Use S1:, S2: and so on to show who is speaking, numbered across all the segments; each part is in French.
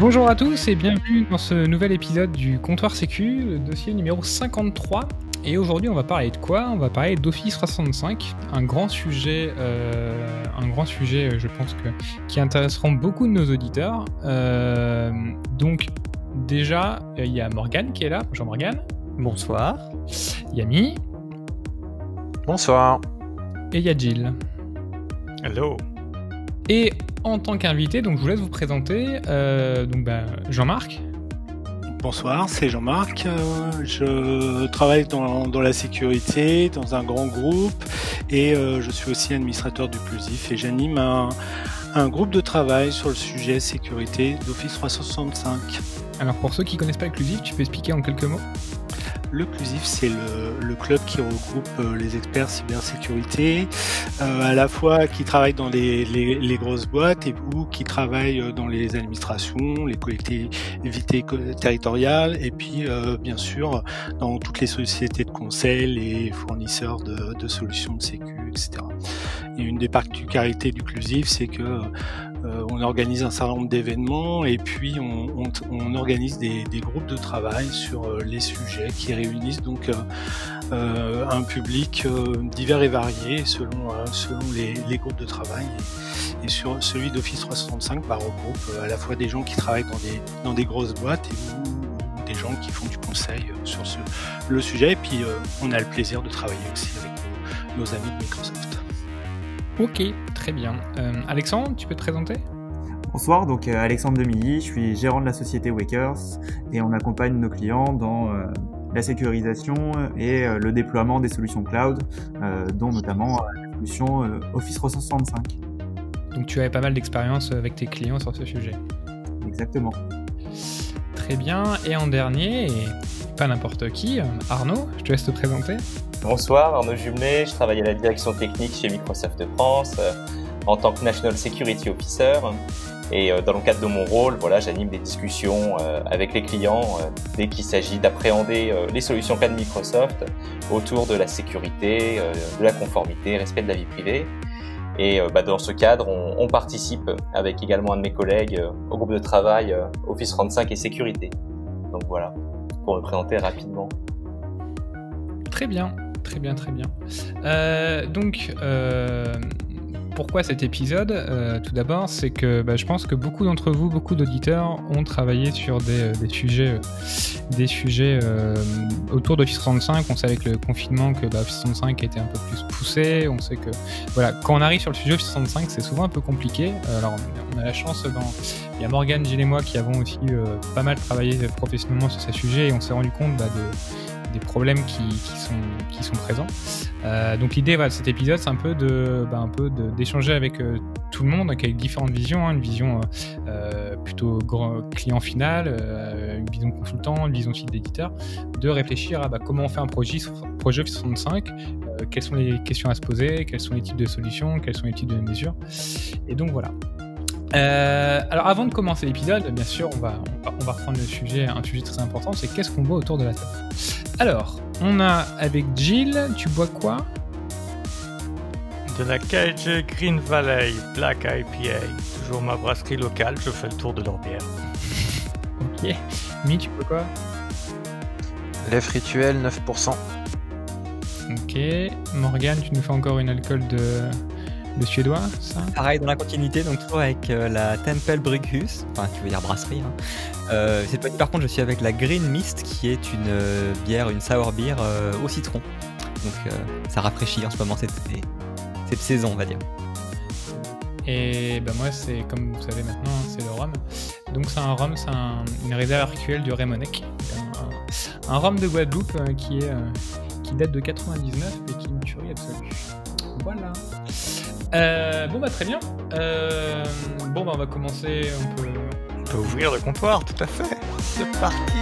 S1: Bonjour à tous et bienvenue dans ce nouvel épisode du Comptoir Sécu, le dossier numéro 53. Et aujourd'hui, on va parler de quoi ? On va parler d'Office 365, un grand sujet, je pense qui intéressera beaucoup de nos auditeurs. Donc, déjà, il y a Morgane qui est là. Bonjour Morgane.
S2: Bonsoir.
S1: Yami.
S3: Bonsoir.
S1: Et il y a Jill.
S4: Hello.
S1: Et en tant qu'invité, donc je vous laisse vous présenter. Jean-Marc.
S4: Bonsoir, c'est Jean-Marc. Je travaille dans la sécurité, dans un grand groupe, et je suis aussi administrateur du Clusif, et j'anime un groupe de travail sur le sujet sécurité d'Office 365.
S1: Alors pour ceux qui ne connaissent pas le Clusif, tu peux expliquer en quelques mots ?
S4: Le Clusif, c'est le club qui regroupe les experts cybersécurité, à la fois qui travaillent dans les grosses boîtes ou qui travaillent dans les administrations, les collectivités territoriales, et puis bien sûr dans toutes les sociétés de conseil, les fournisseurs de solutions de sécu, etc. Et une des particularités du Clusif, c'est que on organise un certain nombre d'événements et puis on organise des groupes de travail sur les sujets qui réunissent donc un public divers et varié selon les groupes de travail. Et sur celui d'Office 365 regroupe à la fois des gens qui travaillent dans des grosses boîtes ou des gens qui font du conseil sur le sujet. Et puis on a le plaisir de travailler aussi avec nos amis de Microsoft.
S1: Ok, très bien. Alexandre, tu peux te présenter ?
S2: Bonsoir, donc Alexandre Demilly, je suis gérant de la société Wakers et on accompagne nos clients dans la sécurisation et le déploiement des solutions cloud, dont notamment la solution Office 365.
S1: Donc tu avais pas mal d'expérience avec tes clients sur ce sujet.
S2: Exactement.
S1: Très bien, et en dernier, et pas n'importe qui, Arnaud, je te laisse te présenter.
S5: Bonsoir, Arnaud Jumelet, je travaille à la direction technique chez Microsoft France en tant que National Security Officer. Et dans le cadre de mon rôle, j'anime des discussions avec les clients dès qu'il s'agit d'appréhender les solutions cloud de Microsoft autour de la sécurité, de la conformité, respect de la vie privée. Et dans ce cadre, on participe avec également un de mes collègues au groupe de travail Office 35 et sécurité. Donc voilà, pour me présenter rapidement.
S1: Très bien. Pourquoi cet épisode ? Tout d'abord, c'est que je pense que beaucoup d'entre vous, beaucoup d'auditeurs ont travaillé sur des sujets autour d'Office 365. On sait avec le confinement que Office 365 était un peu plus poussé. On sait que quand on arrive sur le sujet Office 365, c'est souvent un peu compliqué. Alors on a la chance, il y a Morgane, Gilles et moi qui avons aussi pas mal travaillé professionnellement sur ces sujets et on s'est rendu compte des problèmes qui sont présents. Donc l'idée de cet épisode, c'est un peu d'échanger avec tout le monde, avec différentes visions, une vision plutôt client final, une vision consultant, une vision aussi d'éditeur, de réfléchir à comment on fait un projet Office 365, quelles sont les questions à se poser, quels sont les types de solutions, quels sont les types de mesures. Et donc voilà. Alors avant de commencer l'épisode, bien sûr, on va reprendre un sujet très important, c'est qu'est-ce qu'on boit autour de la table. Alors, on a avec Jill, tu bois quoi ?
S4: De la KG Green Valley Black IPA, toujours ma brasserie locale, je fais le tour de leur bière.
S1: Ok. Mi, tu bois quoi ?
S3: Lèvres rituel 9%.
S1: Ok. Morgane, tu nous fais encore une alcool de suédois, ça ?
S2: Pareil, dans la continuité, donc toujours avec la Temple Brewhus, enfin tu veux dire brasserie. Cette fois-ci, par contre, je suis avec la Green Mist, qui est une bière, une sour beer au citron. Donc ça rafraîchit en ce moment cette saison, on va dire.
S1: Et moi, c'est comme vous savez maintenant, c'est le rhum. Donc c'est un rhum, c'est une réserve actuelle du Rémonec. Un rhum de Guadeloupe qui date de 99 et qui est une tuerie absolue. Voilà. Très bien. On va commencer.
S4: On peut ouvrir le comptoir, tout à fait. C'est parti.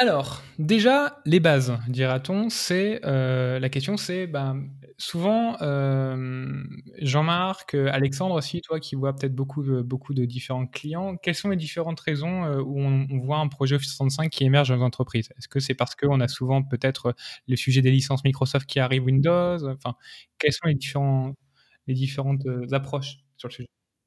S1: Alors, déjà, les bases, dira-t-on, c'est la question, c'est souvent Jean-Marc, Alexandre aussi, toi qui vois peut-être beaucoup de différents clients, quelles sont les différentes raisons où on voit un projet Office 365 qui émerge dans l'entreprise? Est-ce que c'est parce qu'on a souvent peut-être le sujet des licences Microsoft qui arrivent Windows? Enfin, quelles sont les différentes approches sur le sujet?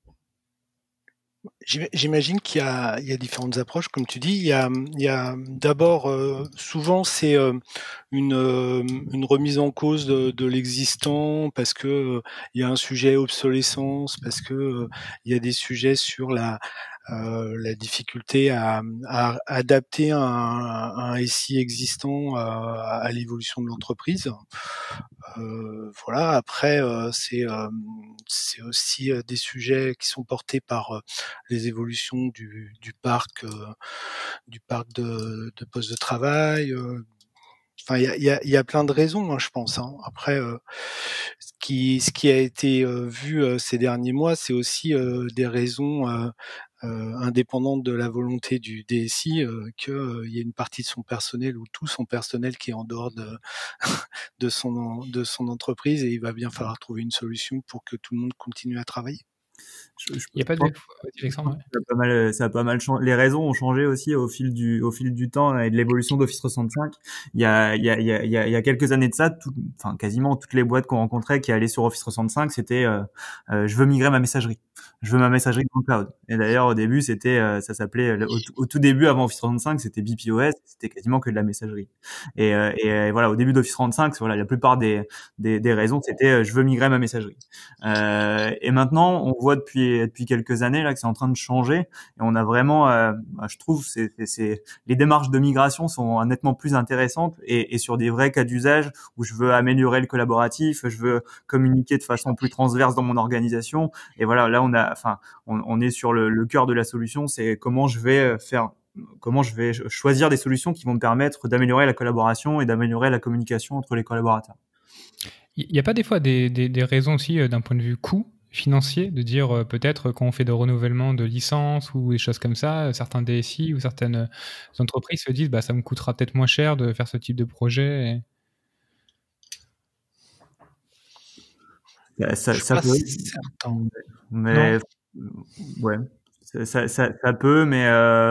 S4: J'imagine qu'il y a différentes approches, comme tu dis. Il y a d'abord, souvent c'est une remise en cause de l'existant parce que il y a un sujet obsolescence, parce que il y a des sujets sur la difficulté à adapter un SI existant à l'évolution de l'entreprise. Voilà. Après, c'est aussi des sujets qui sont portés par les évolutions du parc de postes de travail. Enfin, il y a plein de raisons, hein, je pense. Hein. Après, ce qui a été vu ces derniers mois, c'est aussi des raisons indépendantes de la volonté du DSI, qu'il y a une partie de son personnel ou tout son personnel qui est en dehors de son entreprise et il va bien falloir trouver une solution pour que tout le monde continue à travailler.
S1: Il n'y a pas de... Alexandre, ouais.
S6: Ça a pas mal changé. Les raisons ont changé aussi au fil du temps et de l'évolution d'Office 365. Il y a quelques années de ça, enfin, quasiment toutes les boîtes qu'on rencontrait qui allaient sur Office 365, c'était, je veux migrer ma messagerie. Je veux ma messagerie dans le cloud. Et d'ailleurs, au début, c'était, ça s'appelait, au tout début, avant Office 365, c'était BPOS, c'était quasiment que de la messagerie. Et voilà, au début d'Office 365, voilà, la plupart des raisons, c'était, je veux migrer ma messagerie. Et maintenant, on voit depuis quelques années là que c'est en train de changer et on a vraiment, je trouve, les démarches de migration sont nettement plus intéressantes et sur des vrais cas d'usage où je veux améliorer le collaboratif, je veux communiquer de façon plus transverse dans mon organisation. Et voilà, là on est sur le cœur de la solution, c'est comment je vais choisir des solutions qui vont me permettre d'améliorer la collaboration et d'améliorer la communication entre les collaborateurs.
S1: Il n'y a pas des fois des raisons aussi d'un point de vue coût financier, de dire peut-être quand on fait de renouvellement de licences ou des choses comme ça, certains DSI ou certaines entreprises se disent ça me coûtera peut-être moins cher de faire ce type de projet.
S6: Ça peut, mais ouais. Ça peut, mais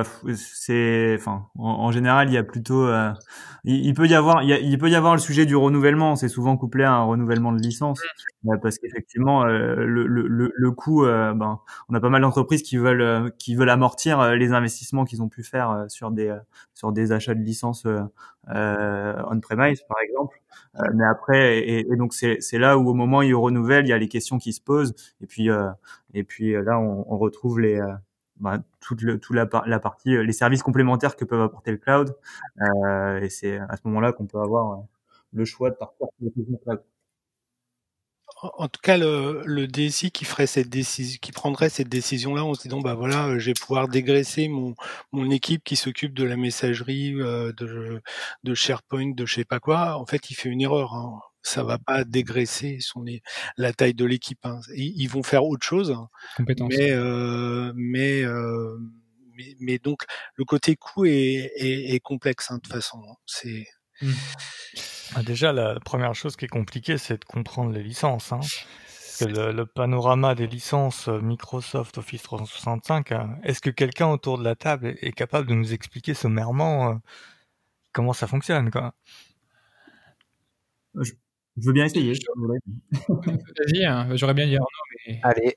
S6: en général, il y a plutôt, il peut y avoir le sujet du renouvellement. C'est souvent couplé à un renouvellement de licence, parce qu'effectivement, le coût, on a pas mal d'entreprises qui veulent amortir les investissements qu'ils ont pu faire sur des achats de licences on-premise, par exemple. Mais après, et donc c'est là où au moment où ils renouvellent, il y a les questions qui se posent, et puis là on retrouve toute la partie, les services complémentaires que peuvent apporter le cloud, et c'est à ce moment-là qu'on peut avoir le choix de partir sur le cloud.
S4: En tout cas, le DSI qui ferait cette décision, qui prendrait cette décision-là en se disant, voilà, je vais pouvoir dégraisser mon équipe qui s'occupe de la messagerie, de SharePoint, de je sais pas quoi. En fait, il fait une erreur. Hein. Ça va pas dégraisser la taille de l'équipe. Hein. Ils vont faire autre chose. Mais donc le côté coût est complexe de toute façon. C'est
S7: déjà la première chose qui est compliquée, c'est de comprendre les licences. Hein. Parce que le panorama des licences Microsoft Office 365, est-ce que quelqu'un autour de la table est capable de nous expliquer sommairement comment ça fonctionne, quoi?
S6: Je veux bien essayer.
S1: Vas-y, hein, j'aurais bien dit Arnaud, mais...
S3: Allez.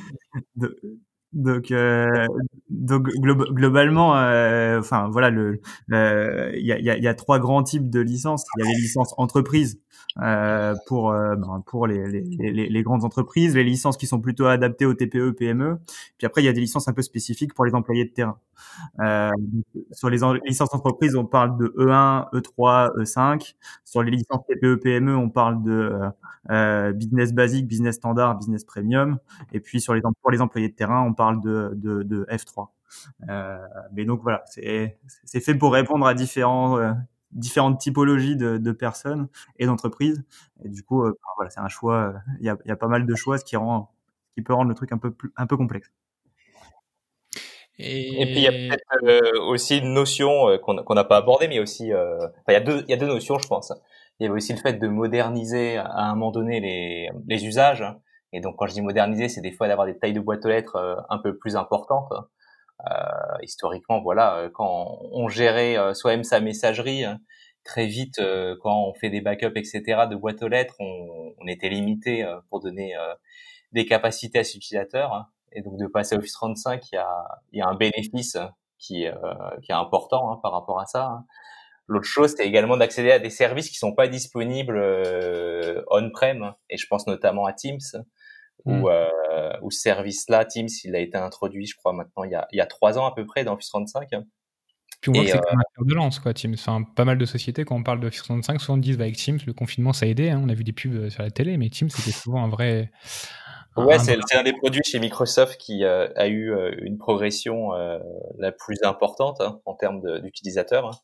S6: Donc globalement, voilà, il y a trois grands types de licences. Il y a les licences entreprises pour les grandes entreprises, les licences qui sont plutôt adaptées aux TPE, PME. Puis après, il y a des licences un peu spécifiques pour les employés de terrain. Sur les licences entreprises, on parle de E1, E3, E5. Sur les licences TPE, PME, on parle de business basique, business standard, business premium. Et puis pour les employés de terrain, on parle de F3. Mais donc voilà, c'est fait pour répondre à différentes typologies de personnes et d'entreprises. Et du coup, voilà, c'est un choix. Il y a pas mal de choix, ce qui peut rendre le truc un peu complexe.
S5: Et puis il y a
S1: Et
S5: peut-être aussi une notion qu'on n'a pas abordée, mais aussi, il y a deux notions, je pense. Il y avait aussi le fait de moderniser à un moment donné les usages. Et donc quand je dis moderniser, c'est des fois d'avoir des tailles de boîtes aux lettres un peu plus importantes. Historiquement, voilà, quand on gérait soi-même sa messagerie, très vite, quand on fait des backups, etc., de boîtes aux lettres, on était limité pour donner des capacités à ses utilisateurs. Et donc de passer à Office 35, il y a un bénéfice qui est important par rapport à ça. L'autre chose, c'est également d'accéder à des services qui sont pas disponibles on-prem, et je pense notamment à Teams, où ce service-là, Teams, il a été introduit, je crois maintenant il y a 3 ans à peu près dans Office 35.
S1: puis on voit que
S5: Et
S1: c'est comme un fer de lance, quoi, Teams. Enfin, pas mal de sociétés, quand on parle d'Office 365, souvent disent, avec Teams, le confinement, ça a aidé, hein. On a vu des pubs sur la télé, mais Teams, c'était souvent un vrai...
S5: ouais,
S1: un-
S5: c'est un des produits chez Microsoft qui a eu une progression la plus importante en termes d'utilisateurs.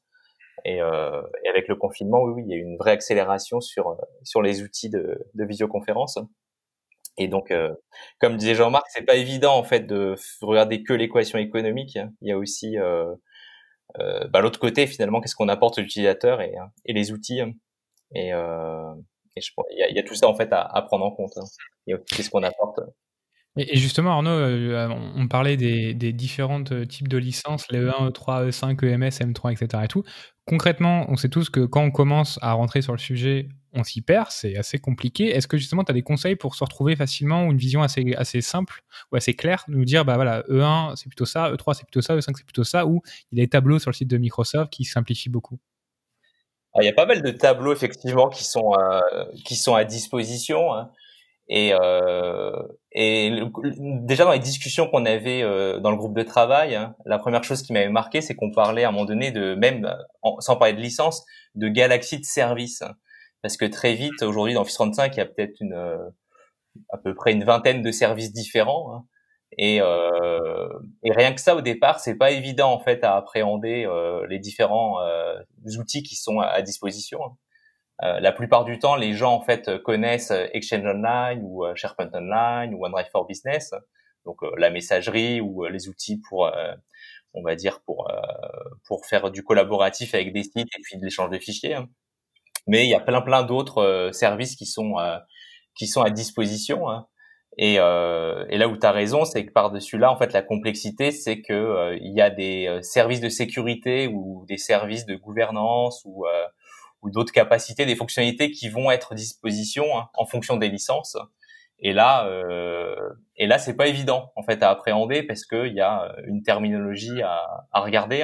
S5: Et avec le confinement, oui, il y a eu une vraie accélération sur les outils de visioconférence. Et donc, comme disait Jean-Marc, c'est pas évident en fait de regarder que l'équation économique. Il y a aussi l'autre côté finalement, qu'est-ce qu'on apporte aux utilisateurs et les outils. Et, euh, et je pense il y a tout ça en fait à prendre en compte. Et qu'est-ce qu'on apporte.
S1: Et justement, Arnaud, on parlait des différents types de licences, les E1, E3, E5, EMS, M3, etc. et tout. Concrètement, on sait tous que quand on commence à rentrer sur le sujet, on s'y perd, c'est assez compliqué. Est-ce que justement, tu as des conseils pour se retrouver facilement ou une vision assez simple ou assez claire, de nous dire, bah voilà, E1, c'est plutôt ça, E3, c'est plutôt ça, E5, c'est plutôt ça, ou il y a des tableaux sur le site de Microsoft qui simplifient beaucoup?
S5: Alors, il y a pas mal de tableaux effectivement qui sont à disposition. Et, euh, déjà dans les discussions qu'on avait dans le groupe de travail, la première chose qui m'avait marqué, c'est qu'on parlait à un moment donné de même, sans parler de licence, de galaxies de services. Parce que très vite, aujourd'hui, dans Office 35, il y a peut-être à peu près une vingtaine de services différents. Et rien que ça, au départ, c'est pas évident en fait à appréhender les différents outils qui sont à disposition. La plupart du temps, les gens en fait connaissent Exchange Online ou SharePoint Online ou OneDrive for Business, donc la messagerie ou les outils on va dire pour faire du collaboratif avec des sites et puis de l'échange de fichiers. Mais il y a plein d'autres services qui sont à disposition. Et là où tu as raison, c'est que par-dessus là, en fait, la complexité, c'est que il y a des services de sécurité ou des services de gouvernance ou d'autres capacités, des fonctionnalités qui vont être à disposition en fonction des licences. Et là, c'est pas évident en fait à appréhender parce que il y a une terminologie à regarder.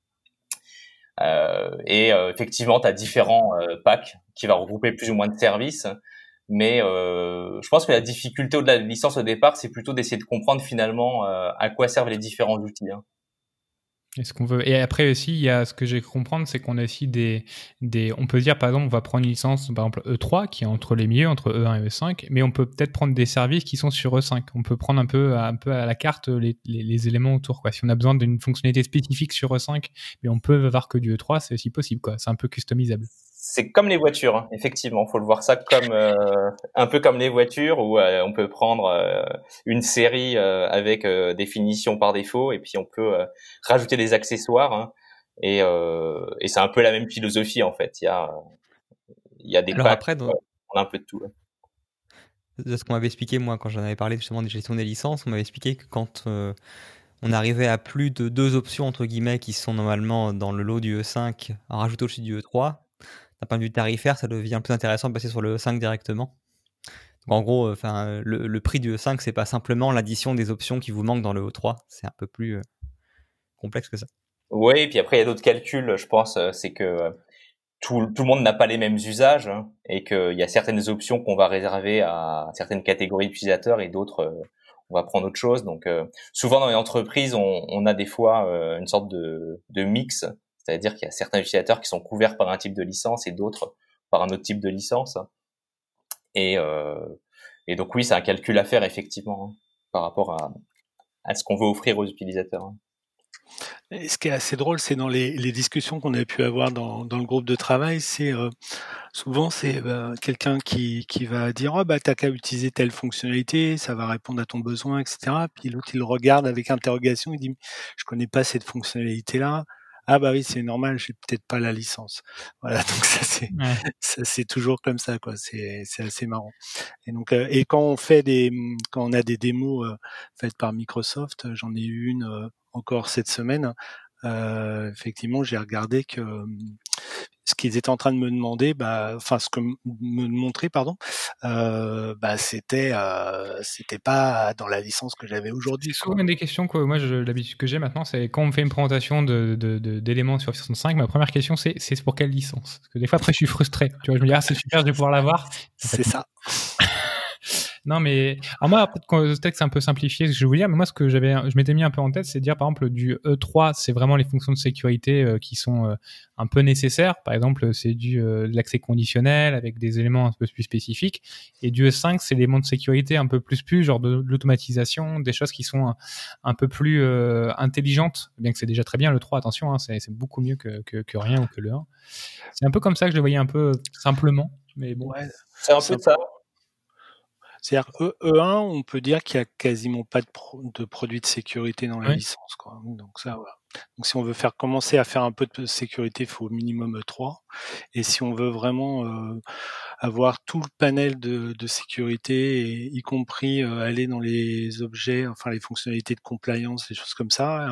S5: Effectivement, tu as différents packs qui va regrouper plus ou moins de services. Mais je pense que la difficulté au-delà de la licence au départ, c'est plutôt d'essayer de comprendre finalement à quoi servent les différents outils.
S1: Est-ce qu'on veut... Et après aussi, il y a ce que j'ai cru comprendre, c'est qu'on a aussi on peut dire, par exemple, on va prendre une licence, par exemple, E3, qui est entre les milieux, entre E1 et E5, mais on peut peut-être prendre des services qui sont sur E5. On peut prendre un peu à la carte les éléments autour, quoi. Si on a besoin d'une fonctionnalité spécifique sur E5, mais on peut avoir que du E3, c'est aussi possible, quoi. C'est un peu customisable.
S5: C'est comme les voitures, effectivement. Faut le voir ça comme un peu comme les voitures où on peut prendre une série avec des finitions par défaut et puis on peut rajouter des accessoires. Et c'est un peu la même philosophie en fait. Il y a des
S2: Alors
S5: packs,
S2: après,
S5: on a un peu de tout.
S2: de ce qu'on m'avait expliqué, moi, quand j'en avais parlé justement des gestions des licences, on m'avait expliqué que quand on arrivait à plus de 2 options, entre guillemets, qui sont normalement dans le lot du E5, à rajouter au-dessus du E3, d'un point de vue tarifaire, ça devient plus intéressant de passer sur le E5 directement. Donc en gros, le prix du E5, c'est pas simplement l'addition des options qui vous manquent dans le E3, c'est un peu plus complexe que ça.
S5: Oui, et puis après il y a d'autres calculs. Je pense c'est que tout le monde n'a pas les mêmes usages et qu'il y a certaines options qu'on va réserver à certaines catégories d'utilisateurs et d'autres on va prendre autre chose. Donc souvent dans les entreprises, on a des fois une sorte de mix, c'est-à-dire qu'il y a certains utilisateurs qui sont couverts par un type de licence et d'autres par un autre type de licence. Et, euh, et donc oui, c'est un calcul à faire effectivement par rapport à ce qu'on veut offrir aux utilisateurs.
S4: Et ce qui est assez drôle, c'est dans les discussions qu'on a pu avoir dans le groupe de travail, c'est souvent c'est quelqu'un qui va dire oh bah t'as qu'à utiliser telle fonctionnalité, ça va répondre à ton besoin, etc. Puis l'autre il le regarde avec interrogation, il dit je connais pas cette fonctionnalité là. Ah bah oui c'est normal, j'ai peut-être pas la licence. Voilà donc ça c'est toujours comme ça quoi. C'est assez marrant. Et donc et quand on a des démos faites par Microsoft, j'en ai eu une encore cette semaine. Effectivement, j'ai regardé que ce qu'ils étaient en train de me demander, ce que me montrer, pardon, c'était pas dans la licence que j'avais aujourd'hui.
S1: C'est souvent une des questions que moi, l'habitude que j'ai maintenant, c'est quand on me fait une présentation d'éléments sur Office 365, ma première question c'est pour quelle licence? Parce que des fois après je suis frustré. Tu vois, je me dis c'est super, je vais pouvoir l'avoir.
S4: C'est ça.
S1: Non, mais alors moi, après, le texte c'est un peu simplifié, ce que je voulais dire, mais moi, ce que je m'étais mis un peu en tête, c'est de dire, par exemple, du E3, c'est vraiment les fonctions de sécurité qui sont un peu nécessaires. Par exemple, c'est de l'accès conditionnel avec des éléments un peu plus spécifiques. Et du E5, c'est des éléments de sécurité un peu plus, genre de l'automatisation, des choses qui sont un peu plus intelligentes, bien que c'est déjà très bien le 3, attention, hein, c'est beaucoup mieux que rien ou que le 1. C'est un peu comme ça que je le voyais un peu simplement, mais bon.
S4: Ouais,
S5: c'est un peu ça.
S4: C'est-à-dire E1, on peut dire qu'il y a quasiment pas de produits de sécurité dans la licence, quoi. Donc ça, voilà. Donc si on veut commencer à faire un peu de sécurité, il faut au minimum E3. Et si on veut vraiment avoir tout le panel de sécurité, y compris aller dans les objets, enfin les fonctionnalités de compliance, des choses comme ça,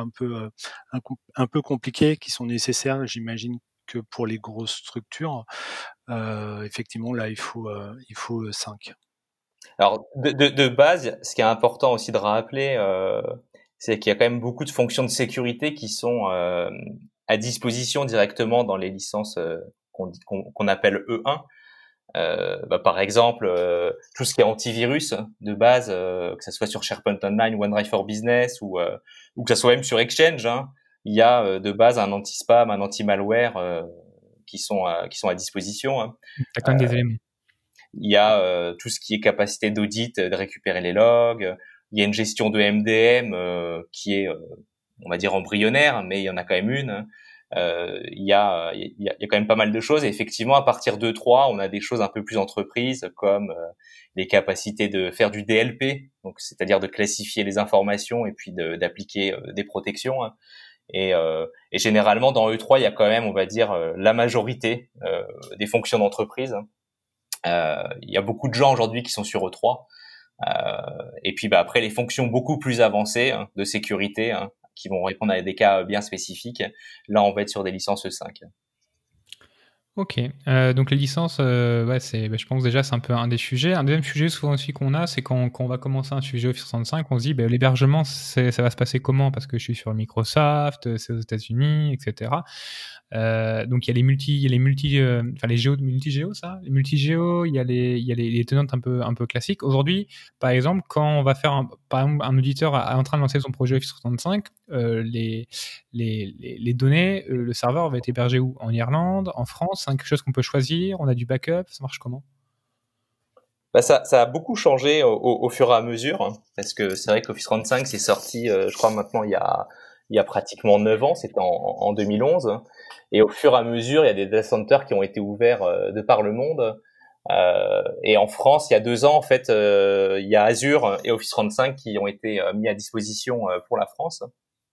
S4: un peu compliquées, qui sont nécessaires, j'imagine que pour les grosses structures, effectivement là il faut 5.
S5: Alors, de base, ce qui est important aussi de rappeler, c'est qu'il y a quand même beaucoup de fonctions de sécurité qui sont à disposition directement dans les licences qu'on appelle E1. Par exemple, tout ce qui est antivirus de base, que ça soit sur SharePoint Online, OneDrive for Business ou que ça soit même sur Exchange, hein, il y a de base un anti-spam, un anti-malware qui sont à disposition. Hein.
S1: T'as quand même des éléments.
S5: Il y a tout ce qui est capacité d'audit, de récupérer les logs. Il y a une gestion de MDM qui est, on va dire, embryonnaire, mais il y en a quand même une. Il y a quand même pas mal de choses. Et effectivement, à partir de 3, on a des choses un peu plus entreprises, comme les capacités de faire du DLP, donc c'est-à-dire de classifier les informations et puis d'appliquer des protections. Hein. Et généralement, dans E3, il y a quand même, on va dire, la majorité des fonctions d'entreprise. Il y a beaucoup de gens aujourd'hui qui sont sur E3. Et puis après, les fonctions beaucoup plus avancées de sécurité qui vont répondre à des cas bien spécifiques, là on va être sur des licences E5.
S1: Ok, donc les licences, je pense déjà c'est un peu un des sujets. Un deuxième sujet souvent aussi qu'on a, c'est quand on va commencer un sujet Office 365, on se dit l'hébergement, ça va se passer comment? Parce que je suis sur Microsoft, c'est aux États-Unis, etc. Donc il y a les multi-géo, ça, les multi-géo, il y a les tenantes un peu classiques. Aujourd'hui, par exemple, quand on va faire un auditeur est en train de lancer son projet Office 365, les données, le serveur va être hébergé où? En Irlande, en France? C'est quelque chose qu'on peut choisir? On a du backup? Ça marche comment?
S5: Ça a beaucoup changé au fur et à mesure, hein, parce que c'est vrai qu'Office 365 c'est sorti, je crois maintenant il y a pratiquement 9 ans, c'était en 2011. Et au fur et à mesure, il y a des data centers qui ont été ouverts de par le monde. Et en France, il y a 2 ans, en fait, il y a Azure et Office 365 qui ont été mis à disposition pour la France.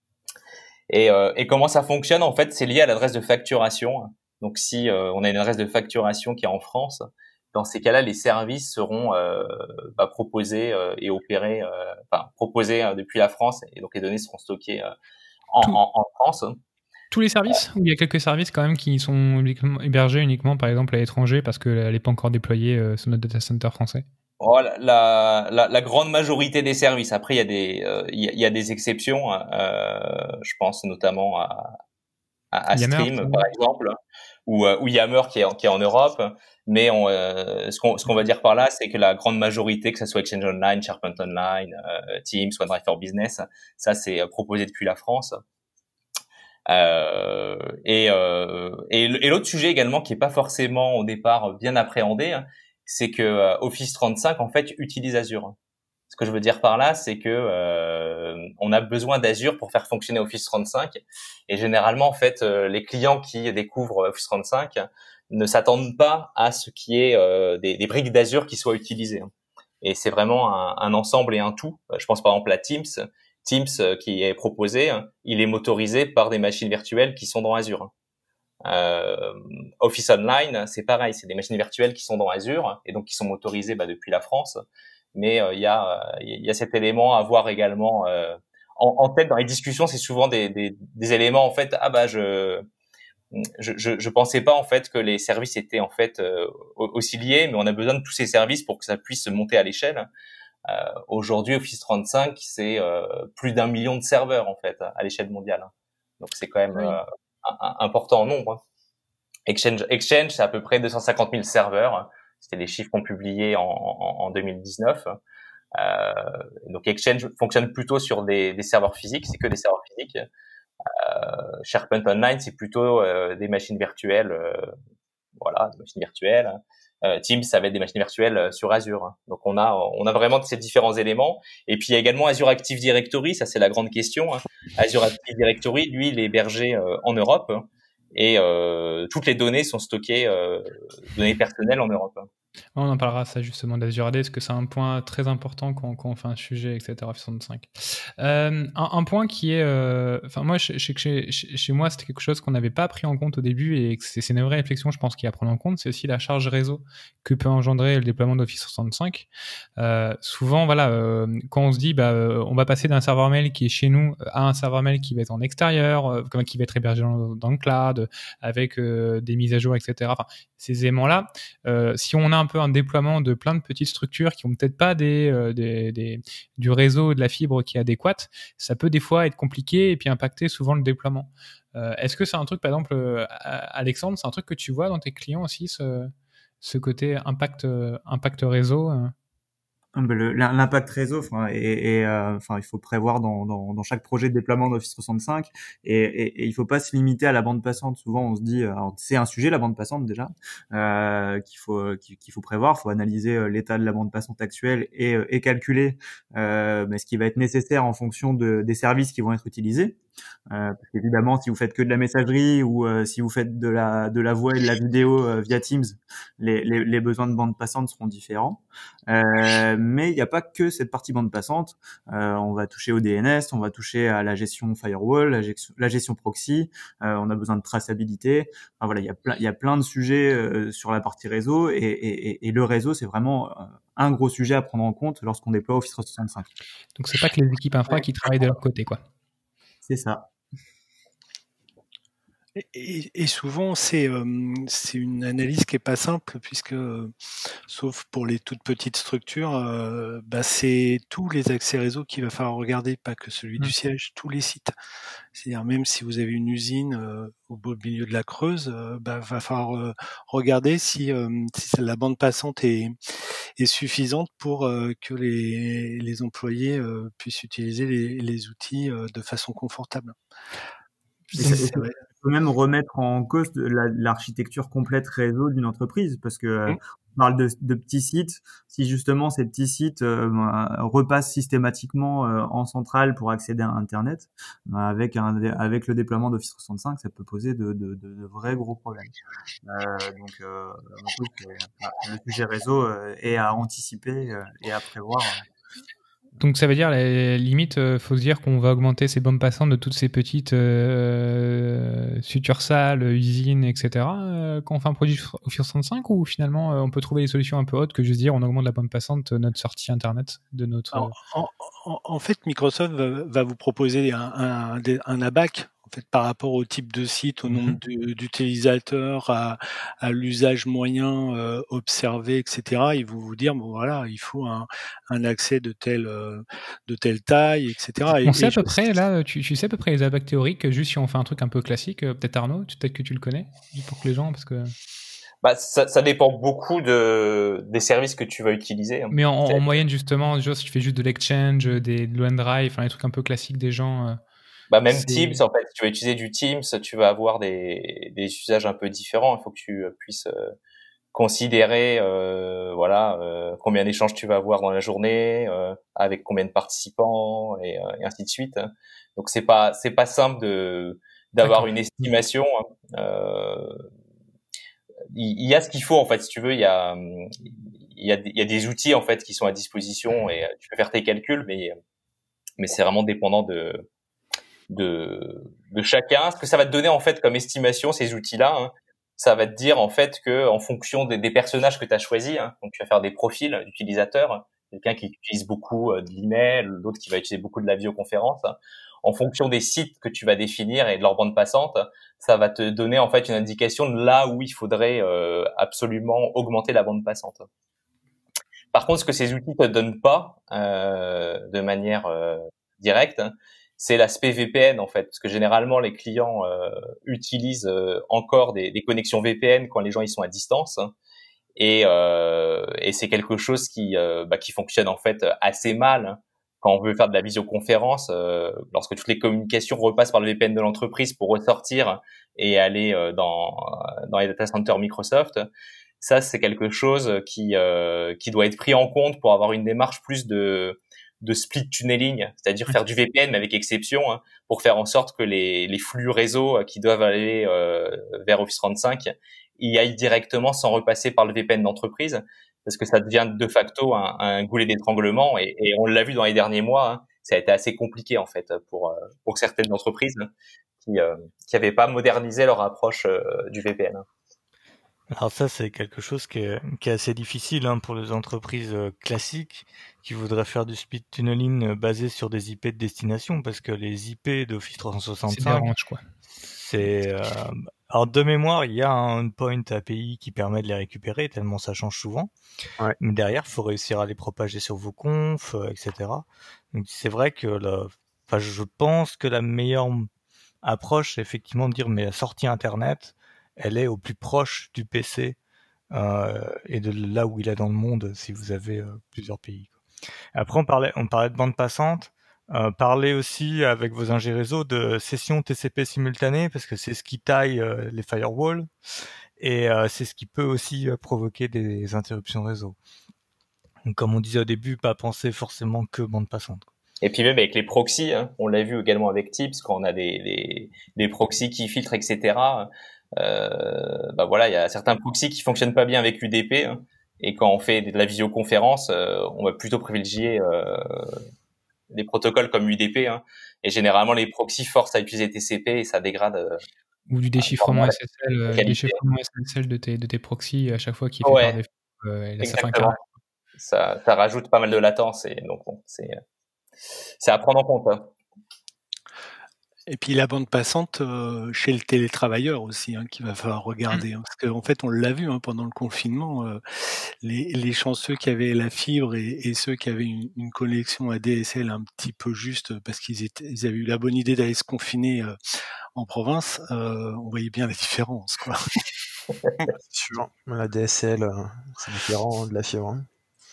S5: Et comment ça fonctionne, en fait, c'est lié à l'adresse de facturation. Donc, si on a une adresse de facturation qui est en France, dans ces cas-là, les services seront proposés et opérés, proposés depuis la France, et donc les données seront stockées en France.
S1: Tous les services? Ou il y a quelques services quand même qui sont hébergés uniquement, par exemple, à l'étranger parce qu'elle n'est pas encore déployée sur notre data center français?
S5: Oh, la grande majorité des services. Après, il y a des exceptions. Je pense notamment à Stream, par exemple, ou Yammer qui est en Europe. Mais ce qu'on va dire par là, c'est que la grande majorité, que ça soit Exchange Online, SharePoint Online, Teams, OneDrive for Business, ça c'est proposé depuis la France. Et l'autre sujet également qui est pas forcément au départ bien appréhendé, c'est que Office 35 en fait utilise Azure. Ce que je veux dire par là, c'est que on a besoin d'Azure pour faire fonctionner Office 35. Et généralement, en fait, les clients qui découvrent Office 35 ne s'attendent pas à ce qui est des briques d'Azure qui soient utilisées. Et c'est vraiment un ensemble et un tout. Je pense par exemple à Teams. Teams qui est proposé, il est motorisé par des machines virtuelles qui sont dans Azure. Office Online, c'est pareil, c'est des machines virtuelles qui sont dans Azure et donc qui sont motorisées depuis la France. Mais il y a cet élément à voir également en tête dans les discussions. C'est souvent des éléments en fait. Je pensais pas en fait que les services étaient en fait aussi liés, mais on a besoin de tous ces services pour que ça puisse monter à l'échelle. Aujourd'hui, Office 35, c'est plus d'1 million de serveurs en fait à l'échelle mondiale. Donc c'est quand même important en nombre. Exchange, c'est à peu près 250 000 serveurs. C'était les chiffres qu'on publiait en 2019. Donc Exchange fonctionne plutôt sur des serveurs physiques, c'est que des serveurs physiques. SharePoint Online, c'est plutôt des machines virtuelles, des machines virtuelles. Teams, ça va être des machines virtuelles sur Azure. Donc on a vraiment ces différents éléments. Et puis il y a également Azure Active Directory, ça c'est la grande question. Azure Active Directory, lui, il est hébergé en Europe et toutes les données sont stockées, données personnelles en Europe.
S1: On en parlera ça justement d'Azure AD, parce que c'est un point très important quand on fait un sujet, etc. Office 65. Un point qui est, moi, je sais que chez moi, c'était quelque chose qu'on n'avait pas pris en compte au début, et que c'est une vraie réflexion, je pense, qu'il y a à prendre en compte. C'est aussi la charge réseau que peut engendrer le déploiement d'Office 65. Souvent, quand on se dit, on va passer d'un serveur mail qui est chez nous à un serveur mail qui va être en extérieur, qui va être hébergé dans le cloud, avec des mises à jour, etc. Enfin, ces éléments-là, si on a un peu un déploiement de plein de petites structures qui ont peut-être pas du réseau, de la fibre qui est adéquate, ça peut des fois être compliqué et puis impacter souvent le déploiement. Est-ce que c'est un truc, par exemple, Alexandre, c'est un truc que tu vois dans tes clients aussi, ce côté impact réseau
S6: L'impact réseau, il faut prévoir dans chaque projet de déploiement d'Office 65, et il faut pas se limiter à la bande passante. Souvent, on se dit, c'est un sujet, la bande passante déjà, qu'il faut prévoir. Il faut analyser l'état de la bande passante actuelle et calculer ce qui va être nécessaire en fonction des services qui vont être utilisés. Parce qu'évidemment, si vous faites que de la messagerie ou si vous faites de la voix et de la vidéo via Teams, les besoins de bande passante seront différents. Mais il n'y a pas que cette partie bande passante. On va toucher au DNS, on va toucher à la gestion firewall, la gestion proxy. On a besoin de traçabilité. Il y a plein de sujets sur la partie réseau, et le réseau, c'est vraiment un gros sujet à prendre en compte lorsqu'on déploie Office 365.
S1: Donc c'est pas que les équipes infra qui travaillent de leur côté, quoi.
S6: C'est ça.
S4: Et souvent, c'est une analyse qui est pas simple, puisque, sauf pour les toutes petites structures, c'est tous les accès réseau qu'il va falloir regarder, pas que celui du siège, tous les sites. C'est-à-dire, même si vous avez une usine au beau milieu de la Creuse, va falloir regarder si la bande passante est suffisante pour que les employés puissent utiliser les outils de façon confortable.
S6: On peut même remettre en cause l'architecture complète réseau d'une entreprise, parce que on parle de petits sites. Si justement ces petits sites repassent systématiquement en centrale pour accéder à Internet, avec le déploiement d'Office 365, ça peut poser de vrais gros problèmes. Le sujet réseau est à anticiper et à prévoir.
S1: Donc ça veut dire, limite, faut se dire qu'on va augmenter ces bandes passantes de toutes ces petites succursales, usines, etc. Quand on fait un produit Office 65, ou finalement on peut trouver des solutions un peu hautes que juste dire on augmente la bande passante de notre sortie internet de notre.
S4: En fait, Microsoft va vous proposer un ABAC. En fait, par rapport au type de site, au nombre d'utilisateurs, à l'usage moyen observé, etc. Ils vont vous dire, il faut un accès de telle taille, etc.
S1: On sait à peu près, là, tu sais à peu près les ABAC théoriques, juste si on fait un truc un peu classique, peut-être Arnaud, peut-être que tu le connais, pour que les gens, parce que...
S5: ça dépend beaucoup des services que tu vas utiliser.
S1: Mais en moyenne, justement, si tu fais juste de l'Exchange, de l'OneDrive, les trucs un peu classiques des gens...
S5: même Teams, en fait, si tu vas utiliser du Teams, tu vas avoir des usages un peu différents. Il faut que tu puisses considérer combien d'échanges tu vas avoir dans la journée, avec combien de participants et ainsi de suite. Donc c'est pas simple d'avoir une estimation. Il y a ce qu'il faut en fait, si tu veux, il y a des outils en fait qui sont à disposition et tu peux faire tes calculs, mais c'est vraiment dépendant de chacun. Ce que ça va te donner en fait comme estimation, ces outils-là, hein, ça va te dire en fait que en fonction des personnages que tu as choisis, hein, donc tu vas faire des profils d'utilisateurs, quelqu'un qui utilise beaucoup de l'email, l'autre qui va utiliser beaucoup de la vidéoconférence. En fonction des sites que tu vas définir et de leur bande passante, ça va te donner en fait une indication de là où il faudrait absolument augmenter la bande passante. Par contre, ce que ces outils te donnent pas de manière directe, c'est l'aspect VPN en fait, parce que généralement les clients utilisent encore des connexions VPN quand les gens ils sont à distance, et c'est quelque chose qui fonctionne en fait assez mal quand on veut faire de la visioconférence, lorsque toutes les communications repassent par le VPN de l'entreprise pour ressortir et aller dans les data centers Microsoft. Ça, c'est quelque chose qui doit être pris en compte pour avoir une démarche plus de split tunneling, c'est-à-dire faire du VPN mais avec exception, hein, pour faire en sorte que les flux réseau qui doivent aller vers Office 35 y aillent directement sans repasser par le VPN d'entreprise, parce que ça devient de facto un goulet d'étranglement, et on l'a vu dans les derniers mois, hein, ça a été assez compliqué en fait pour certaines entreprises, hein, qui avaient pas modernisé leur approche du VPN.
S7: Alors ça, c'est quelque chose qui est assez difficile, hein, pour les entreprises classiques qui voudraient faire du speed tunneling basé sur des IP de destination, parce que les IP d'Office 365,
S1: C'est bien range, quoi.
S7: c'est alors de mémoire, il y a un endpoint API qui permet de les récupérer, tellement ça change souvent.
S3: Ouais.
S7: Mais derrière, faut réussir à les propager sur vos confs, etc. Donc c'est vrai que je pense que la meilleure approche, c'est effectivement de dire, mais la sortie internet, elle est au plus proche du PC et de là où il est dans le monde, si vous avez plusieurs pays, quoi. Après, on parlait de bande passante. Parlez aussi avec vos ingé réseau de sessions TCP simultanées, parce que c'est ce qui taille les firewalls, et c'est ce qui peut aussi provoquer des interruptions réseau. Donc, comme on disait au début, pas penser forcément que bande passante, quoi.
S5: Et puis même avec les proxys, hein, on l'a vu également avec Tips, quand on a des proxys qui filtrent, etc. Il y a certains proxys qui fonctionnent pas bien avec UDP, hein, et quand on fait de la visioconférence, on va plutôt privilégier les protocoles comme UDP, hein, et généralement les proxys forcent à utiliser TCP et ça dégrade.
S1: Ou du déchiffrement SSL, de tes proxys à chaque fois qui fait par défaut. Et là, ça fait un
S5: Exactement. Ça rajoute pas mal de latence, et donc bon, c'est à prendre en compte, hein.
S4: Et puis la bande passante chez le télétravailleur aussi, hein, qu'il va falloir regarder, hein, parce qu'en fait on l'a vu, hein, pendant le confinement, les chanceux qui avaient la fibre et ceux qui avaient une connexion ADSL un petit peu juste parce qu'ils avaient eu la bonne idée d'aller se confiner en province, on voyait bien la différence, quoi.
S3: C'est sûr. La DSL, c'est différent de la fibre, hein.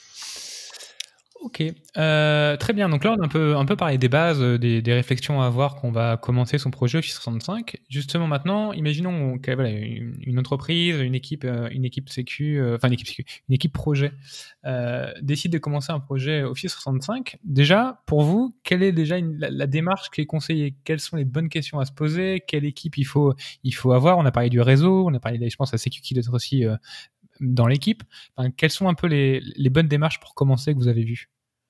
S1: Ok, très bien. Donc là, on a un peu parlé des bases, des réflexions à avoir quand on va commencer son projet Office 365. Justement, maintenant, imaginons que une entreprise, une équipe sécu, une équipe projet décide de commencer un projet Office 365. Déjà, pour vous, quelle est déjà la démarche qui est conseillée? Quelles sont les bonnes questions à se poser? Quelle équipe il faut avoir? On a parlé du réseau, on a parlé, je pense, la sécu qui doit être aussi dans l'équipe. Enfin, quelles sont un peu les bonnes démarches pour commencer que vous avez vues?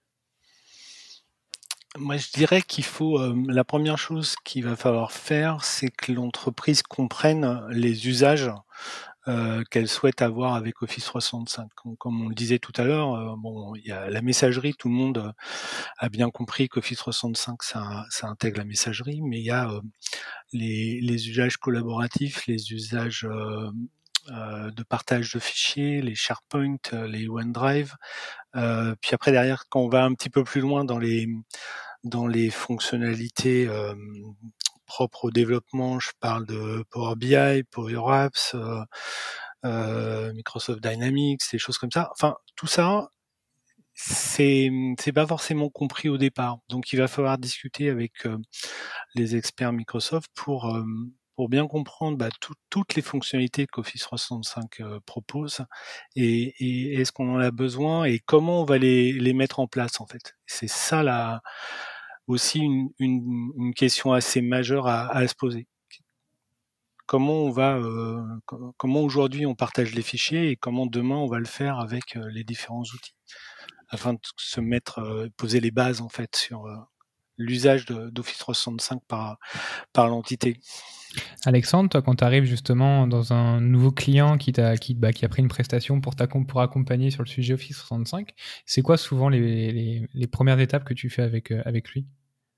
S4: Moi, je dirais qu'il faut, la première chose qu'il va falloir faire, c'est que l'entreprise comprenne les usages qu'elle souhaite avoir avec Office 365. Comme on le disait tout à l'heure, il y a la messagerie, tout le monde a bien compris qu'Office 365, ça intègre la messagerie, mais il y a les usages collaboratifs, les usages de partage de fichiers, les SharePoint, les OneDrive. Puis après, derrière, quand on va un petit peu plus loin dans les fonctionnalités propres au développement, je parle de Power BI, Power Apps, Microsoft Dynamics, des choses comme ça. Enfin, tout ça, c'est pas forcément compris au départ. Donc, il va falloir discuter avec les experts Microsoft pour pour bien comprendre toutes les fonctionnalités qu'Office 365 propose et est-ce qu'on en a besoin et comment on va les mettre en place en fait. C'est ça aussi une question assez majeure à se poser. Comment comment aujourd'hui on partage les fichiers et comment demain on va le faire avec les différents outils afin de se poser les bases en fait sur l'usage d'Office 365 par l'entité.
S1: Alexandre, toi, quand tu arrives justement dans un nouveau client qui a pris une prestation pour accompagner sur le sujet Office 365, c'est quoi souvent les premières étapes que tu fais avec lui?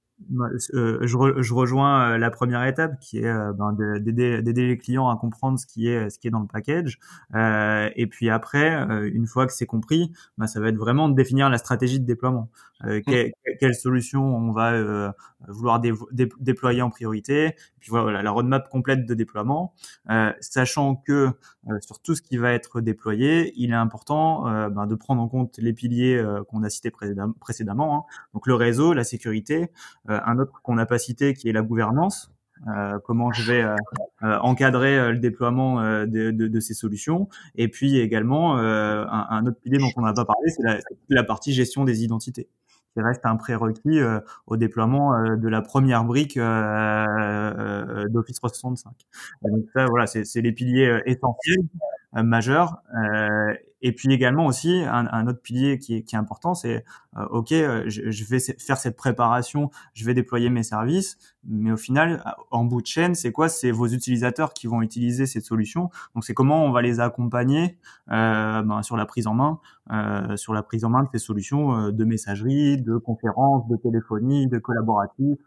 S6: Je rejoins la première étape qui est d'aider les clients à comprendre ce qui est dans le package, et puis après une fois que c'est compris, ça va être vraiment de définir la stratégie de déploiement, quelle solution on va vouloir déployer en priorité, et puis voilà la roadmap complète de déploiement, sachant que sur tout ce qui va être déployé, il est important de prendre en compte les piliers qu'on a cités précédemment, hein. Donc le réseau, la sécurité, un autre qu'on n'a pas cité qui est la gouvernance, comment je vais encadrer le déploiement de ces solutions, et puis également un autre pilier dont on n'a pas parlé, c'est la partie gestion des identités, qui reste un prérequis au déploiement de la première brique d'Office 365. Donc ça, voilà, c'est les piliers essentiels, majeurs. Et puis également aussi un autre pilier qui est important, c'est je vais faire cette préparation, je vais déployer mes services, mais au final, en bout de chaîne, c'est quoi? C'est vos utilisateurs qui vont utiliser cette solution. Donc c'est comment on va les accompagner sur la prise en main, de ces solutions de messagerie, de conférences, de téléphonie, de collaboratif,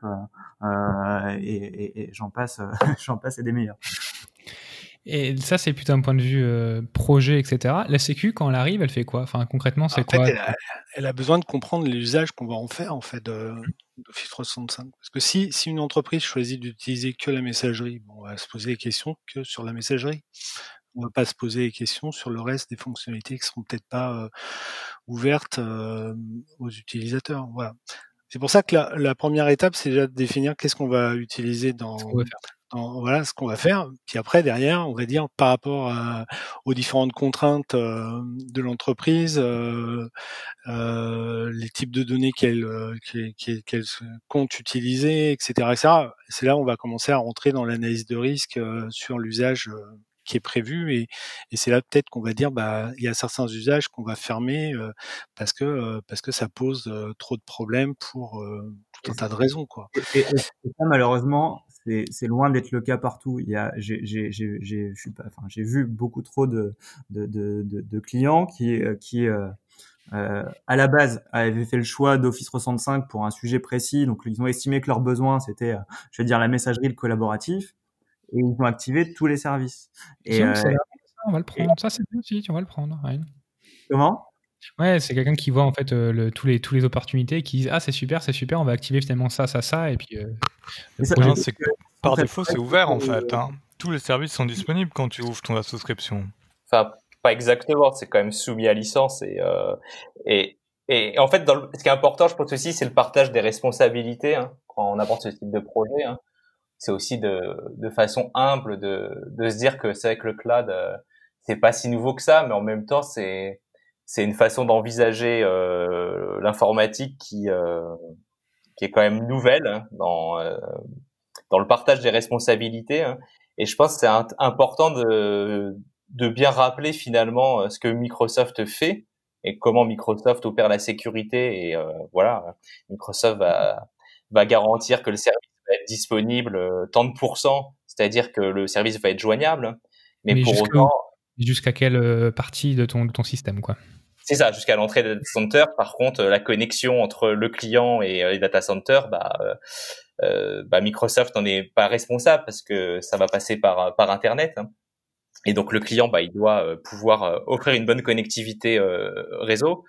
S6: et j'en passe, j'en passe et des meilleurs.
S1: Et ça, c'est plutôt un point de vue projet, etc. La Sécu, quand elle arrive, elle fait quoi? Enfin, concrètement, c'est quoi?
S4: Elle a besoin de comprendre l'usage qu'on va en faire en fait d'Office 365. Parce que si une entreprise choisit d'utiliser que la messagerie, on va se poser les questions que sur la messagerie. On va pas se poser les questions sur le reste des fonctionnalités qui seront peut-être pas ouvertes aux utilisateurs. Voilà. C'est pour ça que la première étape, c'est déjà de définir qu'est-ce qu'on va utiliser voilà ce qu'on va faire. Puis après, derrière, on va dire par rapport aux différentes contraintes de l'entreprise, les types de données qu'elle compte utiliser, etc., etc. C'est là où on va commencer à rentrer dans l'analyse de risque sur l'usage qui est prévu et c'est là peut-être qu'on va dire il y a certains usages qu'on va fermer parce que ça pose trop de problèmes pour tout un tas de raisons, quoi.
S6: Et ça, malheureusement, c'est loin d'être le cas partout. J'ai vu beaucoup trop de clients qui à la base avaient fait le choix d'Office 365 pour un sujet précis, donc ils ont estimé que leur besoin c'était, je vais dire, la messagerie, le collaboratif, et ils ont activé tous les services. Et
S1: on va le prendre. Ça, c'est bien aussi, on va le prendre. Ouais.
S6: Comment?
S1: Ouais, c'est quelqu'un qui voit en fait tous les opportunités et qui dit c'est super, on va activer finalement ça, et puis.
S7: C'est que par défaut, c'est ouvert en fait. Hein. Tous les services sont disponibles quand tu ouvres ton souscription.
S5: Enfin, pas exactement. C'est quand même soumis à licence et en fait, ce qui est important, je pense aussi, c'est le partage des responsabilités hein, quand on aborde ce type de projet. Hein. C'est aussi de façon humble de se dire que c'est vrai que le cloud, c'est pas si nouveau que ça, mais en même temps, c'est une façon d'envisager l'informatique qui est quand même nouvelle hein, dans le partage des responsabilités. Hein. Et je pense que c'est important de bien rappeler finalement ce que Microsoft fait et comment Microsoft opère la sécurité. Et voilà, Microsoft va garantir que le service va être disponible tant de pourcents, c'est-à-dire que le service va être joignable. Mais pour autant,
S1: jusqu'à quelle partie de ton système, quoi?
S5: C'est ça, jusqu'à l'entrée des data centers. Par contre, la connexion entre le client et les data centers, Microsoft n'en est pas responsable parce que ça va passer par Internet. Hein. Et donc le client, il doit pouvoir offrir une bonne connectivité réseau.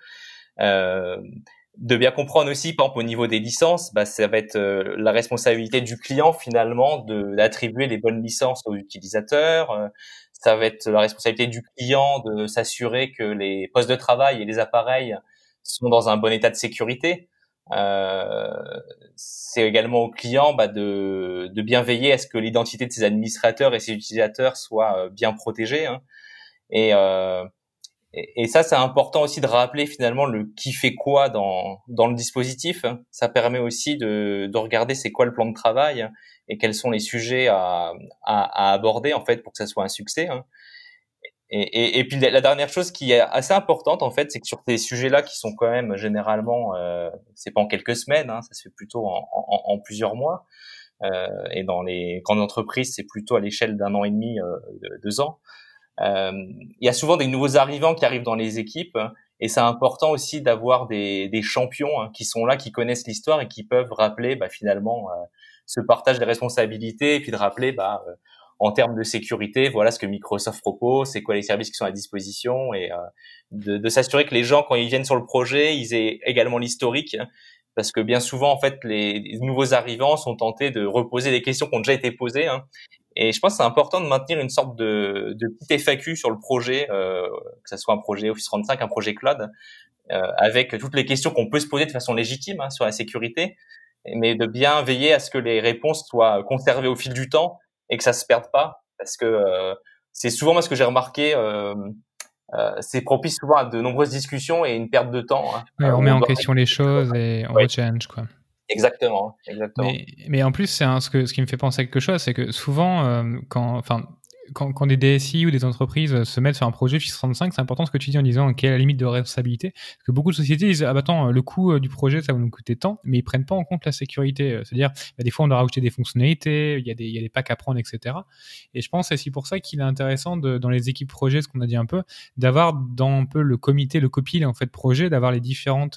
S5: De bien comprendre aussi, par exemple au niveau des licences, ça va être la responsabilité du client finalement d'attribuer les bonnes licences aux utilisateurs. Ça va être la responsabilité du client de s'assurer que les postes de travail et les appareils sont dans un bon état de sécurité. c'est également au client de bien veiller à ce que l'identité de ses administrateurs et ses utilisateurs soit bien protégée, hein. Et ça, c'est important aussi de rappeler finalement le qui fait quoi dans le dispositif, hein. Ça permet aussi de regarder c'est quoi le plan de travail, hein, et quels sont les sujets à aborder en fait pour que ça soit un succès, hein. Et puis la dernière chose qui est assez importante en fait, c'est que sur ces sujets-là qui sont quand même généralement, c'est pas en quelques semaines, hein, ça se fait plutôt en plusieurs mois. Et dans les grandes entreprises, c'est plutôt à l'échelle d'1 an et demi, 2 ans. Il y a souvent des nouveaux arrivants qui arrivent dans les équipes, et c'est important aussi d'avoir des champions, hein, qui sont là, qui connaissent l'histoire et qui peuvent rappeler finalement ce partage des responsabilités, et puis de rappeler en termes de sécurité, voilà ce que Microsoft propose, c'est quoi les services qui sont à disposition, et de s'assurer que les gens, quand ils viennent sur le projet, ils aient également l'historique, hein, parce que bien souvent, en fait, les nouveaux arrivants sont tentés de reposer des questions qui ont déjà été posées, hein. Et je pense que c'est important de maintenir une sorte de petite FAQ sur le projet, que ce soit un projet Office 35, un projet cloud, avec toutes les questions qu'on peut se poser de façon légitime, hein, sur la sécurité, mais de bien veiller à ce que les réponses soient conservées au fil du temps et que ça se perde pas, parce que c'est souvent moi ce que j'ai remarqué, c'est propice souvent à de nombreuses discussions et une perte de temps, hein.
S1: Ouais, on
S5: où
S1: met
S5: on
S1: en
S5: doit
S1: question les choses et on
S5: Ouais.
S1: rechallenge, quoi.
S5: Exactement.
S1: Mais en plus, ce qui me fait penser à quelque chose, c'est que souvent, quand des DSI ou des entreprises se mettent sur un projet Office 35, c'est important ce que tu dis en disant quelle est la limite de responsabilité. Parce que beaucoup de sociétés disent attends, le coût du projet, ça va nous coûter tant, mais ils prennent pas en compte la sécurité. C'est-à-dire, des fois, on doit rajouter des fonctionnalités, il y a des packs à prendre, etc. Et je pense que c'est aussi pour ça qu'il est intéressant dans les équipes projet, ce qu'on a dit un peu, d'avoir dans un peu le comité, le copil en fait projet, d'avoir les différentes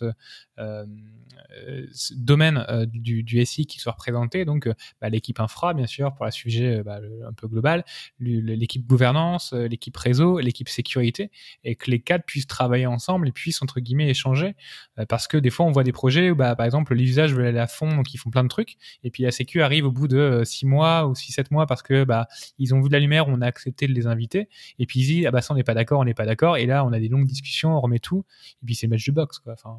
S1: domaines du SI qui soient représentés. Donc, l'équipe infra, bien sûr, pour la sujet un peu global, l'équipe gouvernance, l'équipe réseau, l'équipe sécurité, et que les quatre puissent travailler ensemble et puissent, entre guillemets, échanger. Parce que des fois, on voit des projets où, par exemple, les usages veulent aller à fond, donc ils font plein de trucs, et puis la sécu arrive au bout de 6 mois ou 6-7 mois parce que ils ont vu de la lumière, on a accepté de les inviter, et puis ils disent, ça, on n'est pas d'accord, et là, on a des longues discussions, on remet tout, et puis c'est le match de boxe, quoi. Enfin...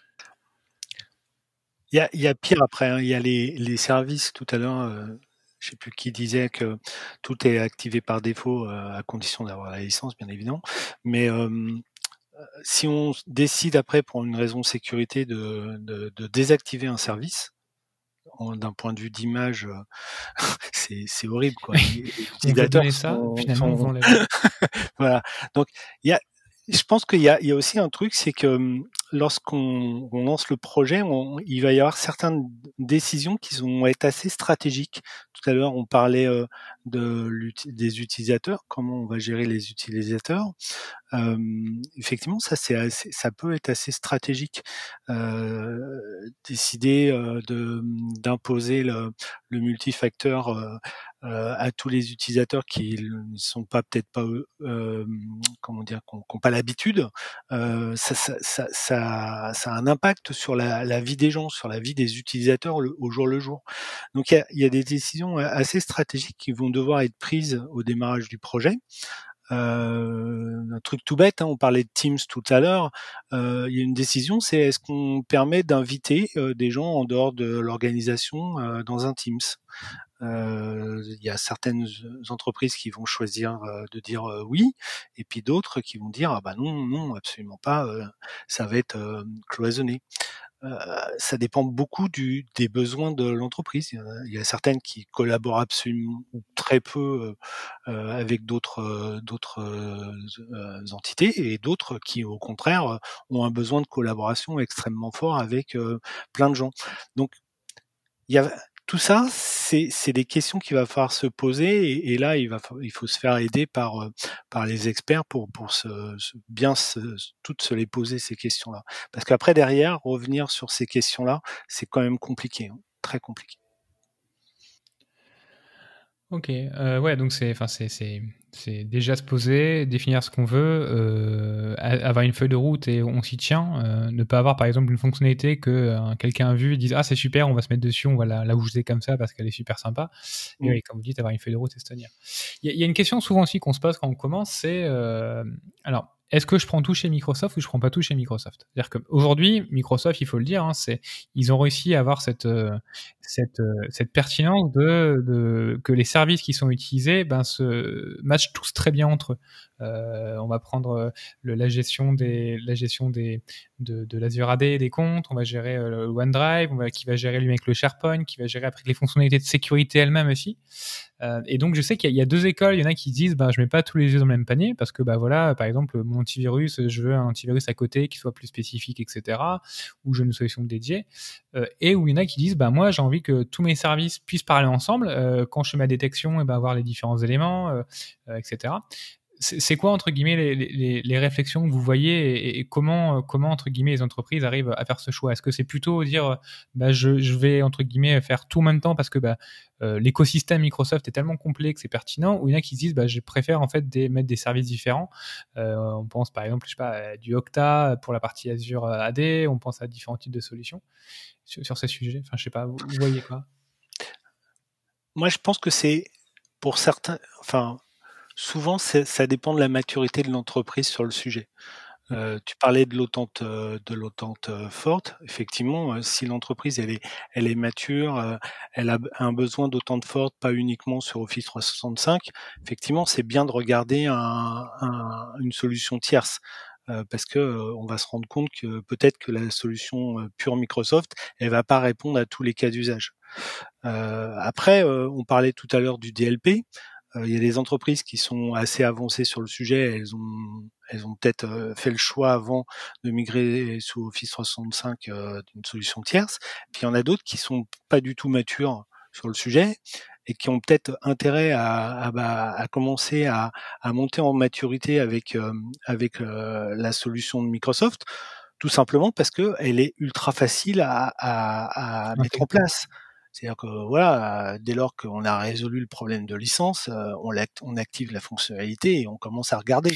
S4: Il y a pire après, hein. Il y a les services tout à l'heure, je sais plus qui disait que tout est activé par défaut, à condition d'avoir la licence, bien évidemment. Mais si on décide après pour une raison de sécurité de désactiver un service, d'un point de vue d'image, c'est horrible, quoi.
S1: On veut donner ça, finalement on vend les...
S4: Voilà. Donc je pense qu'il y a aussi un truc, c'est que lorsqu'on lance le projet, il va y avoir certaines décisions qui vont être assez stratégiques. Tout à l'heure, on parlait des utilisateurs, comment on va gérer les utilisateurs. Effectivement, ça peut être assez stratégique. Décider d'imposer le multifacteur à tous les utilisateurs qui ne sont peut-être pas comment dire, qui n'ont pas l'habitude, ça a un impact sur la vie des gens, sur la vie des utilisateurs au jour le jour. Donc il y a des décisions assez stratégiques qui vont devoir être prises au démarrage du projet. Un truc tout bête, hein, on parlait de Teams tout à l'heure, il y a une décision, c'est est-ce qu'on permet d'inviter des gens en dehors de l'organisation dans un Teams. Il y a certaines entreprises qui vont choisir de dire oui, et puis d'autres qui vont dire non, absolument pas, ça va être cloisonné. Ça dépend beaucoup des besoins de l'entreprise. Il y a certaines qui collaborent absolument très peu avec d'autres entités, et d'autres qui, au contraire, ont un besoin de collaboration extrêmement fort avec plein de gens. Donc, tout ça, c'est des questions qu'il va falloir se poser, et là, il faut se faire aider par les experts pour toutes se les poser, ces questions-là. Parce qu'après, derrière, revenir sur ces questions-là, c'est quand même compliqué, hein, très compliqué.
S1: Ok, ouais, donc c'est déjà se poser, définir ce qu'on veut, avoir une feuille de route et on s'y tient. Ne pas avoir par exemple une fonctionnalité que quelqu'un a vue et dise ah c'est super, on va se mettre dessus, on va la bouger comme ça parce qu'elle est super sympa. Et oui, comme vous dites, avoir une feuille de route et se tenir. Il y a une question souvent aussi qu'on se pose quand on commence, c'est alors est-ce que je prends tout chez Microsoft ou je prends pas tout chez Microsoft? C'est-à-dire qu'aujourd'hui, Microsoft, il faut le dire, hein, ils ont réussi à avoir cette pertinence que les services qui sont utilisés se matchent tous très bien entre eux. On va prendre la gestion de l'Azure AD et des comptes, on va gérer le OneDrive, qui va gérer lui avec le SharePoint, qui va gérer après les fonctionnalités de sécurité elles-mêmes aussi. Et donc je sais qu'il y a deux écoles, il y en a qui disent je mets pas tous les œufs dans le même panier parce que voilà, par exemple mon antivirus, je veux un antivirus à côté qui soit plus spécifique, etc. Ou je veux une solution dédiée. Et où il y en a qui disent moi j'ai envie que tous mes services puissent parler ensemble quand je fais ma détection et avoir les différents éléments, etc. C'est quoi entre guillemets les réflexions que vous voyez et comment entre guillemets les entreprises arrivent à faire ce choix? Est-ce que c'est plutôt dire je vais entre guillemets faire tout en même temps parce que l'écosystème Microsoft est tellement complet que c'est pertinent, ou il y en a qui se disent je préfère en fait mettre des services différents. On pense par exemple à du Okta pour la partie Azure AD, on pense à différents types de solutions sur ces sujets. Enfin je sais pas, vous voyez quoi?
S4: Moi je pense que c'est pour certains, souvent, ça dépend de la maturité de l'entreprise sur le sujet. Tu parlais de l'autente forte. Effectivement, si l'entreprise elle est mature, elle a un besoin d'autante forte, pas uniquement sur Office 365. Effectivement, c'est bien de regarder une solution tierce. Parce que on va se rendre compte que peut-être que la solution pure Microsoft, elle va pas répondre à tous les cas d'usage. Après, on parlait tout à l'heure du DLP. Il y a des entreprises qui sont assez avancées sur le sujet. Elles ont peut-être fait le choix avant de migrer sous Office 365 d'une solution tierce. Puis il y en a d'autres qui sont pas du tout matures sur le sujet et qui ont peut-être intérêt à commencer à monter en maturité avec la solution de Microsoft, tout simplement parce que elle est ultra facile à mettre en place. C'est-à-dire que voilà, dès lors qu'on a résolu le problème de licence, on active la fonctionnalité et on commence à regarder.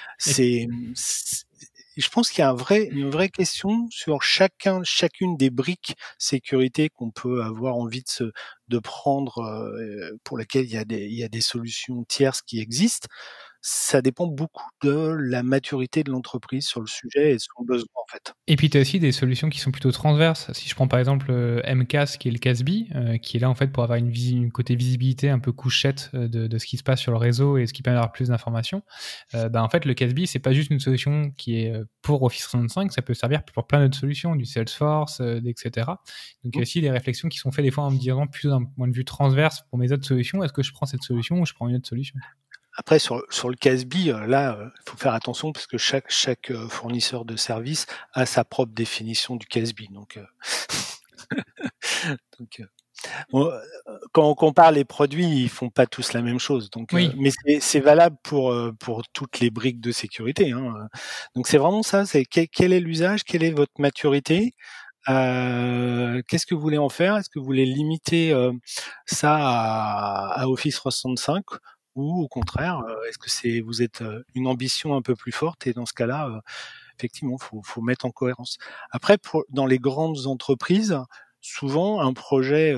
S4: Je pense qu'il y a une vraie question sur chacune des briques sécurité qu'on peut avoir envie de prendre, pour lesquelles il y a des solutions tierces qui existent. Ça dépend beaucoup de la maturité de l'entreprise sur le sujet et de son besoin, en fait.
S1: Et puis tu as aussi des solutions qui sont plutôt transverses. Si je prends par exemple MCAS qui est le CASB, qui est là en fait pour avoir une côté visibilité un peu couchette de ce qui se passe sur le réseau et ce qui permet d'avoir plus d'informations. En fait le CASB c'est pas juste une solution qui est pour Office 365, ça peut servir pour plein d'autres solutions, du Salesforce, etc. Donc il y a aussi des réflexions qui sont faites des fois en me disant plutôt d'un point de vue transverse pour mes autres solutions. Est-ce que je prends cette solution ou je prends une autre solution?
S4: Après, sur le CASB, là, il faut faire attention parce que chaque fournisseur de service a sa propre définition du CASB. Donc, quand on compare les produits, ils font pas tous la même chose. Donc,
S1: oui.
S4: Mais c'est valable pour toutes les briques de sécurité. Hein. Donc, c'est vraiment ça. C'est quel est l'usage, quelle est votre maturité. Qu'est-ce que vous voulez en faire? Est-ce que vous voulez limiter ça à Office 365 ou au contraire, est-ce que vous êtes une ambition un peu plus forte et dans ce cas-là, effectivement, faut mettre en cohérence. Après, dans les grandes entreprises, souvent un projet,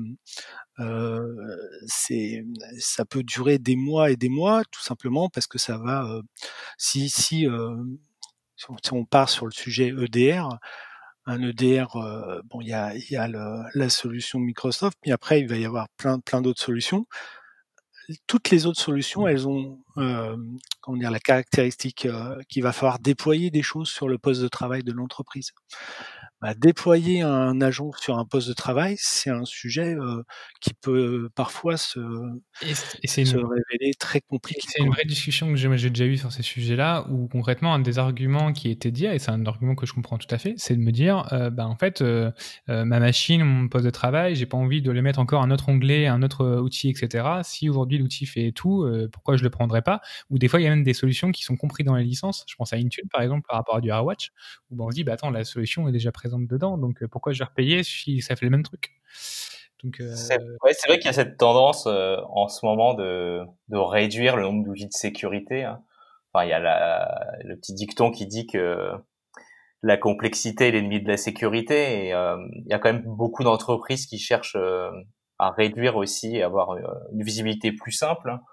S4: ça peut durer des mois et des mois, tout simplement parce que ça va. Si on part sur le sujet EDR. Un EDR, il y a la solution de Microsoft, puis après il va y avoir plein d'autres solutions. Toutes les autres solutions, elles ont la caractéristique qu'il va falloir déployer des choses sur le poste de travail de l'entreprise. Déployer un agent sur un poste de travail, c'est un sujet qui peut parfois se révéler très compliqué.
S1: C'est une vraie discussion que j'ai déjà eue sur ces sujets-là, où concrètement, un des arguments qui était dit, et c'est un argument que je comprends tout à fait, c'est de me dire, en fait, ma machine, mon poste de travail, j'ai pas envie de le mettre encore un autre onglet, un autre outil, etc. Si aujourd'hui l'outil fait tout, pourquoi je le prendrais pas? Ou des fois, il y a même des solutions qui sont comprises dans les licences. Je pense à Intune, par exemple, par rapport à du AirWatch, où on se dit, attends, la solution est déjà présente dedans, donc pourquoi je vais repayer si ça fait le même truc? Donc,
S5: c'est vrai qu'il y a cette tendance en ce moment de réduire le nombre d'outils de sécurité. Hein. Enfin, il y a le petit dicton qui dit que la complexité est l'ennemi de la sécurité, et il y a quand même beaucoup d'entreprises qui cherchent à réduire aussi et avoir une visibilité plus simple.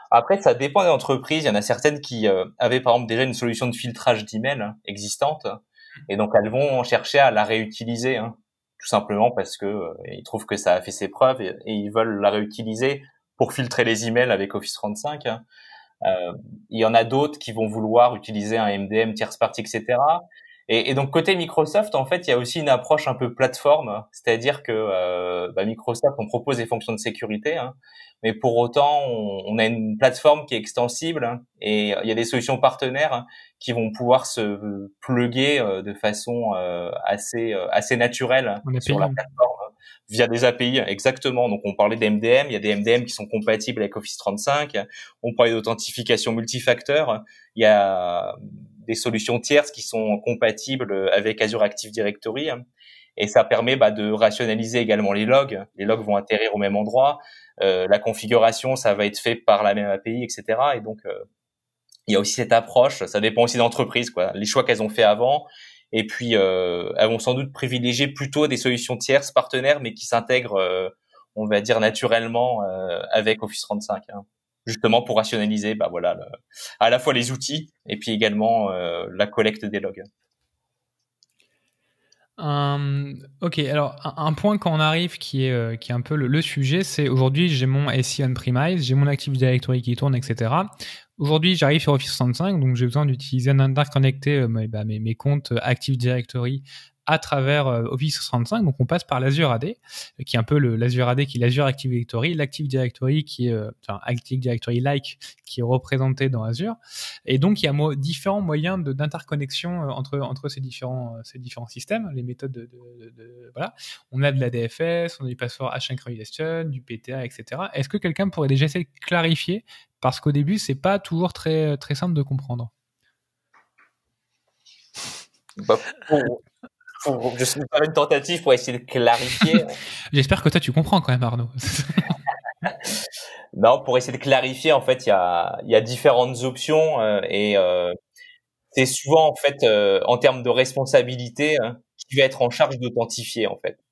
S5: Après, ça dépend des entreprises. Il y en a certaines qui avaient par exemple déjà une solution de filtrage d'email existante, et donc elles vont chercher à la réutiliser, hein, tout simplement parce que ils trouvent que ça a fait ses preuves et ils veulent la réutiliser pour filtrer les emails avec Office 35. Hein. Il y en a d'autres qui vont vouloir utiliser un MDM tierce partie, etc. Et donc côté Microsoft, en fait, il y a aussi une approche un peu plateforme, c'est-à-dire que Microsoft, on propose des fonctions de sécurité, hein, mais pour autant, on a une plateforme qui est extensible, hein, et il y a des solutions partenaires, hein, qui vont pouvoir se plugger de façon assez naturelle sur la plateforme via des API, exactement. Donc on parlait d'MDM, il y a des MDM qui sont compatibles avec Office 35, on parlait d'authentification multifacteur, il y a des solutions tierces qui sont compatibles avec Azure Active Directory, et ça permet de rationaliser également les logs. Les logs vont atterrir au même endroit, la configuration, ça va être fait par la même API, etc. Et donc il y a aussi cette approche, ça dépend aussi d'entreprise, quoi, les choix qu'elles ont fait avant, et puis elles vont sans doute privilégier plutôt des solutions tierces partenaires, mais qui s'intègrent, on va dire naturellement avec Office 35. Hein. Justement pour rationaliser à la fois les outils et puis également la collecte des logs.
S1: Ok, alors un point quand on arrive qui est un peu le sujet, c'est aujourd'hui j'ai mon SI on-premise, j'ai mon Active Directory qui tourne, etc. Aujourd'hui j'arrive sur Office 65, donc j'ai besoin d'utiliser d'interconnecter mes comptes Active Directory à travers Office 65, donc on passe par l'Azure AD, qui est un peu l'Azure AD qui est l'Azure Active Directory, l'Active Directory qui est Active Directory-like qui est représenté dans Azure, et donc il y a différents moyens d'interconnexion entre ces différents systèmes, les méthodes voilà. On a de la DFS, on a du password hash synchronization, du PTA, etc. Est-ce que quelqu'un pourrait déjà essayer de clarifier, parce qu'au début c'est pas toujours très très simple de comprendre.
S5: Je vais faire une tentative pour essayer de clarifier.
S1: J'espère que toi tu comprends quand même, Arnaud.
S5: Non, pour essayer de clarifier, en fait, il y a différentes options et c'est souvent en fait en termes de responsabilité qui va être en charge d'authentifier en fait.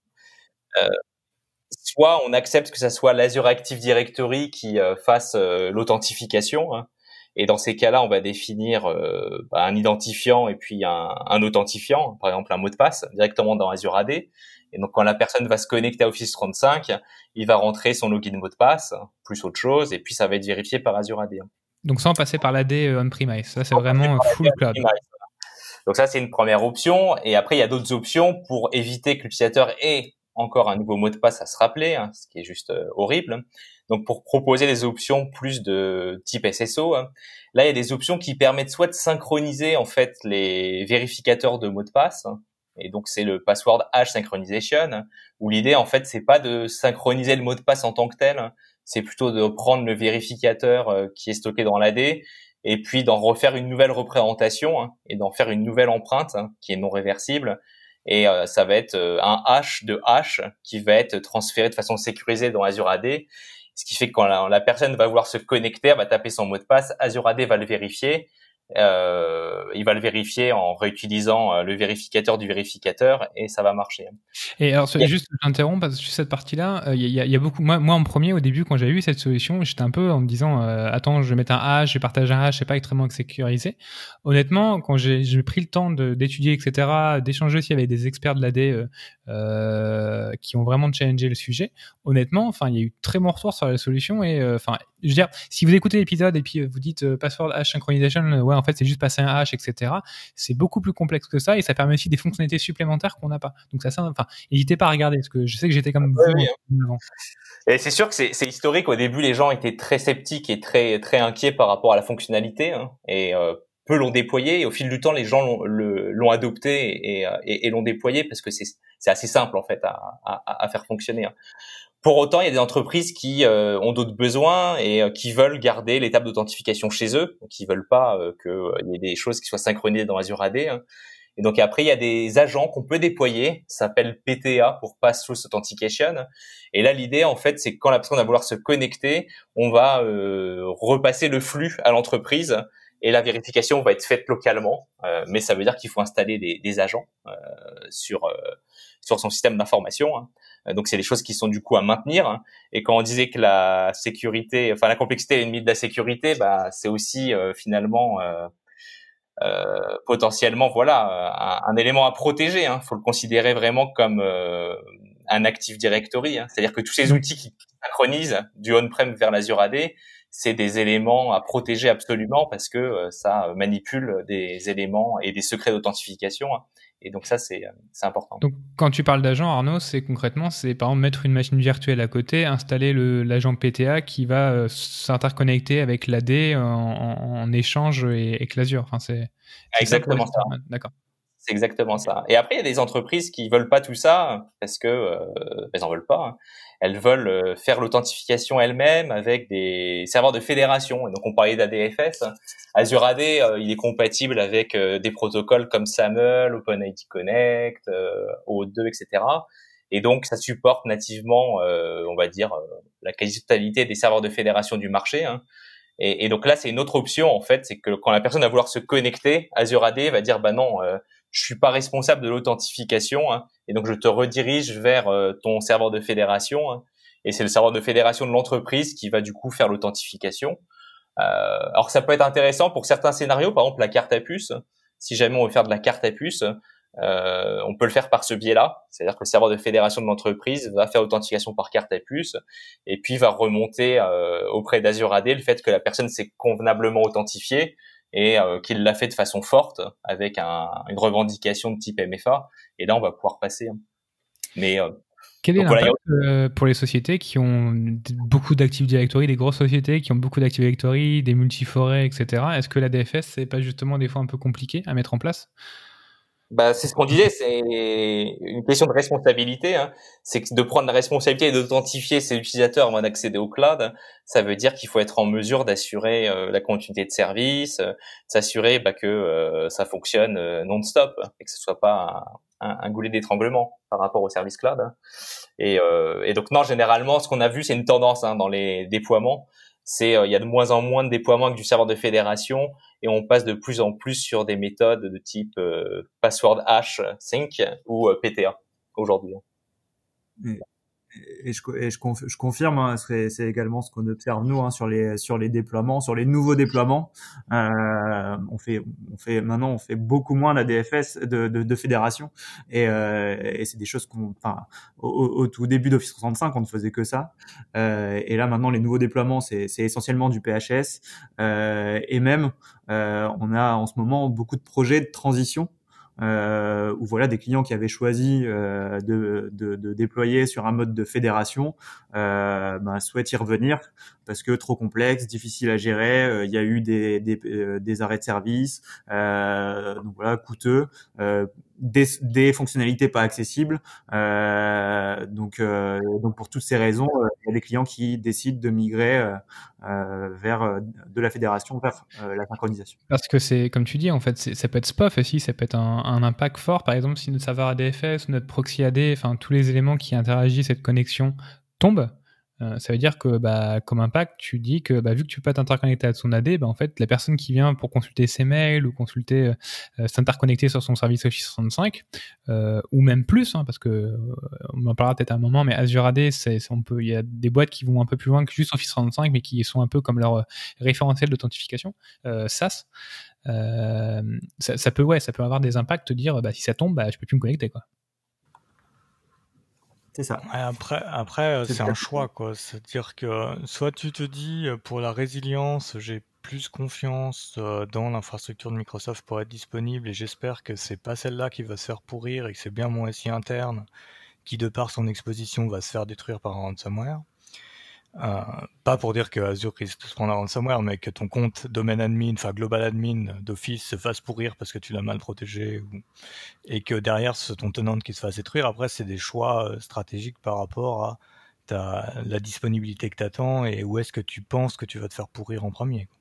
S5: Soit on accepte que ça soit l'Azure Active Directory qui fasse l'authentification. Hein. Et dans ces cas-là, on va définir un identifiant et puis un authentifiant, par exemple un mot de passe, directement dans Azure AD. Et donc, quand la personne va se connecter à Office 35, il va rentrer son login mot de passe, plus autre chose, et puis ça va être vérifié par Azure AD.
S1: Donc, sans passer par l'AD on-premise. Ça, c'est vraiment full cloud.
S5: Donc ça, c'est une première option. Et après, il y a d'autres options pour éviter que l'utilisateur ait encore un nouveau mot de passe à se rappeler, hein, ce qui est juste horrible. Donc, pour proposer des options plus de type SSO, hein, là, il y a des options qui permettent soit de synchroniser en fait les vérificateurs de mots de passe, hein, et donc c'est le password hash synchronization, hein, où l'idée en fait c'est pas de synchroniser le mot de passe en tant que tel, hein, c'est plutôt de prendre le vérificateur qui est stocké dans l'AD et puis d'en refaire une nouvelle représentation, hein, et d'en faire une nouvelle empreinte, hein, qui est non réversible. Et ça va être un hash de hash qui va être transféré de façon sécurisée dans Azure AD. Ce qui fait que quand la personne va vouloir se connecter, elle va taper son mot de passe, Azure AD va le vérifier. Il va le vérifier en réutilisant le vérificateur du vérificateur et ça va marcher.
S1: Et alors, juste, j'interromps parce que sur cette partie-là, il y a beaucoup. Moi, en premier, au début, quand j'ai eu cette solution, j'étais un peu en me disant, attends, je vais mettre un hash, je vais partager un hash, c'est pas extrêmement sécurisé. Honnêtement, quand j'ai pris le temps d'étudier, etc., d'échanger aussi avec des experts de l'AD qui ont vraiment challengé le sujet, honnêtement, enfin, il y a eu très bon retour sur la solution et enfin, je veux dire, si vous écoutez l'épisode et puis vous dites password hash synchronization, ouais, en fait, c'est juste passer un hash, etc. C'est beaucoup plus complexe que ça et ça permet aussi des fonctionnalités supplémentaires qu'on n'a pas. Donc ça, enfin, n'hésitez pas à regarder parce que je sais que j'étais comme vous.
S5: Et c'est sûr que c'est historique. Au début, les gens étaient très sceptiques et très très inquiets par rapport à la fonctionnalité, hein, et peu l'ont déployé. Et au fil du temps, les gens l'ont adopté et l'ont déployé parce que c'est assez simple en fait à faire fonctionner. Hein. Pour autant, il y a des entreprises qui ont d'autres besoins et qui veulent garder l'étape d'authentification chez eux, donc ils veulent pas qu'il y ait des choses qui soient synchronisées dans Azure AD. Hein. Et donc après, il y a des agents qu'on peut déployer, ça s'appelle PTA pour Pass-Through Authentication. Et là, l'idée, en fait, c'est que quand la personne va vouloir se connecter, on va repasser le flux à l'entreprise et la vérification va être faite localement. Mais ça veut dire qu'il faut installer des agents sur son système d'information. Donc c'est des choses qui sont du coup à maintenir. Et quand on disait que la sécurité, enfin la complexité est l'ennemi de la sécurité, bah c'est aussi finalement potentiellement voilà un élément à protéger. Faut le considérer vraiment comme un Active Directory. C'est-à-dire que tous ces outils qui synchronisent du on-prem vers l'Azure AD, c'est des éléments à protéger absolument parce que ça manipule des éléments et des secrets d'authentification. Et donc ça, c'est important.
S1: Donc quand tu parles d'agent, Arnaud, c'est concrètement, c'est par exemple mettre une machine virtuelle à côté, installer l'agent PTA qui va s'interconnecter avec l'AD en échange et avec l'Azure. Enfin, c'est
S5: exactement ça.
S1: D'accord.
S5: C'est exactement ça. Et après, il y a des entreprises qui veulent pas tout ça parce que elles en veulent pas. Elles veulent faire l'authentification elles-mêmes avec des serveurs de fédération. Et donc, on parlait d'ADFS. Azure AD, il est compatible avec des protocoles comme SAML, OpenID Connect, OAuth2, etc. Et donc, ça supporte nativement, on va dire, la quasi-totalité des serveurs de fédération du marché. Et donc là, c'est une autre option, en fait. C'est que quand la personne va vouloir se connecter, Azure AD va dire, bah non, je suis pas responsable de l'authentification, et donc je te redirige vers ton serveur de fédération, et c'est le serveur de fédération de l'entreprise qui va du coup faire l'authentification. Alors ça peut être intéressant pour certains scénarios, par exemple la carte à puce. Si jamais on veut faire de la carte à puce, on peut le faire par ce biais-là, c'est-à-dire que le serveur de fédération de l'entreprise va faire l'authentification par carte à puce, et puis va remonter auprès d'Azure AD le fait que la personne s'est convenablement authentifiée, et qu'il l'a fait de façon forte avec une revendication de type MFA, et là on va pouvoir passer. Mais
S1: quel est l'impact pour les sociétés qui ont beaucoup d'Active Directory, des grosses sociétés qui ont beaucoup d'Active Directory, des multiforets, etc. Est-ce que la DFS, c'est pas justement des fois un peu compliqué à mettre en place?
S5: Bah, c'est ce qu'on disait, c'est une question de responsabilité. C'est de prendre la responsabilité et d'authentifier ses utilisateurs avant d'accéder au cloud. Ça veut dire qu'il faut être en mesure d'assurer la continuité de service, s'assurer que ça fonctionne non-stop et que ce soit pas un goulet d'étranglement par rapport au service cloud. Et donc non, généralement, ce qu'on a vu, c'est une tendance dans les déploiements. C'est il y a de moins en moins de déploiements avec du serveur de fédération, et on passe de plus en plus sur des méthodes de type password hash sync ou PTA aujourd'hui.
S6: Et je confirme, c'est également ce qu'on observe nous sur les déploiements, sur les nouveaux déploiements. On fait beaucoup moins d'ADFS de fédération, et c'est des choses au tout début d'Office 365 on ne faisait que ça, et là maintenant les nouveaux déploiements c'est essentiellement du PHS, et même on a en ce moment beaucoup de projets de transition. Où voilà des clients qui avaient choisi de déployer sur un mode de fédération souhaitent y revenir parce que trop complexe, difficile à gérer, il y a eu des arrêts de service, donc voilà, coûteux, des fonctionnalités pas accessibles, donc pour toutes ces raisons, il y a des clients qui décident de migrer vers de la fédération vers la synchronisation.
S1: Parce que c'est, comme tu dis, en fait, ça peut être SPOF aussi, ça peut être un impact fort. Par exemple, si notre serveur ADFS ou notre proxy AD, enfin tous les éléments qui interagissent cette connexion tombent, ça veut dire que comme impact, tu dis que vu que tu peux t'interconnecter à son AD, en fait, la personne qui vient pour consulter ses mails ou consulter, s'interconnecter sur son service Office 365, ou même plus, parce que on en parlera peut-être à un moment, mais Azure AD, il y a des boîtes qui vont un peu plus loin que juste Office 365, mais qui sont un peu comme leur référentiel d'authentification, SaaS. Ça peut avoir des impacts, te dire si ça tombe, je peux plus me connecter, quoi.
S6: C'est ça.
S7: Après c'est un choix, quoi. C'est-à-dire que soit tu te dis, pour la résilience, j'ai plus confiance dans l'infrastructure de Microsoft pour être disponible, et j'espère que c'est pas celle-là qui va se faire pourrir et que c'est bien mon SI interne qui, de par son exposition, va se faire détruire par un ransomware. Pas pour dire que Azure risque de se prendre un ransomware, mais que ton compte domaine admin, enfin global admin d'Office se fasse pourrir parce que tu l'as mal protégé, et que derrière c'est ton tenant qui se fasse détruire. Après, c'est des choix stratégiques par rapport à la disponibilité que tu attends et où est-ce que tu penses que tu vas te faire pourrir en premier, quoi.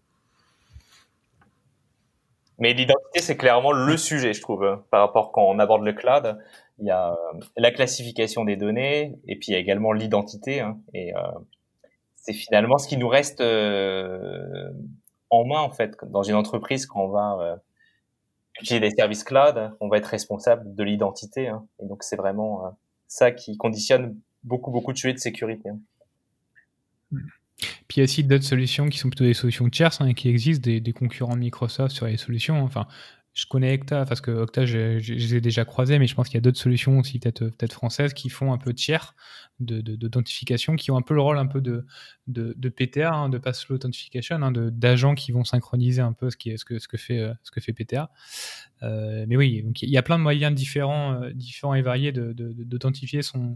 S5: Mais l'identité, c'est clairement le sujet, je trouve, par rapport quand on aborde le cloud. Il y a la classification des données, et puis il y a également l'identité, et c'est finalement ce qui nous reste en main, en fait, dans une entreprise quand on va utiliser des services cloud, on va être responsable de l'identité. Hein. Et donc, c'est vraiment ça qui conditionne beaucoup de sujets de sécurité. Hein.
S1: Puis il y a aussi d'autres solutions qui sont plutôt des solutions tierces, hein, qui existent, des concurrents de Microsoft sur les solutions. Enfin, je connais Okta, parce que Okta, je les ai déjà croisés, mais je pense qu'il y a d'autres solutions aussi, peut-être françaises, qui font un peu tiers d'authentification, qui ont un peu le rôle un peu de PTA, hein, de Pass Flow Authentication, hein, d'agents qui vont synchroniser un peu ce que fait PTA. Mais oui, donc il y a plein de moyens différents et variés d'authentifier son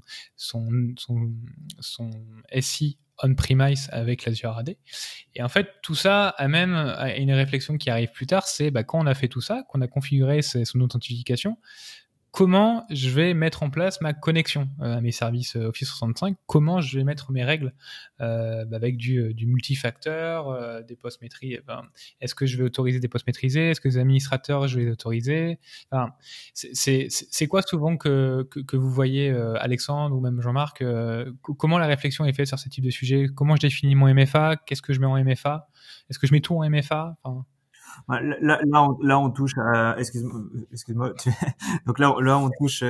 S1: SI on-premise avec l'Azure AD. Et en fait, tout ça amène à une réflexion qui arrive plus tard, c'est quand on a fait tout ça, qu'on a configuré son authentification, comment je vais mettre en place ma connexion à mes services Office 365, comment je vais mettre mes règles avec du multifacteur, des postes maîtrisés. Est-ce que je vais autoriser des postes maîtrisés? Est-ce que les administrateurs, je vais les autoriser? C'est quoi souvent que vous voyez, Alexandre ou même Jean-Marc, comment la réflexion est faite sur ce type de sujet? Comment je définis mon MFA? Qu'est-ce que je mets en MFA? Est-ce que je mets tout en MFA?
S6: Là, on touche à, excuse-moi. Donc là, on touche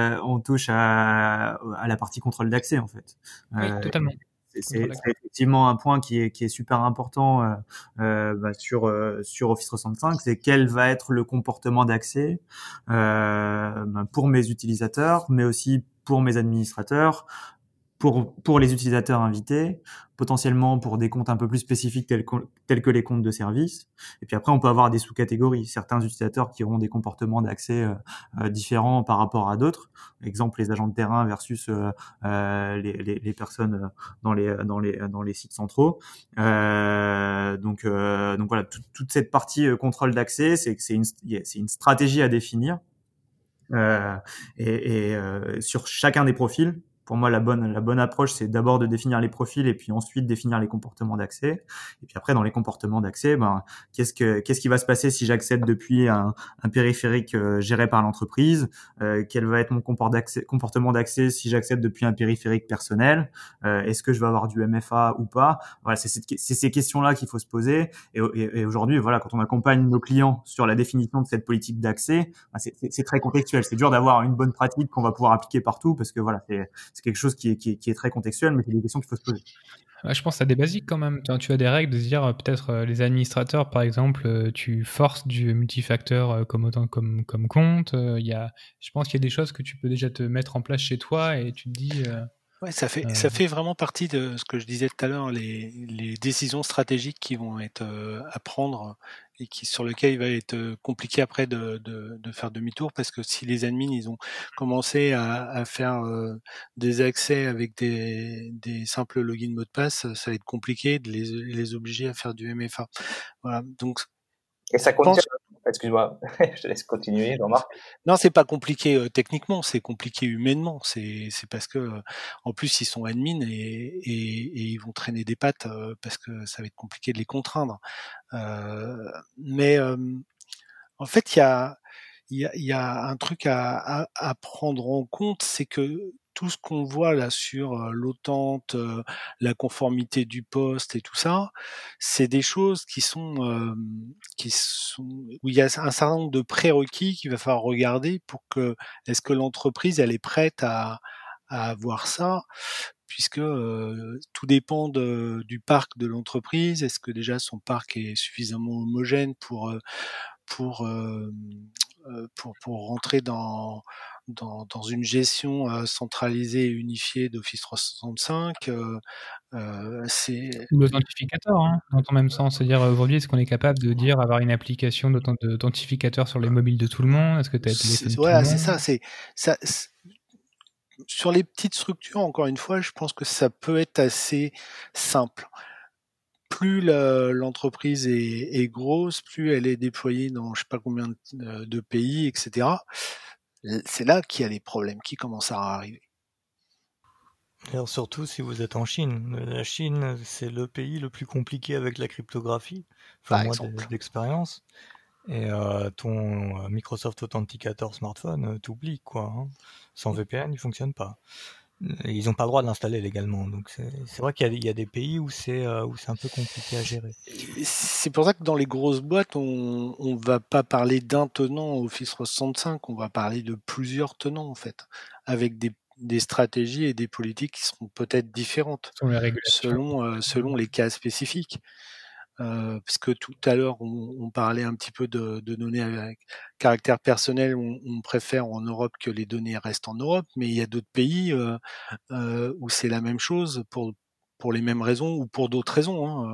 S6: à la partie contrôle d'accès, en fait.
S1: Oui, totalement.
S6: C'est effectivement un point qui est super important sur Office 365, c'est quel va être le comportement d'accès pour mes utilisateurs, mais aussi pour mes administrateurs, pour les utilisateurs invités, potentiellement pour des comptes un peu plus spécifiques tels que les comptes de service. Et puis après, on peut avoir des sous-catégories. Certains utilisateurs qui auront des comportements d'accès différents par rapport à d'autres. Exemple, les agents de terrain versus les personnes dans les sites centraux. Donc voilà, toute cette partie contrôle d'accès, c'est une stratégie à définir. Sur chacun des profils. Pour moi, la bonne approche, c'est d'abord de définir les profils et puis ensuite définir les comportements d'accès. Et puis après, dans les comportements d'accès, qu'est-ce qui va se passer si j'accède depuis un périphérique géré par l'entreprise? Quel va être mon comportement d'accès si j'accède depuis un périphérique personnel? Est-ce que je vais avoir du MFA ou pas? Voilà, c'est ces questions-là qu'il faut se poser. Et aujourd'hui, voilà, quand on accompagne nos clients sur la définition de cette politique d'accès, c'est très contextuel. C'est dur d'avoir une bonne pratique qu'on va pouvoir appliquer partout parce que voilà, c'est quelque chose qui est très contextuel, mais c'est des questions qu'il faut se poser.
S1: Je pense à des basiques quand même. Tu as des règles de se dire peut-être les administrateurs, par exemple, tu forces du multifacteur comme compte. Je pense qu'il y a des choses que tu peux déjà te mettre en place chez toi et tu te dis.
S4: Ouais, ça fait vraiment partie de ce que je disais tout à l'heure, les décisions stratégiques qui vont être à prendre et sur lesquelles il va être compliqué après de faire demi-tour, parce que si les admins ils ont commencé à faire des accès avec des simples logins mots de passe, ça va être compliqué de les obliger à faire du MFA. Voilà, donc.
S5: Et ça contient. Excuse-moi, je te laisse continuer, Jean-Marc.
S4: Non, c'est pas compliqué techniquement, c'est compliqué humainement. C'est parce que en plus ils sont admins et ils vont traîner des pattes parce que ça va être compliqué de les contraindre. Mais en fait, il y a un truc à prendre en compte, c'est que tout ce qu'on voit là sur l'authentique, la conformité du poste et tout ça, c'est des choses qui sont où il y a un certain nombre de prérequis qu'il va falloir regarder pour que est-ce que l'entreprise elle est prête à avoir ça, puisque tout dépend du parc de l'entreprise. Est-ce que déjà son parc est suffisamment homogène pour rentrer dans une gestion centralisée et unifiée d'Office 365. C'est
S1: l'authentificateur, hein, dans ton même sens. C'est-à-dire, aujourd'hui, est-ce qu'on est capable de dire avoir une application d'authentificateur sur les mobiles de tout le monde? Est-ce que tu as le téléphone de tout le monde?
S4: C'est ça. Sur les petites structures, encore une fois, je pense que ça peut être assez simple. Plus l'entreprise est grosse, plus elle est déployée dans je sais pas combien de pays, etc. C'est là qu'il y a les problèmes qui commencent à arriver.
S7: Alors surtout si vous êtes en Chine. La Chine, c'est le pays le plus compliqué avec la cryptographie. Enfin, moi, d'expérience. Et ton Microsoft Authenticator smartphone, t'oublies quoi. Hein. Sans VPN, il fonctionne pas. ils n'ont pas le droit de l'installer légalement. Donc c'est vrai qu'il y a des pays où c'est un peu compliqué à gérer.
S4: C'est pour ça que dans les grosses boîtes, on va pas parler d'un tenant Office 365, on va parler de plusieurs tenants en fait, avec des stratégies et des politiques qui seront peut-être différentes
S1: Selon les régulations.
S4: selon les cas spécifiques. Parce que tout à l'heure, on parlait un petit peu de données avec caractère personnel. On préfère en Europe que les données restent en Europe, mais il y a d'autres pays où c'est la même chose pour les mêmes raisons ou pour d'autres raisons. Hein.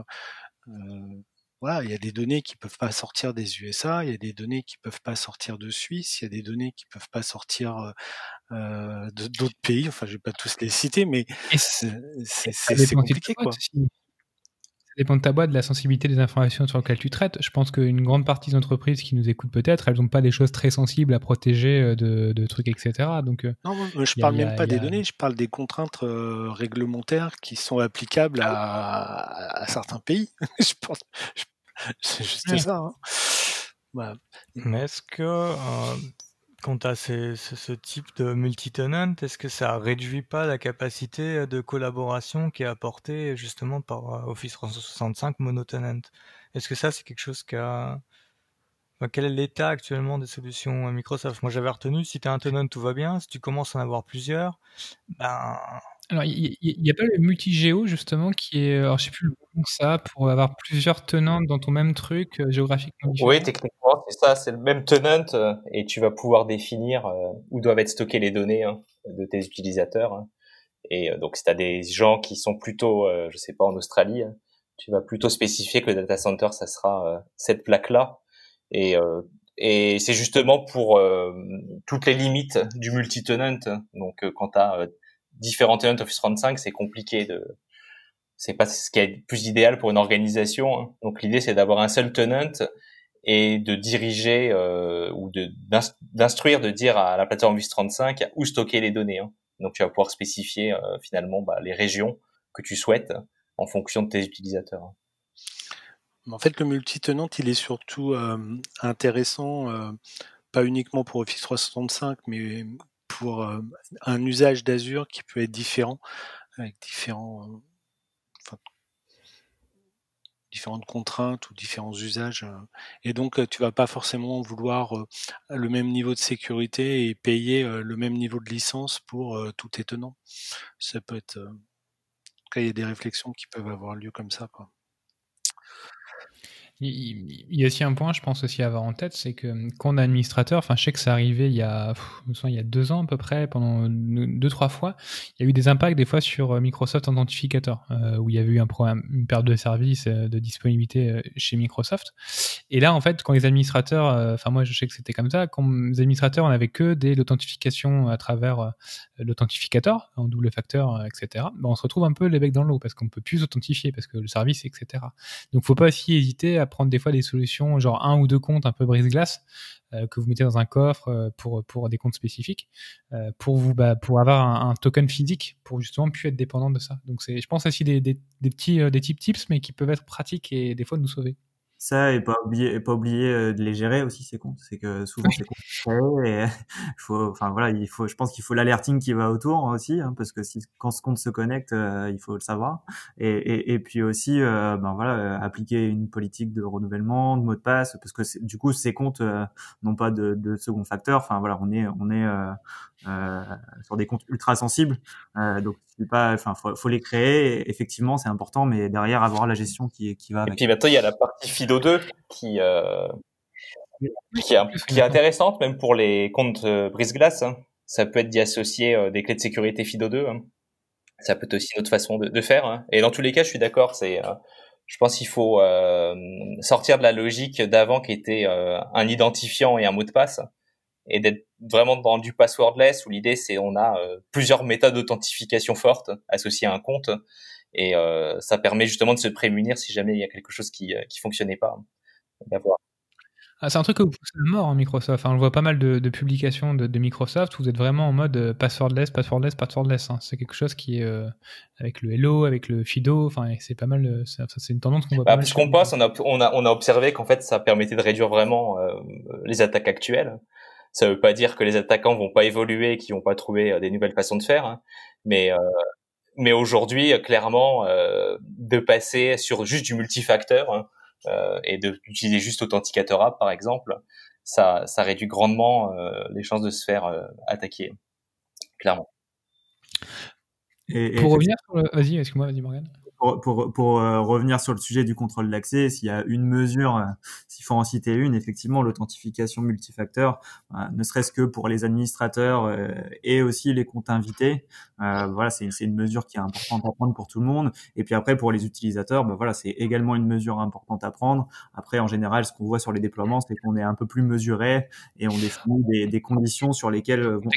S4: Voilà, il y a des données qui peuvent pas sortir des USA, il y a des données qui peuvent pas sortir de Suisse, il y a des données qui peuvent pas sortir d'autres pays. Enfin, je vais pas tous les citer, mais
S1: Et
S4: c'est
S1: dépend aussi de
S4: compliqué,
S1: ta boîte
S4: quoi.
S1: aussi. Ça dépend de ta boîte, de la sensibilité des informations sur lesquelles tu traites. Je pense qu'une grande partie des entreprises qui nous écoutent peut-être, elles n'ont pas des choses très sensibles à protéger de trucs, etc. Donc,
S4: Non, je
S1: y a-
S4: parle
S1: y
S4: même
S1: a-
S4: pas
S1: y
S4: des
S1: a-
S4: données, je parle des contraintes réglementaires qui sont applicables à certains pays. Je pense, c'est juste
S1: Ouais.
S4: ça. Hein. Voilà.
S7: Mais est-ce que quand tu as ce type de multi-tenant, est-ce que ça réduit pas la capacité de collaboration qui est apportée justement par Office 365 monotenant? Est-ce que ça, c'est quelque chose quel est l'état actuellement des solutions Microsoft? Moi, j'avais retenu, si tu as un tenant, tout va bien. Si tu commences à en avoir plusieurs, ben,
S1: Alors, il y a pas le multi-géo, justement, qui est, alors je sais plus le nom que ça, pour avoir plusieurs tenantes dans ton même truc, géographiquement
S5: Oui,
S1: différent.
S5: techniquement, c'est ça, c'est le même tenant et tu vas pouvoir définir où doivent être stockées les données de tes utilisateurs. Hein. Et donc, si tu as des gens qui sont plutôt, je sais pas, en Australie, tu vas plutôt spécifier que le data center, ça sera cette plaque-là. Et, euh, et c'est justement pour toutes les limites du multi-tenant. Donc, quand tu as différents tenants Office 35, c'est compliqué c'est pas ce qui est le plus idéal pour une organisation. Hein. Donc, l'idée, c'est d'avoir un seul tenant et de diriger ou d'instruire, de dire à la plateforme Office 35 où stocker les données. Hein. Donc, tu vas pouvoir spécifier finalement les régions que tu souhaites en fonction de tes utilisateurs. Hein.
S4: En fait, le multi-tenant, il est surtout intéressant, pas uniquement pour Office 365, mais pour un usage d'Azure qui peut être différent, avec différentes contraintes ou différents usages. Et donc, tu vas pas forcément vouloir le même niveau de sécurité et payer le même niveau de licence pour tous tes tenants. Ça peut être... en tout cas, il y a des réflexions qui peuvent avoir lieu comme ça, quoi.
S1: Il y a aussi un point, je pense aussi à avoir en tête, c'est que quand on est administrateur, enfin, je sais que ça arrivait il y a 2 ans à peu près, pendant 2-3 fois, il y a eu des impacts des fois sur Microsoft Authentificator, où il y avait eu un problème, une perte de service, de disponibilité chez Microsoft. Et là, en fait, quand les administrateurs, enfin moi je sais que c'était comme ça, quand les administrateurs, on avait que l'authentification à travers l'authentificator, en double facteur, etc. Ben, on se retrouve un peu les becs dans l'eau parce qu'on peut plus authentifier parce que le service, etc. Donc, faut pas aussi hésiter à prendre des fois des solutions genre 1 ou 2 comptes un peu brise-glace que vous mettez dans un coffre pour des comptes spécifiques pour avoir un token physique pour justement plus être dépendant de ça. Donc, c'est, je pense aussi des petits tips mais qui peuvent être pratiques et des fois nous sauver.
S6: Ça, et pas oublier de les gérer aussi, ces comptes. C'est que souvent, c'est compliqué et enfin voilà, je pense qu'il faut l'alerting qui va autour aussi, hein, parce que quand ce compte se connecte, il faut le savoir. Et puis aussi, appliquer une politique de renouvellement, de mot de passe, parce que du coup, ces comptes n'ont pas de second facteur. Enfin voilà, on est sur des comptes ultra sensibles, donc faut les créer. Effectivement, c'est important, mais derrière avoir la gestion qui va avec.
S5: Et puis maintenant, il y a la partie FIDO2 qui est intéressante même pour les comptes brise-glace. Hein. Ça peut être d'y associer des clés de sécurité FIDO2. Hein. Ça peut être aussi une autre façon de faire. Hein. Et dans tous les cas, je suis d'accord. Je pense qu'il faut sortir de la logique d'avant qui était un identifiant et un mot de passe et d'être vraiment dans du passwordless où l'idée c'est on a plusieurs méthodes d'authentification fortes associées à un compte et ça permet justement de se prémunir si jamais il y a quelque chose qui fonctionnait pas. D'avoir.
S1: Ah, c'est un truc que vous poussez à mort, hein, Microsoft. Enfin, on voit pas mal de publications de Microsoft où vous êtes vraiment en mode passwordless. Hein. C'est quelque chose qui est avec le Hello, avec le Fido. Enfin, c'est pas mal. C'est une tendance qu'on voit pas mal.
S5: Plus qu'on passe, on a observé qu'en fait, ça permettait de réduire vraiment les attaques actuelles. Ça veut pas dire que les attaquants vont pas évoluer et qu'ils vont pas trouver des nouvelles façons de faire, hein. Mais aujourd'hui, clairement, de passer sur juste du multifacteur, hein, et d'utiliser juste Authenticator App, par exemple, ça réduit grandement les chances de se faire attaquer, clairement.
S1: Pour revenir sur le... Vas-y, excuse-moi, vas-y Morgane.
S6: Pour revenir sur le sujet du contrôle d'accès, s'il y a une mesure, s'il faut en citer une, effectivement, l'authentification multifacteur, ne serait-ce que pour les administrateurs et aussi les comptes invités, voilà, c'est une mesure qui est importante à prendre pour tout le monde. Et puis après, pour les utilisateurs, voilà, c'est également une mesure importante à prendre. Après, en général, ce qu'on voit sur les déploiements, c'est qu'on est un peu plus mesuré et on définit des conditions sur lesquelles vont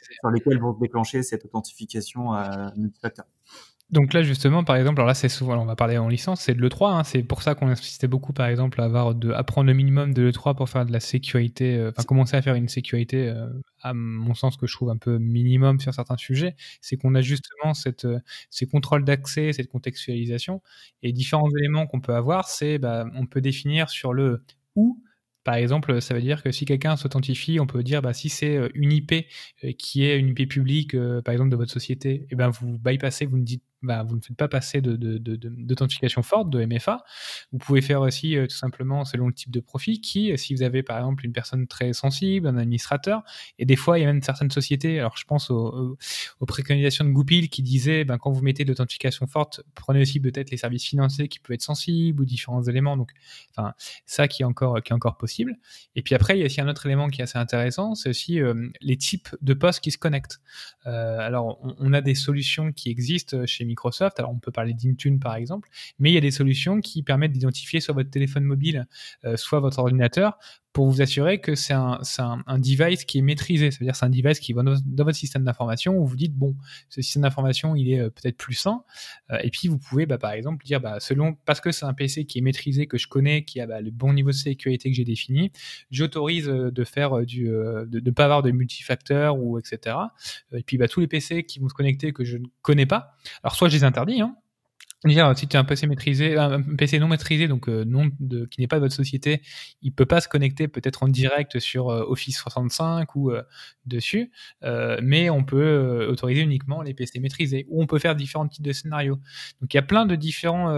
S6: se déclencher cette authentification multifacteur.
S1: Donc là, justement, par exemple, alors là, c'est souvent, on va parler en licence, c'est de l'E3, hein, c'est pour ça qu'on insistait beaucoup, par exemple, à apprendre le minimum de l'E3 pour faire de la sécurité, commencer à faire une sécurité, à mon sens, que je trouve un peu minimum sur certains sujets, c'est qu'on a justement ces contrôles d'accès, cette contextualisation, et différents éléments qu'on peut avoir, on peut définir sur le où. Par exemple, ça veut dire que si quelqu'un s'authentifie, on peut dire si c'est une IP qui est une IP publique, par exemple de votre société, et vous bypassez, vous ne dites vous ne faites pas passer d'authentification forte, de MFA. Vous pouvez faire aussi tout simplement selon le type de profil si vous avez par exemple une personne très sensible, un administrateur, et des fois il y a même certaines sociétés, alors je pense aux préconisations de Goupil qui disaient quand vous mettez de l'authentification forte, prenez aussi peut-être les services financiers qui peuvent être sensibles ou différents éléments, donc ça qui est encore possible. Et puis après il y a aussi un autre élément qui est assez intéressant, c'est aussi les types de postes qui se connectent. Alors on a des solutions qui existent chez Microsoft, alors on peut parler d'Intune par exemple, mais il y a des solutions qui permettent d'identifier soit votre téléphone mobile, soit votre ordinateur, pour vous assurer que c'est un device qui est maîtrisé. Ça veut dire c'est un device qui va dans votre système d'information où vous dites ce système d'information il est peut-être plus sain, et puis vous pouvez par exemple dire parce que c'est un PC qui est maîtrisé, que je connais, qui a le bon niveau de sécurité que j'ai défini, j'autorise de faire de ne pas avoir de multifacteur ou etc. Et puis tous les PC qui vont se connecter que je ne connais pas, alors soit je les interdis, hein. Dire, si tu as un PC maîtrisé, un PC non maîtrisé, donc qui n'est pas de votre société, il peut pas se connecter peut-être en direct sur Office 65 ou dessus, mais on peut autoriser uniquement les PC maîtrisés, ou on peut faire différents types de scénarios. Donc il y a plein de différentes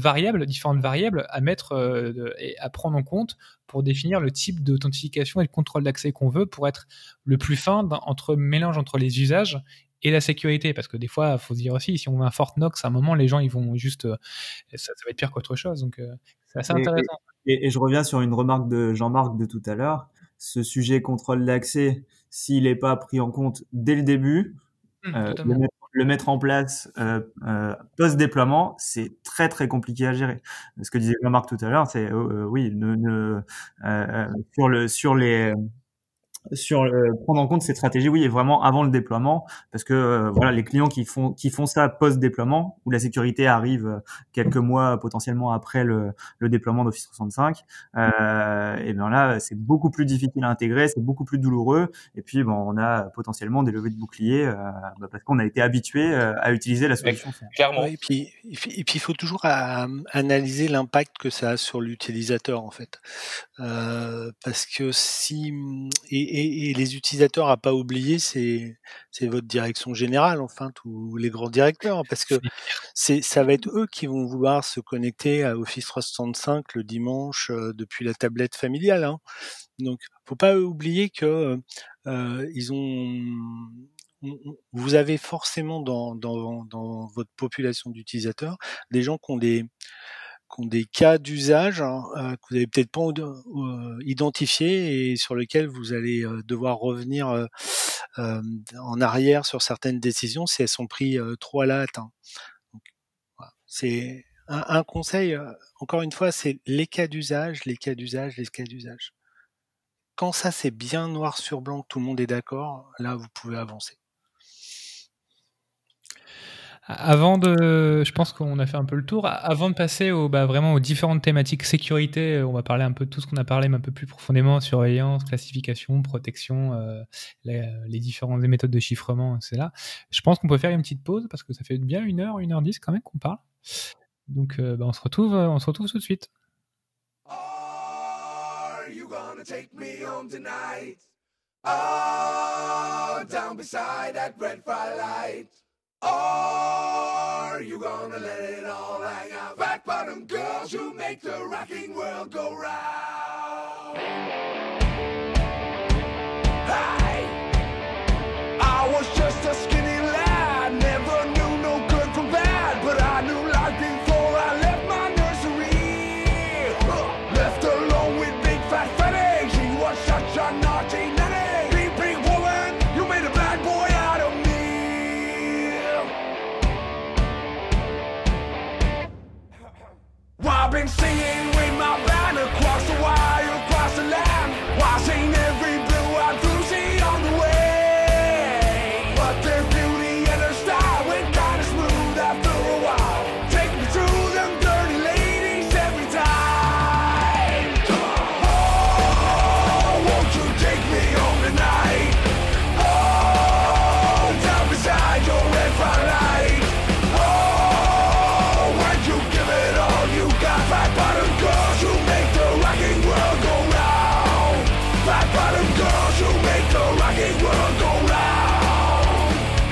S1: variables à mettre et à prendre en compte pour définir le type d'authentification et de contrôle d'accès qu'on veut pour être le plus fin mélange entre les usages et la sécurité, parce que des fois, il faut se dire aussi, si on met un Fort Knox, à un moment, les gens, ils vont juste... ça va être pire qu'autre chose, donc c'est assez intéressant.
S6: Et je reviens sur une remarque de Jean-Marc de tout à l'heure. Ce sujet contrôle d'accès, s'il n'est pas pris en compte dès le début, le mettre en place post-déploiement, c'est très très compliqué à gérer. Ce que disait Jean-Marc tout à l'heure, c'est prendre en compte ces stratégies, oui, et vraiment avant le déploiement, parce que voilà, les clients qui font ça post-déploiement, où la sécurité arrive quelques mois potentiellement après le déploiement d'Office 365, et bien là, c'est beaucoup plus difficile à intégrer, c'est beaucoup plus douloureux, et puis on a potentiellement des levées de boucliers parce qu'on a été habitué à utiliser la solution.
S5: Clairement.
S4: Ouais, et puis il faut toujours analyser l'impact que ça a sur l'utilisateur en fait, parce que si et les utilisateurs à pas oublier, c'est votre direction générale, enfin tous les grands directeurs, parce que ça va être eux qui vont vouloir se connecter à Office 365 le dimanche depuis la tablette familiale, hein. Donc faut pas oublier que vous avez forcément dans votre population d'utilisateurs des gens qui ont des cas d'usage que vous n'avez peut-être pas identifiés et sur lesquels vous allez devoir revenir en arrière sur certaines décisions si elles sont prises trop à la hâte. Donc, voilà. C'est un conseil, encore une fois, c'est les cas d'usage. Quand ça c'est bien noir sur blanc, que tout le monde est d'accord, là vous pouvez avancer.
S1: Je pense qu'on a fait un peu le tour. Avant de passer vraiment aux différentes thématiques sécurité, on va parler un peu de tout ce qu'on a parlé, mais un peu plus profondément, surveillance, classification, protection, les différentes méthodes de chiffrement, c'est là. Je pense qu'on peut faire une petite pause parce que ça fait bien 1h10 quand même qu'on parle. Donc, on se retrouve tout de suite. Are you gonna take me home tonight?
S8: Oh, down beside that red firelight. Or you gonna let it all hang out? Fat bottom girls who make the rocking world go round. Hey, I was just a skinny lad, never knew no good from bad, but I knew life before I left my nursery. Left alone with big fat Fanny, she was such a naughty nanny. Big woman, you made a bad boy out of me. Well, I've been singing with my band across the wire, across the land. While sing every blue-eyed floozy on the way. But their beauty and their style went kinda smooth after a while. Take me to them dirty ladies every time. Oh, won't you take me home tonight? Oh, down beside your red firelight. Oh, why'd you give it all you got? Fat bottom girls who make the rocking world go round. Fat bottom girls who make the rocking world go round.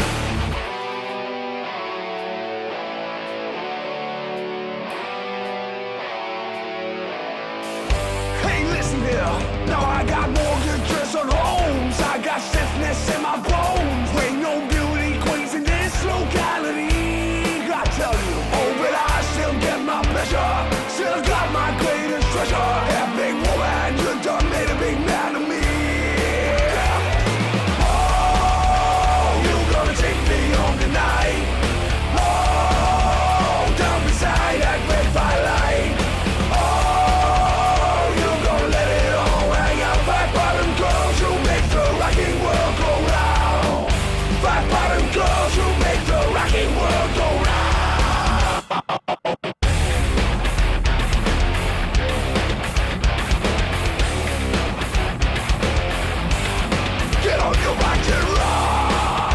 S8: Hey, listen here. Now I got mortgages on homes. I got stiffness in my bones. Ain't no beauty queens in this locality. I tell you, oh, but I still get my pleasure. Still got my greatest treasure. Yeah, big woman, you done made a big man of me. Oh, you gonna take me home tonight? Oh, down beside that red firelight. Oh, you gonna let it all hang out? Fat bottom girls who make the rocking world go round. Fat bottom girls who make the rocking world go round. Get on your bike and ride.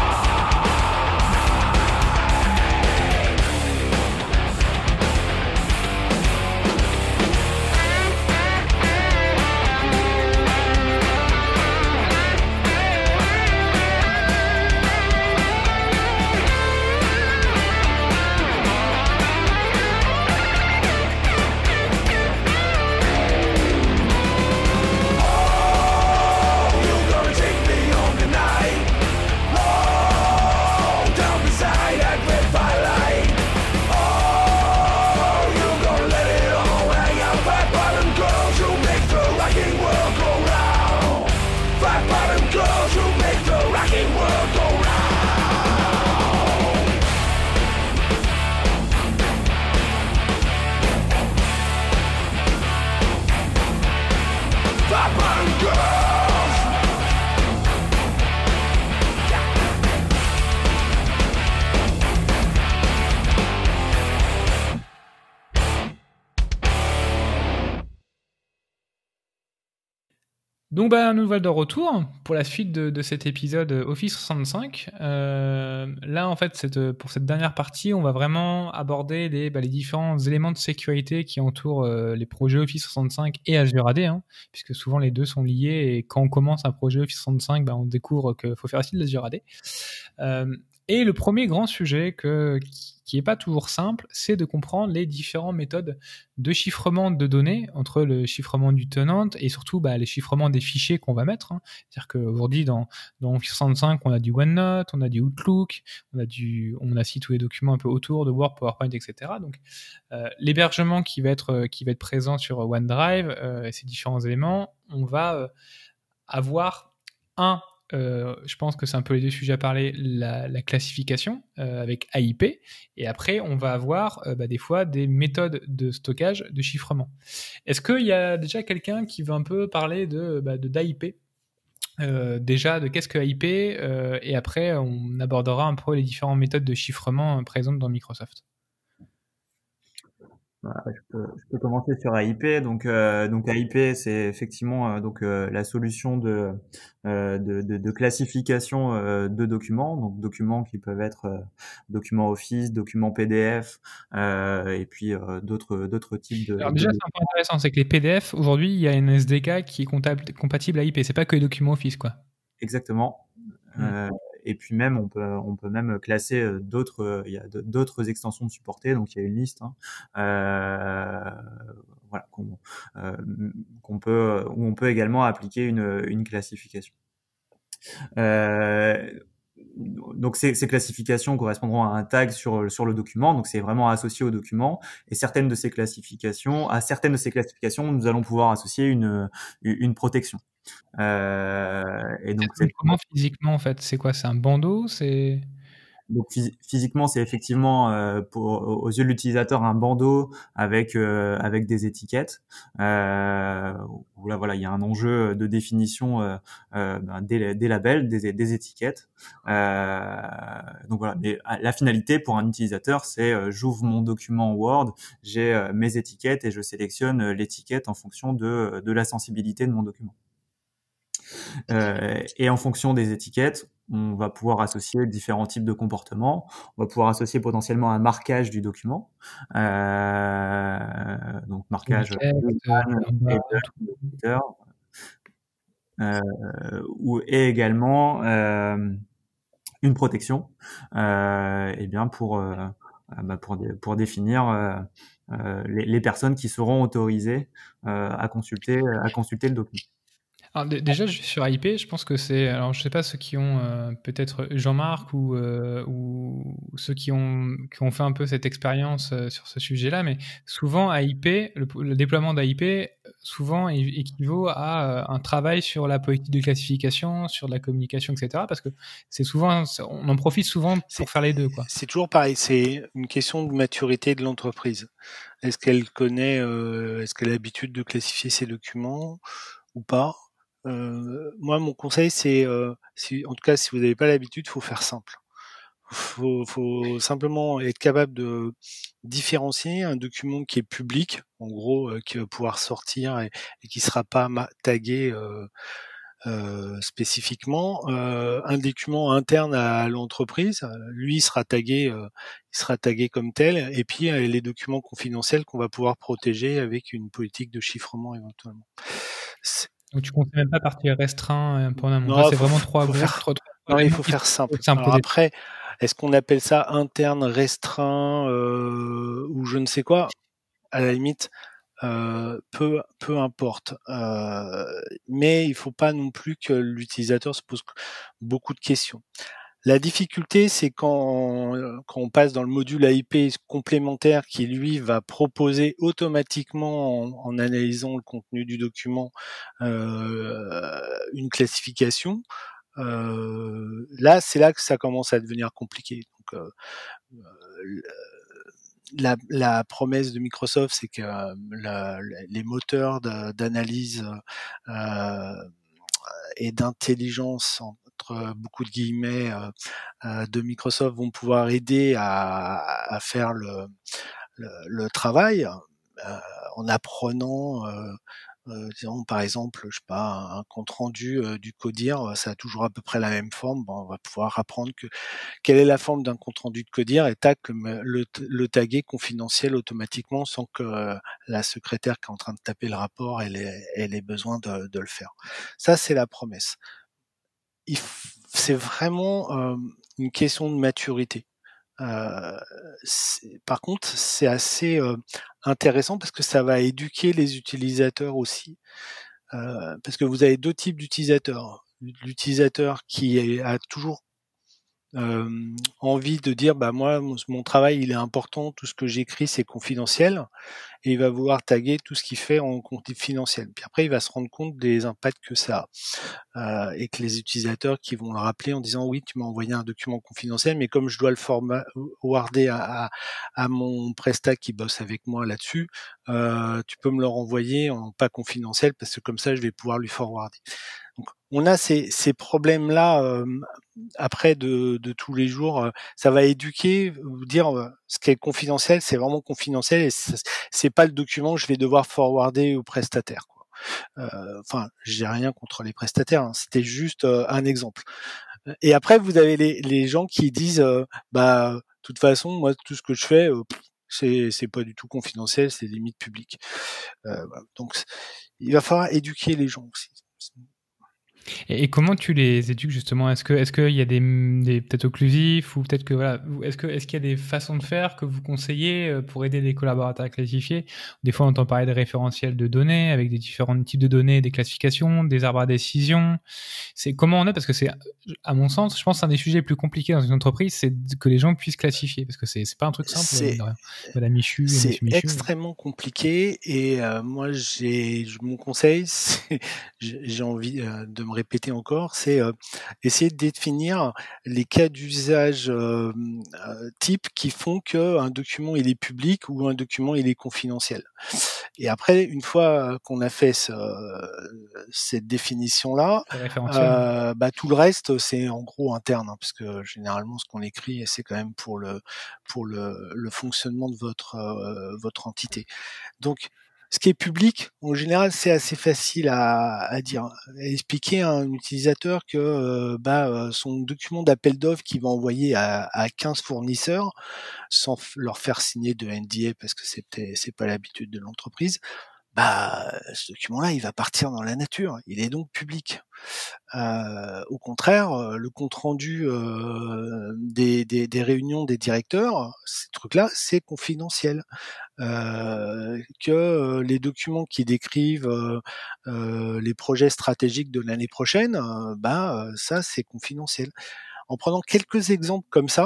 S8: Oh, you gonna take me home tonight? Oh, down beside that red firelight. Oh, you gonna let it all hang out? Fat bottom girls who make the rocking world go round. Fat bottom girls who make the rocking world go round. Fat bottom girls.
S1: Donc nous voilà de retour pour la suite de cet épisode Office 65. Là en fait pour cette dernière partie, on va vraiment aborder les différents éléments de sécurité qui entourent les projets Office 65 et Azure AD, hein, puisque souvent les deux sont liés et quand on commence un projet Office 65, on découvre qu'il faut faire aussi de l'Azure AD. Et le premier grand sujet qui est pas toujours simple, c'est de comprendre les différentes méthodes de chiffrement de données entre le chiffrement du tenant et surtout les chiffrements des fichiers qu'on va mettre. Hein. C'est-à-dire qu'aujourd'hui dans Office 65, on a du OneNote, on a du Outlook, on a aussi tous les documents un peu autour de Word, PowerPoint, etc. Donc l'hébergement qui va être présent sur OneDrive et ces différents éléments, on va avoir je pense que c'est un peu les deux sujets à parler, la classification avec AIP, et après on va avoir des fois des méthodes de stockage, de chiffrement. Est-ce qu'il y a déjà quelqu'un qui veut un peu parler d'AIP, déjà de qu'est-ce que AIP, et après on abordera un peu les différentes méthodes de chiffrement présentes dans Microsoft.
S6: Voilà, je peux commencer sur AIP. Donc AIP, c'est effectivement la solution de classification de documents. Donc documents qui peuvent être documents Office, documents PDF, et puis d'autres types de.
S1: Alors déjà, c'est un peu intéressant, c'est que les PDF aujourd'hui, il y a une SDK qui est compatible AIP. C'est pas que les documents Office, quoi.
S6: exactement. Et puis même, on peut même classer d'autres. Il y a d'autres extensions de supportées, donc il y a une liste. Voilà, qu'on peut, où on peut également appliquer une classification. Donc ces classifications correspondront à un tag sur le document, donc c'est vraiment associé au document. Et à certaines de ces classifications, nous allons pouvoir associer une protection. Et donc
S1: comment physiquement en fait, c'est quoi? C'est un bandeau?
S6: Donc physiquement, c'est effectivement aux yeux de l'utilisateur un bandeau avec des étiquettes. Où là, voilà, il y a un enjeu de définition des labels, des étiquettes. Donc voilà, mais la finalité pour un utilisateur, c'est j'ouvre mon document Word, j'ai mes étiquettes et je sélectionne l'étiquette en fonction de la sensibilité de mon document. Et en fonction des étiquettes, on va pouvoir associer différents types de comportements. On va pouvoir associer potentiellement un marquage du document, donc marquage et également une protection, et bien pour définir les personnes qui seront autorisées à consulter le document.
S1: Alors, déjà, sur IP, je pense que c'est. Alors, je sais pas ceux qui ont peut-être Jean-Marc ou ceux qui ont fait un peu cette expérience sur ce sujet-là, mais souvent AIP, le déploiement d'AIP, souvent équivaut à un travail sur la politique de classification, sur de la communication, etc. Parce que c'est souvent, on en profite souvent pour faire les deux, quoi.
S4: C'est toujours pareil. C'est une question de maturité de l'entreprise. Est-ce qu'elle connaît, est-ce qu'elle a l'habitude de classifier ses documents ou pas? Moi, mon conseil, c'est, en tout cas, si vous n'avez pas l'habitude, faut faire simple. Faut simplement être capable de différencier un document qui est public, en gros, qui va pouvoir sortir et qui sera pas tagué spécifiquement. Un document interne à l'entreprise, lui, il sera tagué comme tel, et puis les documents confidentiels qu'on va pouvoir protéger avec une politique de chiffrement éventuellement.
S1: Donc tu conseilles même pas partir restreint pour un amont.
S4: Non,
S1: c'est vraiment trois groupes.
S4: Non, il faut faire simple. Alors après, est-ce qu'on appelle ça interne, restreint ou je ne sais quoi? À la limite, peu importe. Mais il faut pas non plus que l'utilisateur se pose beaucoup de questions. La difficulté, c'est quand on passe dans le module AIP complémentaire qui, lui, va proposer automatiquement, en analysant le contenu du document, une classification. Là, c'est là que ça commence à devenir compliqué. Donc, la promesse de Microsoft, c'est que les moteurs d'analyse et d'intelligence, entre beaucoup de guillemets, de Microsoft vont pouvoir aider à faire le travail en apprenant disons par exemple, je sais pas, un compte rendu du CODIR, ça a toujours à peu près la même forme. Bon, on va pouvoir apprendre quelle est la forme d'un compte rendu de CODIR et tac, le taguer confidentiel automatiquement sans que la secrétaire qui est en train de taper le rapport elle ait besoin de le faire. Ça, c'est la promesse. C'est vraiment une question de maturité. Par contre, c'est assez intéressant parce que ça va éduquer les utilisateurs aussi. Parce que vous avez deux types d'utilisateurs. L'utilisateur qui a toujours envie de dire bah moi mon travail il est important, tout ce que j'écris c'est confidentiel, et il va vouloir taguer tout ce qu'il fait en confidentiel. Puis après il va se rendre compte des impacts que ça a, et que les utilisateurs qui vont le rappeler en disant oui tu m'as envoyé un document confidentiel, mais comme je dois le forwarder à mon prestat qui bosse avec moi là-dessus, tu peux me le renvoyer en pas confidentiel parce que comme ça je vais pouvoir lui forwarder. Donc on a ces problèmes-là après de tous les jours. Ça va éduquer, vous dire ce qui est confidentiel, c'est vraiment confidentiel et c'est pas le document que je vais devoir forwarder au prestataire. Enfin, j'ai rien contre les prestataires, hein, c'était juste un exemple. Et après, vous avez les gens qui disent bah de toute façon, moi tout ce que je fais c'est pas du tout confidentiel, c'est limite public. Voilà. Donc il va falloir éduquer les gens aussi.
S1: Et comment tu les éduques justement? Est-ce qu'il y a des peut-être occlusifs ou peut-être que voilà, est-ce qu'il y a des façons de faire que vous conseillez pour aider les collaborateurs à classifier? Des fois, on entend parler de référentiels de données avec des différents types de données, des classifications, des arbres à décision. C'est comment on est parce que c'est, à mon sens, je pense, que c'est un des sujets les plus compliqués dans une entreprise, c'est que les gens puissent classifier parce que c'est pas un truc simple.
S3: C'est
S1: de rien. Madame Michu et
S3: c'est
S1: Monsieur Michu.
S3: extrêmement compliqué et moi mon conseil, c'est, j'ai envie de me répéter encore, c'est essayer de définir les cas d'usage types qui font que un document il est public ou un document il est confidentiel. Et après, une fois qu'on a fait cette définition-là,
S1: Les référentiels.
S3: tout le reste, c'est en gros interne, hein, parce que généralement, ce qu'on écrit, c'est quand même pour le fonctionnement de votre entité. Donc, ce qui est public, en général, c'est assez facile à dire, à expliquer à un utilisateur que son document d'appel d'offres qu'il va envoyer à 15 fournisseurs, sans leur faire signer de NDA parce que c'est pas l'habitude de l'entreprise, ce document-là, il va partir dans la nature. Il est donc public. Au contraire, le compte rendu des réunions des directeurs, ces trucs-là, c'est confidentiel. Que les documents qui décrivent les projets stratégiques de l'année prochaine, ça c'est confidentiel. En prenant quelques exemples comme ça,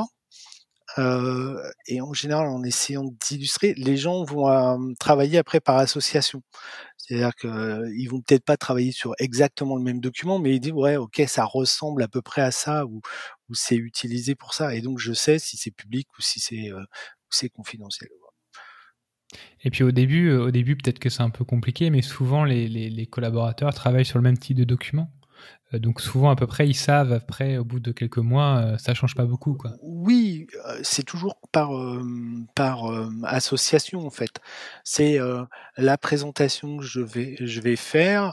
S3: et en général en essayant d'illustrer, les gens vont travailler après par association. C'est-à-dire que ils vont peut-être pas travailler sur exactement le même document, mais ils disent ouais, ok, ça ressemble à peu près à ça ou c'est utilisé pour ça, et donc je sais si c'est public ou si c'est confidentiel.
S1: Et puis au début peut-être que c'est un peu compliqué, mais souvent les collaborateurs travaillent sur le même type de document. Donc souvent à peu près ils savent après au bout de quelques mois ça change pas beaucoup quoi.
S3: Oui, c'est toujours par association en fait. C'est la présentation que je vais faire.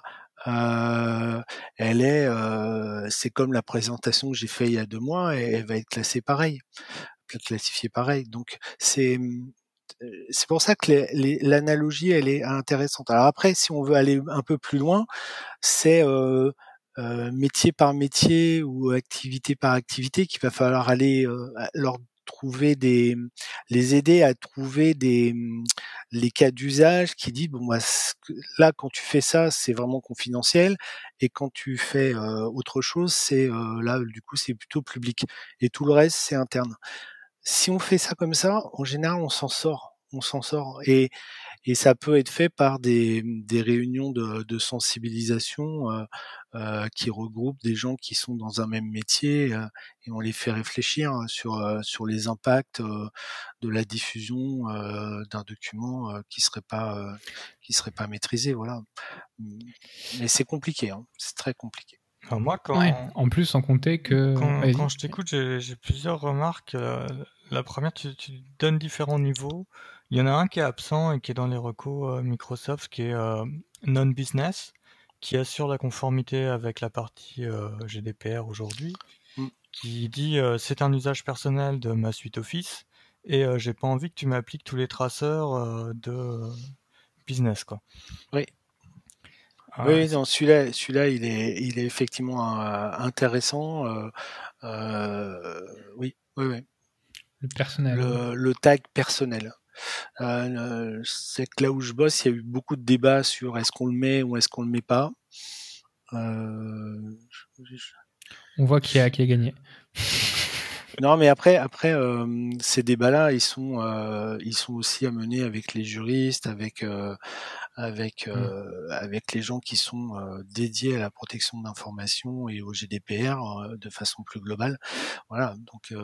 S3: C'est comme la présentation que j'ai fait il y a 2 mois et elle va être classifiée pareil. Donc c'est pour ça que l'analogie elle est intéressante. Alors après, si on veut aller un peu plus loin, c'est métier par métier ou activité par activité qu'il va falloir aller leur trouver les aider à trouver les cas d'usage qui dit là quand tu fais ça c'est vraiment confidentiel, et quand tu fais autre chose c'est là du coup c'est plutôt public, et tout le reste c'est interne. Si on fait ça comme ça, en général on s'en sort, et ça peut être fait par des réunions de sensibilisation qui regroupent des gens qui sont dans un même métier, et on les fait réfléchir sur les impacts de la diffusion d'un document qui serait pas maîtrisé, voilà. Mais c'est compliqué, hein, c'est très compliqué.
S7: Alors moi,
S1: En plus, sans compter que
S7: quand je t'écoute, j'ai plusieurs remarques. La première, tu donnes différents niveaux. Il y en a un qui est absent et qui est dans les recos Microsoft, qui est non-business, qui assure la conformité avec la partie GDPR aujourd'hui, qui dit c'est un usage personnel de ma suite Office et j'ai pas envie que tu m'appliques tous les traceurs de business, quoi.
S3: Oui. Oui, non, celui-là, il est effectivement intéressant. Oui.
S1: Le personnel.
S3: Le tag personnel. C'est que là où je bosse, il y a eu beaucoup de débats sur est-ce qu'on le met ou est-ce qu'on le met pas.
S1: On voit qui a gagné.
S3: Non, mais après, ces débats-là, ils sont aussi à mener avec les juristes, avec les gens qui sont dédiés à la protection de l'information et au GDPR de façon plus globale. Voilà, donc.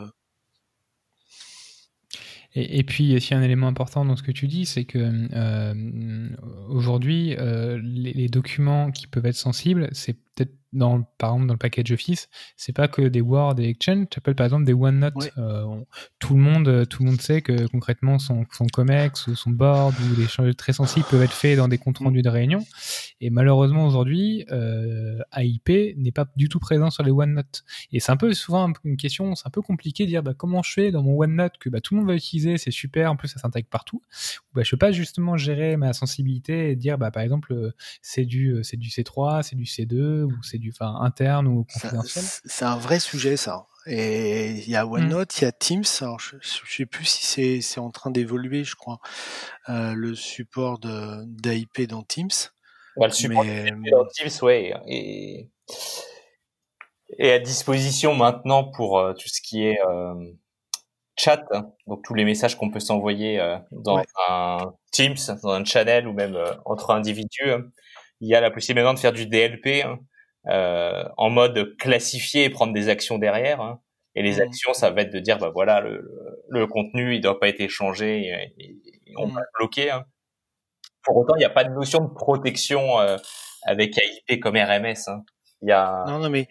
S1: Et puis, il y a un élément important dans ce que tu dis, c'est que aujourd'hui, les documents qui peuvent être sensibles, c'est peut-être par exemple dans le package Office, c'est pas que des Word et Exchange, ça peut être par exemple des OneNote.
S3: Ouais.
S1: Tout le monde sait que concrètement son Comex ou son board ou des choses très sensibles peuvent être faits dans des comptes rendus de réunion. Et malheureusement aujourd'hui, AIP n'est pas du tout présent sur les OneNote. Et c'est un peu souvent une question, c'est un peu compliqué de dire comment je fais dans mon OneNote que tout le monde va utiliser, c'est super, en plus ça s'intègre partout. Je peux pas justement gérer ma sensibilité et dire par exemple c'est du C3, c'est du C2 ou c'est interne ou confidentiel?
S3: C'est un vrai sujet, ça. Et il y a OneNote, il y a Teams. Alors, je sais plus si c'est en train d'évoluer, je crois, le support d'AIP dans Teams.
S5: Le support d'AIP dans Teams, ouais, est à disposition maintenant pour tout ce qui est chat, hein, donc tous les messages qu'on peut s'envoyer dans un Teams, dans un channel ou même entre individus. Hein. Il y a la possibilité maintenant de faire du DLP en mode classifier et prendre des actions derrière. Hein. Et les actions, ça va être de dire, bah voilà, le contenu, il doit pas être échangé et on va le bloquer. Hein. Pour autant, il n'y a pas de notion de protection avec AIP comme RMS. Hein. Il y a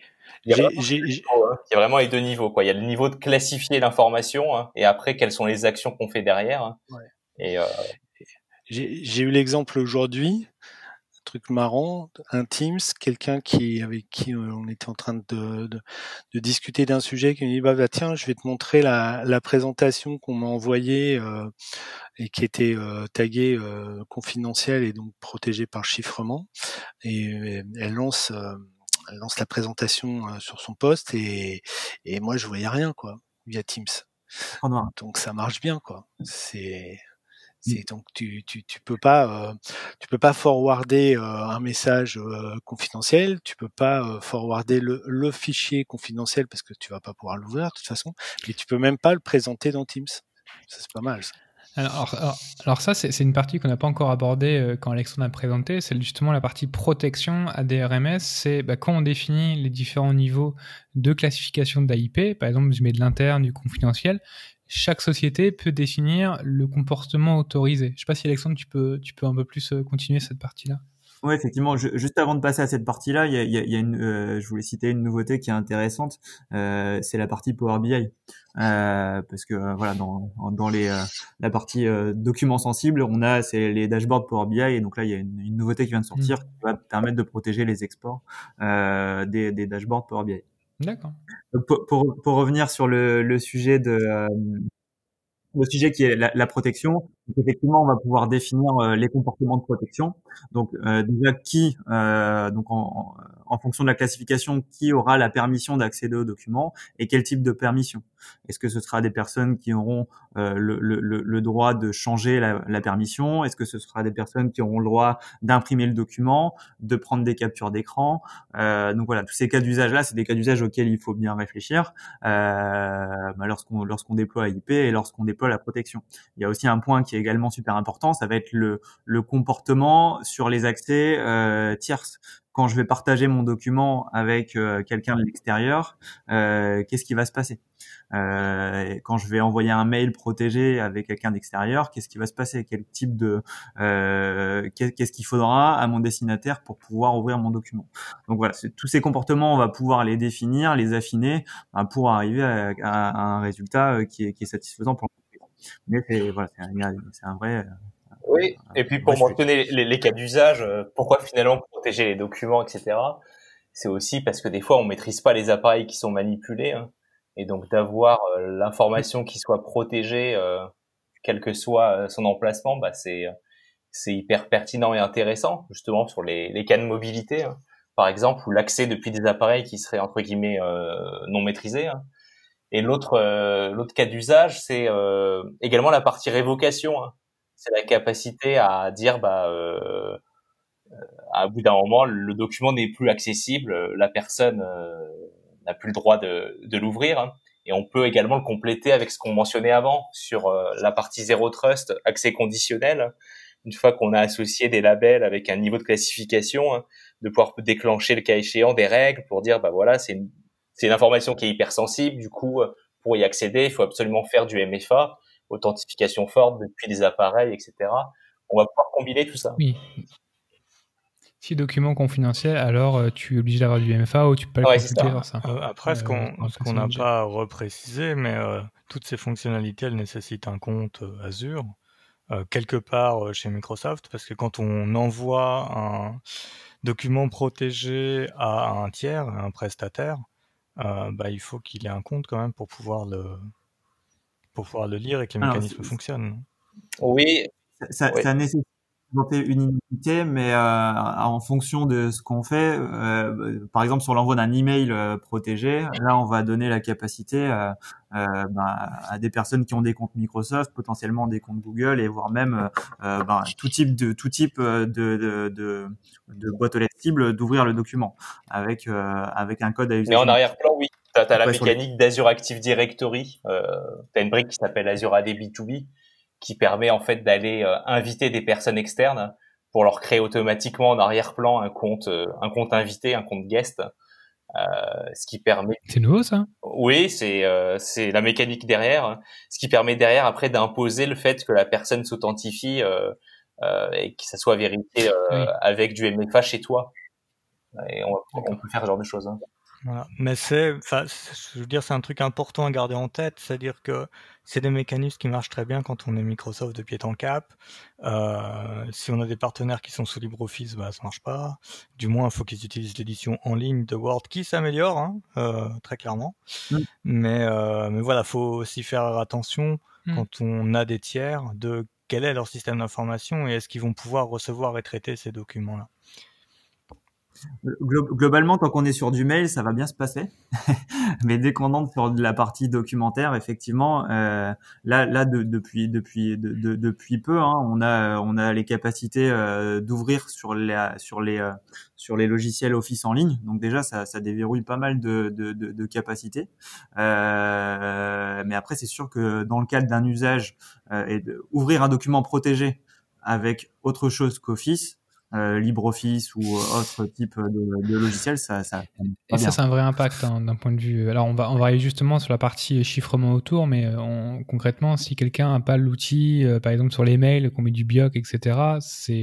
S5: vraiment les deux niveaux, quoi. Il y a le niveau de classifier l'information, hein, et après quelles sont les actions qu'on fait derrière. Hein.
S3: Ouais.
S5: Et
S3: j'ai eu l'exemple aujourd'hui, un truc marrant, un Teams, quelqu'un avec qui on était en train de discuter d'un sujet, qui me dit bah tiens, je vais te montrer la présentation qu'on m'a envoyée et qui était taguée confidentielle et donc protégée par chiffrement, et elle lance la présentation sur son poste et moi je voyais rien, quoi, via Teams. Donc ça marche bien, quoi. Donc tu peux pas forwarder un message confidentiel, tu peux pas forwarder le fichier confidentiel parce que tu vas pas pouvoir l'ouvrir de toute façon, et tu peux même pas le présenter dans Teams. Ça, c'est pas mal, ça.
S1: Alors ça, c'est une partie qu'on n'a pas encore abordée quand Alexandre a présenté, c'est justement la partie protection ADRMS. C'est quand on définit les différents niveaux de classification d'AIP, par exemple, je mets de l'interne, du confidentiel, chaque société peut définir le comportement autorisé. Je ne sais pas si Alexandre, tu peux un peu plus continuer cette partie-là.
S6: Oui, effectivement. Juste avant de passer à cette partie-là, il y a je voulais citer une nouveauté qui est intéressante. C'est la partie Power BI, parce que voilà, dans la partie documents sensibles, c'est les dashboards Power BI, et donc là il y a une nouveauté qui vient de sortir qui va permettre de protéger les exports des dashboards Power BI.
S1: D'accord.
S6: Pour revenir sur le sujet le sujet qui est la protection, donc effectivement, on va pouvoir définir les comportements de protection. Donc déjà donc en fonction de la classification, qui aura la permission d'accéder aux documents et quel type de permission. Est-ce que ce sera des personnes qui auront le droit de changer la permission? Est-ce que ce sera des personnes qui auront le droit d'imprimer le document, de prendre des captures d'écran? Donc voilà, tous ces cas d'usage là, c'est des cas d'usage auxquels il faut bien réfléchir lorsqu'on déploie IP et lorsqu'on déploie la protection. Il y a aussi un point qui est également super important, ça va être le comportement sur les accès tierces. Quand je vais partager mon document avec quelqu'un de l'extérieur, qu'est-ce qui va se passer? Quand je vais envoyer un mail protégé avec quelqu'un d'extérieur, qu'est-ce qui va se passer? Quel type de qu'est-ce qu'il faudra à mon destinataire pour pouvoir ouvrir mon document? Donc voilà, tous ces comportements, on va pouvoir les définir, les affiner pour arriver à un résultat qui est satisfaisant pour l'entreprise. Mais c'est un vrai
S5: oui, et puis pour mentionner les cas d'usage, pourquoi finalement protéger les documents, etc. C'est aussi parce que des fois on maîtrise pas les appareils qui sont manipulés, hein, et donc d'avoir l'information qui soit protégée, quel que soit son emplacement, bah c'est hyper pertinent et intéressant, justement sur les cas de mobilité, hein, par exemple, ou l'accès depuis des appareils qui seraient entre guillemets non maîtrisés. Hein. Et l'autre cas d'usage, c'est également la partie révocation. Hein. C'est la capacité à dire à bout d'un moment le document n'est plus accessible, la personne n'a plus le droit de l'ouvrir, hein. Et on peut également le compléter avec ce qu'on mentionnait avant sur la partie Zero Trust, accès conditionnel. Une fois qu'on a associé des labels avec un niveau de classification, hein, de pouvoir déclencher le cas échéant des règles pour dire bah voilà, c'est une information qui est hyper sensible, du coup pour y accéder il faut absolument faire du MFA, authentification forte depuis des appareils, etc. On va pouvoir combiner tout ça.
S1: Oui. Si document confidentiel, alors tu es obligé d'avoir du MFA ou tu peux pas le consulter vers ça.
S7: Après, ce qu'on n'a pas reprécisé, mais toutes ces fonctionnalités, elles nécessitent un compte Azure quelque part chez Microsoft, parce que quand on envoie un document protégé à un tiers, à un prestataire, il faut qu'il ait un compte quand même pour pouvoir le lire et que les mécanismes fonctionnent.
S5: Oui.
S6: Ça nécessite représenter une identité, mais en fonction de ce qu'on fait, par exemple sur l'envoi d'un email protégé, là on va donner la capacité à des personnes qui ont des comptes Microsoft, potentiellement des comptes Google, et voire même tout type de boîte aux lettres cible d'ouvrir le document avec un code à usage.
S5: Mais en arrière-plan, oui, t'as la
S6: Après,
S5: mécanique d'Azure Active Directory. T'as une brique qui s'appelle Azure AD B2B qui permet en fait d'aller inviter des personnes externes pour leur créer automatiquement en arrière-plan un compte invité, un compte guest. Ce qui permet.
S1: C'est nouveau ça?
S5: Oui, c'est la mécanique derrière, ce qui permet derrière après d'imposer le fait que la personne s'authentifie et que ça soit vérifié avec du MFA chez toi. Et on peut faire ce genre de choses. Hein.
S7: Voilà. Mais je veux dire, c'est un truc important à garder en tête, c'est-à-dire que c'est des mécanismes qui marchent très bien quand on est Microsoft de pied en cap. Si on a des partenaires qui sont sous LibreOffice, ça marche pas. Du moins, il faut qu'ils utilisent l'édition en ligne de Word qui s'améliore, très clairement. Mais voilà, faut aussi faire attention quand on a des tiers de quel est leur système d'information et est-ce qu'ils vont pouvoir recevoir et traiter ces documents-là.
S6: Globalement, tant qu'on est sur du mail, ça va bien se passer. Mais dès qu'on entre sur de la partie documentaire, effectivement, depuis peu, on a les capacités d'ouvrir sur les logiciels Office en ligne. Donc déjà, ça déverrouille pas mal de capacités. Mais après, c'est sûr que dans le cadre d'un usage et ouvrir un document protégé avec autre chose qu'Office, LibreOffice ou autre type de logiciel, ça
S1: et ça, c'est un vrai impact d'un point de vue. Alors, on va aller justement sur la partie chiffrement autour, mais concrètement, si quelqu'un n'a pas l'outil, par exemple sur les mails, qu'on met du BIOC, etc.,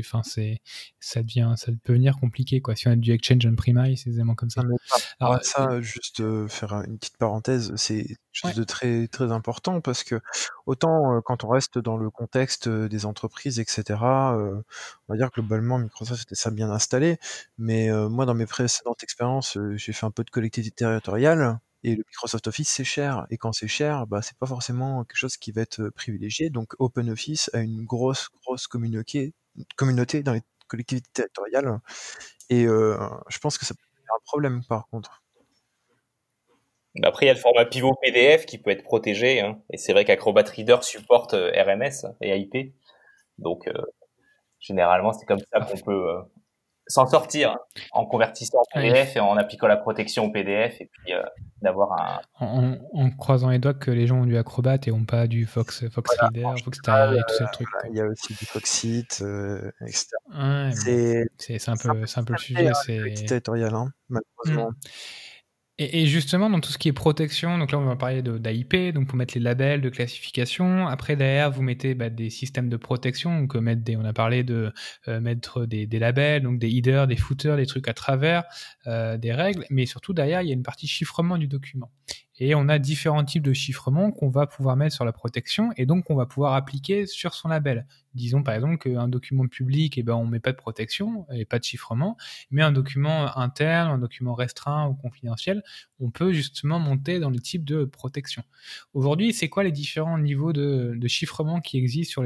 S1: ça peut venir compliqué, quoi. Si on a du Exchange on premise, des éléments comme ça.
S9: Alors, ça, juste faire une petite parenthèse, c'est quelque chose de très très important parce que autant quand on reste dans le contexte des entreprises, etc., on va dire globalement Microsoft c'était ça bien installé, mais moi dans mes précédentes expériences, j'ai fait un peu de collectivité territoriale et le Microsoft Office c'est cher et quand c'est cher, c'est pas forcément quelque chose qui va être privilégié. Donc OpenOffice a une grosse communauté dans les collectivités territoriales et je pense que ça peut être un problème par contre.
S5: Après, il y a le format pivot PDF qui peut être protégé, hein, et c'est vrai qu'Acrobat Reader supporte RMS et IP, donc généralement c'est comme ça qu'on peut s'en sortir en convertissant en PDF et en appliquant la protection au PDF et puis d'avoir
S1: en croisant les doigts que les gens ont du Acrobat et n'ont pas du Fox Reader, Foxterra et tout ce truc.
S9: Il y a aussi du Foxit, etc.
S1: C'est un peu le sujet.
S9: C'est territorial, malheureusement.
S1: Et justement, dans tout ce qui est protection, donc là, on va parler d'AIP, donc pour mettre les labels de classification. Après, derrière, vous mettez des systèmes de protection, donc on a parlé de mettre des labels, donc des headers, des footers, des trucs à travers, des règles, mais surtout, derrière, il y a une partie chiffrement du document. Et on a différents types de chiffrement qu'on va pouvoir mettre sur la protection et donc qu'on va pouvoir appliquer sur son label. Disons par exemple qu'un document public, on met pas de protection et pas de chiffrement, mais un document interne, un document restreint ou confidentiel, on peut justement monter dans le type de protection. Aujourd'hui, c'est quoi les différents niveaux de chiffrement qui existent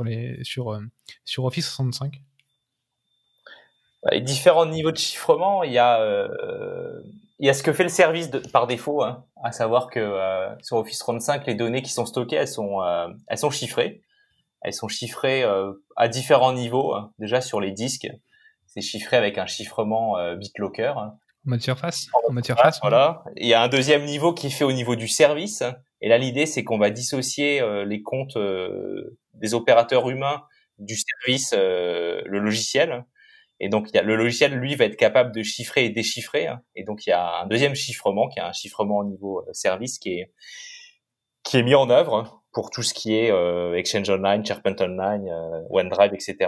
S1: sur Office 365 ?
S5: Les différents niveaux de chiffrement, il y a ce que fait le service par défaut, à savoir que sur Office 365, les données qui sont stockées, elles sont chiffrées. Elles sont chiffrées à différents niveaux. Déjà sur les disques, c'est chiffré avec un chiffrement BitLocker.
S1: En mode surface.
S5: Voilà. Il y a un deuxième niveau qui est fait au niveau du service. Et là, l'idée, c'est qu'on va dissocier les comptes des opérateurs humains du service, le logiciel. Et donc, le logiciel, lui, va être capable de chiffrer et déchiffrer. Et donc, il y a un deuxième chiffrement, qui est un chiffrement au niveau service, qui est mis en œuvre pour tout ce qui est Exchange Online, SharePoint Online, OneDrive, etc.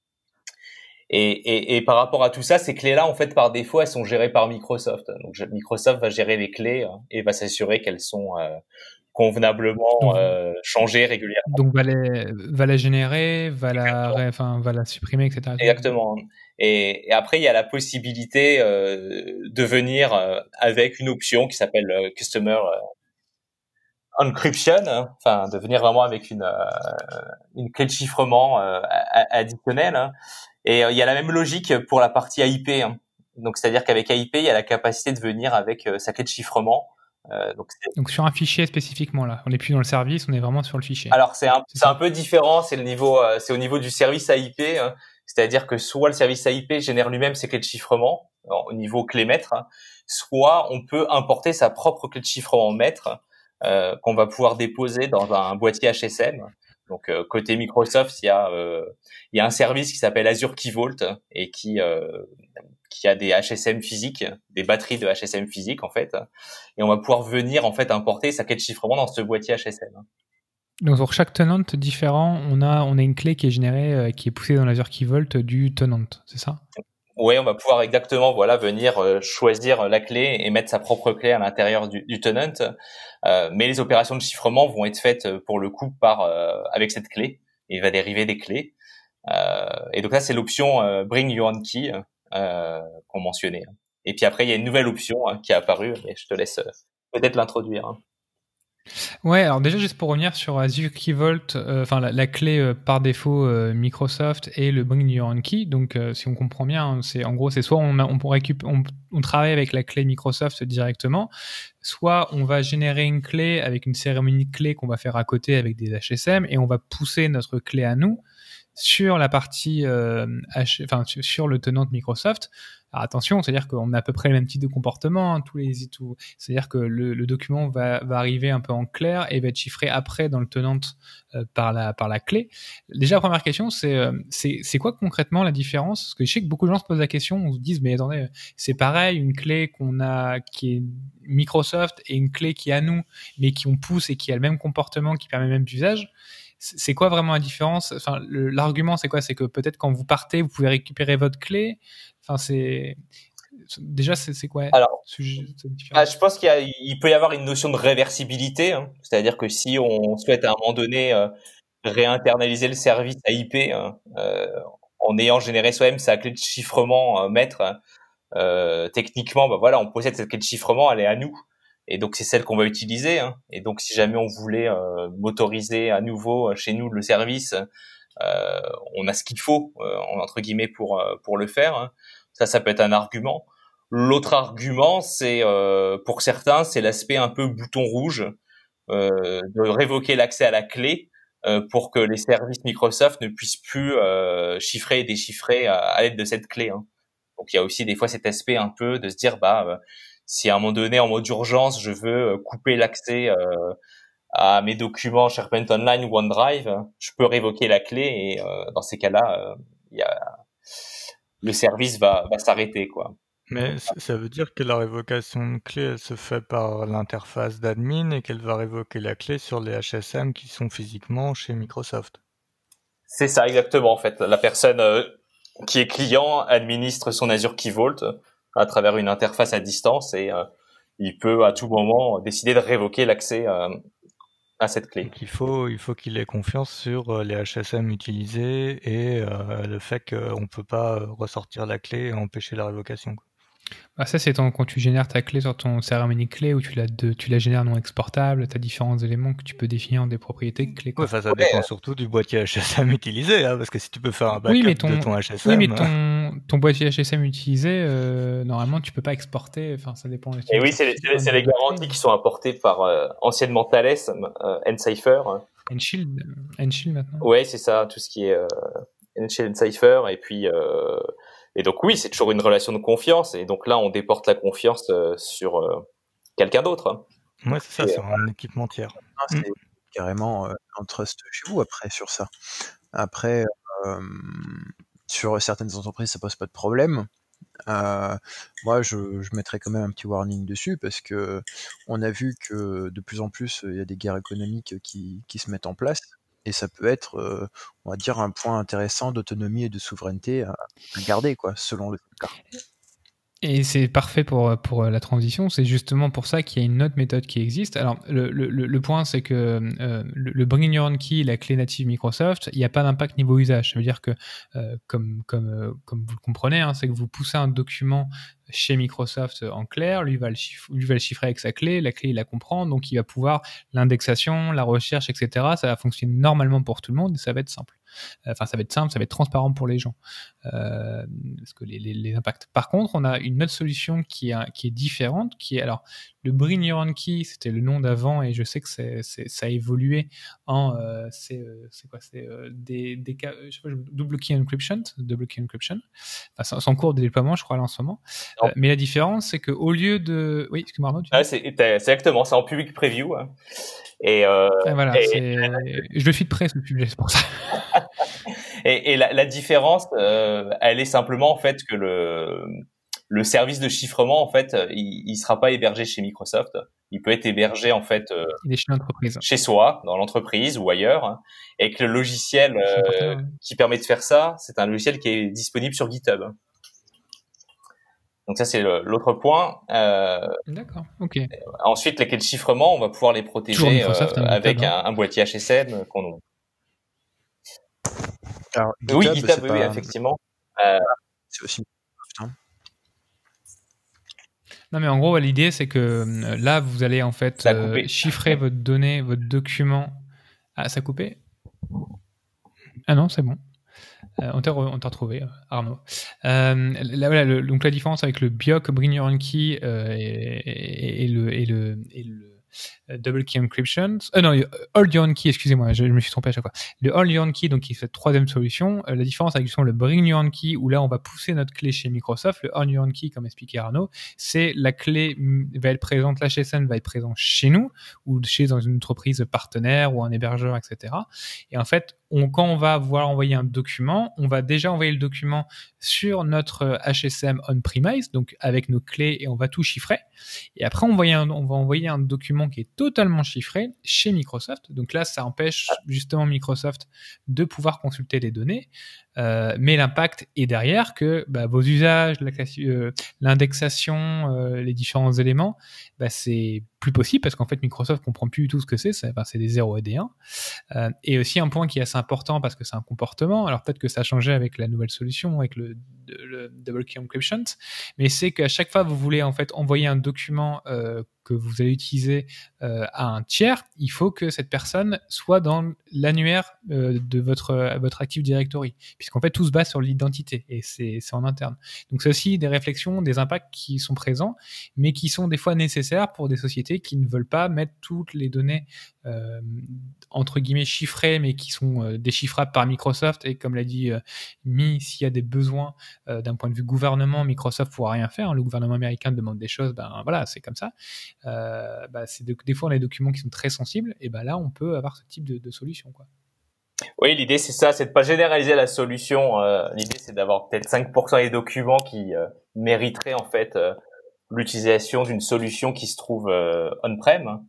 S5: Et par rapport à tout ça, ces clés-là, en fait, par défaut, elles sont gérées par Microsoft. Donc, Microsoft va gérer les clés et va s'assurer qu'elles sont convenablement changées régulièrement.
S1: Donc, va la générer, va la supprimer, etc.
S5: Exactement. Et après, il y a la possibilité de venir avec une option qui s'appelle Customer encryption, hein, enfin de venir vraiment avec une clé de chiffrement additionnelle. Hein. Et il y a la même logique pour la partie AIP. Hein. Donc c'est-à-dire qu'avec AIP, il y a la capacité de venir avec sa clé de chiffrement.
S1: Donc sur un fichier spécifiquement là, on n'est plus dans le service, on est vraiment sur le fichier.
S5: Alors c'est un peu différent, c'est au niveau du service AIP, hein. C'est-à-dire que soit le service AIP génère lui-même ses clés de chiffrement au niveau clé maître, hein, soit on peut importer sa propre clé de chiffrement maître qu'on va pouvoir déposer dans un boîtier HSM. Donc côté Microsoft, il y a un service qui s'appelle Azure Key Vault et qui a des HSM physiques, des batteries de HSM physiques en fait, et on va pouvoir venir en fait importer sa clé de chiffrement dans ce boîtier HSM.
S1: Donc pour chaque tenant différent, on a une clé qui est générée, qui est poussée dans l'Azure Key Vault du tenant, c'est ça ?
S5: Oui, on va pouvoir exactement venir choisir la clé et mettre sa propre clé à l'intérieur du tenant. Mais les opérations de chiffrement vont être faites pour le coup avec cette clé. Il va dériver des clés. Et donc là, c'est l'option Bring Your Own Key qu'on mentionnait. Et puis après, il y a une nouvelle option qui est apparue, mais je te laisse peut-être l'introduire.
S1: Ouais, alors déjà juste pour revenir sur Azure Key Vault, enfin la clé par défaut Microsoft et le Bring Your Own Key. Donc si on comprend bien, hein, c'est soit on travaille avec la clé Microsoft directement, soit on va générer une clé avec une cérémonie de clé qu'on va faire à côté avec des HSM et on va pousser notre clé à nous sur la partie sur le tenant de Microsoft. Alors attention, c'est-à-dire qu'on a à peu près le même type de comportement, hein, c'est-à-dire que le document va arriver un peu en clair et va être chiffré après dans le tenant par la clé. Déjà, la première question, c'est quoi concrètement la différence ? Parce que je sais que beaucoup de gens se posent la question, on se dit mais attendez, c'est pareil, une clé qu'on a qui est Microsoft et une clé qui est à nous, mais qui on pousse et qui a le même comportement, qui permet le même usage. C'est quoi vraiment la différence ? Enfin, l'argument, c'est quoi ? C'est que peut-être quand vous partez, vous pouvez récupérer votre clé. Enfin, c'est quoi ?
S5: Alors, je pense qu'il peut y avoir une notion de réversibilité, hein. C'est-à-dire que si on souhaite à un moment donné réinternaliser le service AIP en ayant généré soi-même sa clé de chiffrement maître, techniquement, on possède cette clé de chiffrement, elle est à nous. Et donc c'est celle qu'on va utiliser. Hein. Et donc si jamais on voulait motoriser à nouveau chez nous le service, on a ce qu'il faut entre guillemets pour le faire. Hein. Ça peut être un argument. L'autre argument, c'est pour certains, c'est l'aspect un peu bouton rouge de révoquer l'accès à la clé pour que les services Microsoft ne puissent plus chiffrer et déchiffrer à l'aide de cette clé. Hein. Donc il y a aussi des fois cet aspect un peu de se dire si à un moment donné, en mode urgence, je veux couper l'accès à mes documents SharePoint Online ou OneDrive, je peux révoquer la clé et dans ces cas-là, le service va s'arrêter, quoi.
S7: Mais ça veut dire que la révocation de clé, elle se fait par l'interface d'admin et qu'elle va révoquer la clé sur les HSM qui sont physiquement chez Microsoft.
S5: C'est ça, exactement, en fait. La personne qui est client administre son Azure Key Vault à travers une interface à distance et il peut à tout moment décider de révoquer l'accès à cette clé.
S7: Donc il faut qu'il ait confiance sur les HSM utilisés et le fait qu'on peut pas ressortir la clé et empêcher la révocation.
S1: Ça, c'est quand tu génères ta clé sur ton cérémonie clé où tu la génères non exportable, tu as différents éléments que tu peux définir en des propriétés de clé.
S7: Ouais, ça dépend surtout du boîtier HSM utilisé, hein, parce que si tu peux faire un backup de ton HSM...
S1: Oui, mais ton boîtier HSM utilisé, normalement, tu peux pas exporter, enfin, ça dépend.
S5: Et oui, c'est les garanties qui sont apportées par anciennement Thales, N-Cipher.
S1: N-Shield maintenant.
S5: Ouais, c'est ça, tout ce qui est N-Shield, N-Cipher, et puis... Et donc oui, c'est toujours une relation de confiance. Et donc là, on déporte la confiance sur quelqu'un d'autre. Hein.
S7: Ouais, c'est ça, sur un équipement tiers.
S9: C'est carrément un trust chez vous après sur ça. Après, sur certaines entreprises, ça pose pas de problème. Moi, je mettrais quand même un petit warning dessus parce que on a vu que de plus en plus, il y a des guerres économiques qui se mettent en place. Et ça peut être, on va dire, un point intéressant d'autonomie et de souveraineté à garder, quoi, selon le cas.
S1: Et c'est parfait pour la transition. C'est justement pour ça qu'il y a une autre méthode qui existe. Alors, le point, c'est que le Bring Your Own Key, la clé native Microsoft, il n'y a pas d'impact niveau usage. Ça veut dire que, comme vous le comprenez, hein, c'est que vous poussez un document chez Microsoft en clair, lui va le chiffrer avec sa clé, la clé il la comprend, donc il va pouvoir l'indexation, la recherche, etc. Ça va fonctionner normalement pour tout le monde et ça va être simple. Enfin, ça va être simple, ça va être transparent pour les gens. Parce que les impacts. Par contre, on a une autre solution qui est différente, qui est alors le Bring Your Own Key, c'était le nom d'avant et je sais que ça a évolué en c'est quoi, c'est je sais pas, double key encryption. Enfin, c'est en cours de déploiement, je crois, là, en ce moment. Mais la différence, c'est que au lieu de, oui, excuse-moi Arnaud.
S5: C'est exactement, c'est en public preview. Hein. Et
S1: voilà, je le suis de près ce sujet, c'est pour ça.
S5: et la différence, elle est simplement en fait que le service de chiffrement en fait, il sera pas hébergé chez Microsoft. Il peut être hébergé en fait
S1: il est chez l'entreprise,
S5: chez soi, dans l'entreprise ou ailleurs, hein, et que le logiciel qui permet de faire ça, c'est un logiciel qui est disponible sur GitHub. Donc ça c'est l'autre point.
S1: D'accord, ok.
S5: Ensuite, les clés de chiffrement, on va pouvoir les protéger avec un boîtier HSM qu'on ouvre.
S9: Alors, GitHub,
S5: oui, GitHub,
S9: oui,
S5: effectivement.
S9: C'est aussi
S1: Non, mais en gros, l'idée, c'est que là, vous allez en fait chiffrer votre donnée, votre document. Ah, ça a coupé ? Ah non, c'est bon. On t'a retrouvé, Arnaud. Voilà, donc la différence avec le BIOC, Bring Your Own Key et le Double Key Encryption. Non, Hold Your Own Key, excusez-moi, je me suis trompé à chaque fois. Le Hold Your Own Key, donc qui est cette troisième solution. La différence avec justement le Bring Your Own Key, où là on va pousser notre clé chez Microsoft. Le Hold Your Own Key, comme expliquait Arnaud, c'est la clé va être présente, l'HSM va être présent chez nous ou dans une entreprise partenaire ou un hébergeur, etc. Et en fait, quand on va vouloir envoyer un document, on va déjà envoyer le document sur notre HSM on-premise, donc avec nos clés, et on va tout chiffrer. Et après, on va envoyer un document qui est totalement chiffré chez Microsoft. Donc là, ça empêche justement Microsoft de pouvoir consulter les données. Mais l'impact est derrière que vos usages, l'indexation, les différents éléments, c'est plus possible parce qu'en fait Microsoft comprend plus du tout ce que c'est des 0 et des 1. Et aussi un point qui est assez important parce que c'est un comportement, alors peut-être que ça a changé avec la nouvelle solution, avec le Double Key Encryption, mais c'est qu'à chaque fois que vous voulez en fait envoyer un document que vous allez utiliser à un tiers, il faut que cette personne soit dans l'annuaire de votre Active Directory, puisqu'en fait tout se base sur l'identité et c'est en interne. Donc c'est aussi des réflexions, des impacts qui sont présents, mais qui sont des fois nécessaires pour des sociétés qui ne veulent pas mettre toutes les données entre guillemets chiffrées, mais qui sont déchiffrables par Microsoft. Et comme l'a dit Mi, s'il y a des besoins d'un point de vue gouvernement, Microsoft ne pourra rien faire. Le gouvernement américain demande des choses, voilà, c'est comme ça. Des fois on a des documents qui sont très sensibles, et là on peut avoir ce type de solution, quoi.
S5: Oui, l'idée c'est ça, c'est de pas généraliser la solution. L'idée c'est d'avoir peut-être 5% des documents qui mériteraient en fait l'utilisation d'une solution qui se trouve on-prem.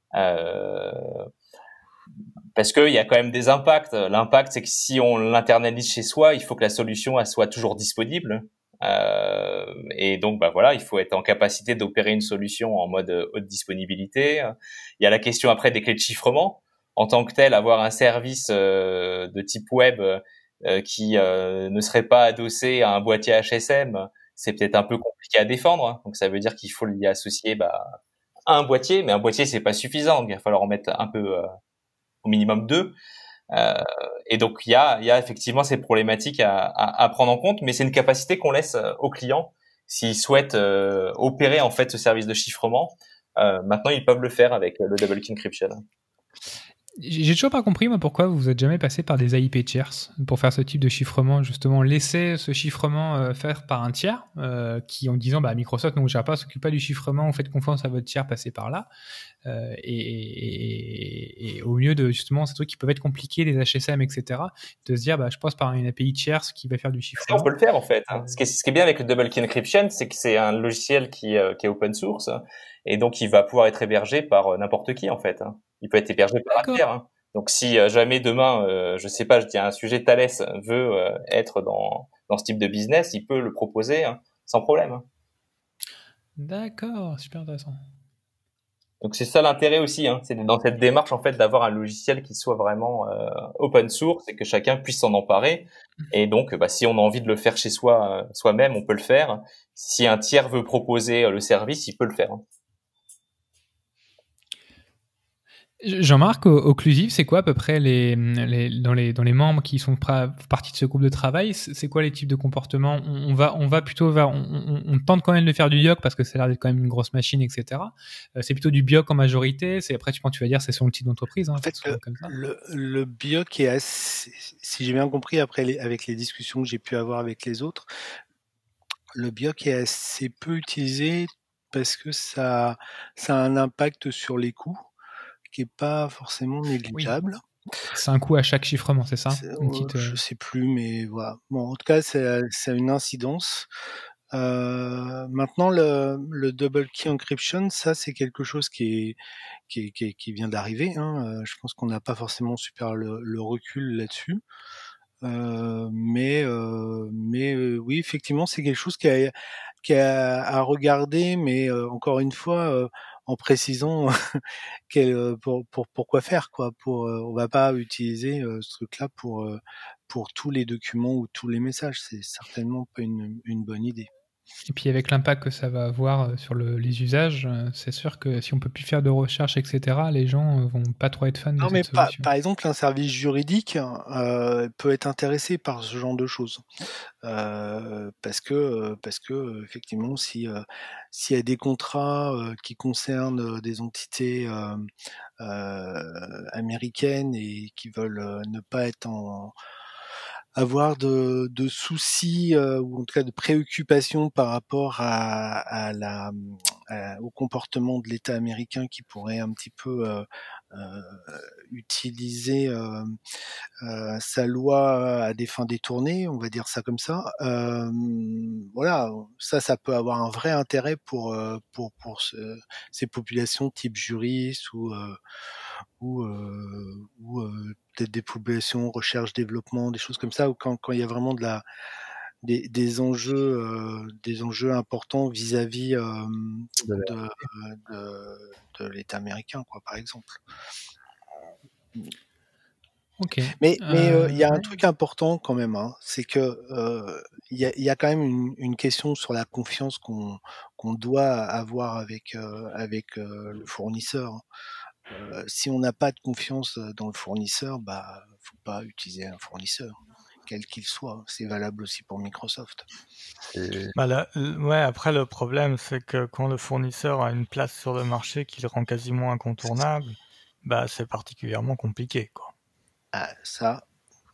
S5: Parce qu'il y a quand même des impacts. L'impact, c'est que si on l'internalise chez soi, il faut que la solution elle soit toujours disponible. Et donc, voilà, il faut être en capacité d'opérer une solution en mode haute disponibilité. Il y a la question après des clés de chiffrement. En tant que tel, avoir un service de type web qui ne serait pas adossé à un boîtier HSM, c'est peut-être un peu compliqué à défendre. Donc, ça veut dire qu'il faut l'y associer un boîtier, mais un boîtier c'est pas suffisant, donc il va falloir en mettre un peu au minimum 2. Et donc il y a effectivement ces problématiques à prendre en compte, mais c'est une capacité qu'on laisse aux clients s'ils souhaitent opérer en fait ce service de chiffrement. Maintenant ils peuvent le faire avec le Double Key Encryption.
S1: J'ai toujours pas compris, moi, pourquoi vous êtes jamais passé par des AIP tiers pour faire ce type de chiffrement, justement, laisser ce chiffrement faire par un tiers, qui en disant, Microsoft, ne gère pas, s'occupe pas du chiffrement, vous faites confiance à votre tiers, passez par là, et au mieux de, justement, ces trucs qui peuvent être compliqués, les HSM, etc., de se dire, je passe par une API tierce qui va faire du chiffrement.
S5: On peut le faire, en fait. Ce qui est bien avec le Double Key Encryption, c'est que c'est un logiciel qui est open source, et donc il va pouvoir être hébergé par n'importe qui, en fait. Il peut être hébergé par un tiers. Donc si jamais demain, je sais pas, je dis un sujet Thales veut être dans ce type de business, il peut le proposer sans problème.
S1: D'accord, super intéressant.
S5: Donc c'est ça l'intérêt aussi, hein. C'est dans cette démarche en fait d'avoir un logiciel qui soit vraiment open source et que chacun puisse s'en emparer. Et donc, si on a envie de le faire chez soi, soi-même, on peut le faire. Si un tiers veut proposer le service, il peut le faire.
S1: Jean-Marc, Occlusive, c'est quoi à peu près dans les membres qui sont partie de ce groupe de travail? C'est quoi les types de comportements? On va plutôt vers, on tente quand même de faire du bioc parce que ça a l'air d'être quand même une grosse machine, etc. C'est plutôt du bioc en majorité. C'est après, tu vas dire, c'est sur le type d'entreprise. Hein,
S3: En fait,
S1: comme ça.
S3: le bioc est assez, si j'ai bien compris après avec les discussions que j'ai pu avoir avec les autres, le bioc est assez peu utilisé parce que ça a un impact sur les coûts qui est pas forcément négligeable.
S1: Oui. C'est un coût à chaque chiffrement, c'est ça?
S3: Je sais plus, mais voilà. Bon, en tout cas, ça a une incidence. Maintenant, le double key encryption, ça, c'est quelque chose qui vient d'arriver. Hein. Je pense qu'on n'a pas forcément super le recul là-dessus. Mais oui, effectivement, c'est quelque chose qui a à regarder, mais encore une fois, en précisant pourquoi faire, quoi. On va pas utiliser ce truc-là pour tous les documents ou tous les messages. C'est certainement pas une bonne idée.
S1: Et puis avec l'impact que ça va avoir sur les usages, c'est sûr que si on peut plus faire de recherche, etc., les gens vont pas trop être fans de cette solution.
S3: Par exemple, un service juridique peut être intéressé par ce genre de choses, parce que effectivement, s'il y a des contrats qui concernent des entités américaines et qui veulent ne pas être avoir de soucis ou en tout cas de préoccupations par rapport au comportement de l'État américain qui pourrait un petit peu utiliser sa loi à des fins détournées, on va dire ça comme ça. Voilà, ça peut avoir un vrai intérêt pour ces populations type juristes ou peut-être des populations recherche développement, des choses comme ça, ou quand il y a vraiment des enjeux importants vis-à-vis de l'État américain, quoi, par exemple.
S1: Ok.
S3: Mais il y a un truc important quand même, hein, c'est que il y a quand même une question sur la confiance qu'on doit avoir avec le fournisseur. Si on n'a pas de confiance dans le fournisseur, faut pas utiliser un fournisseur, quel qu'il soit. C'est valable aussi pour Microsoft.
S7: Après le problème, c'est que quand le fournisseur a une place sur le marché qui le rend quasiment incontournable, c'est particulièrement compliqué, quoi.
S3: Ah, ça.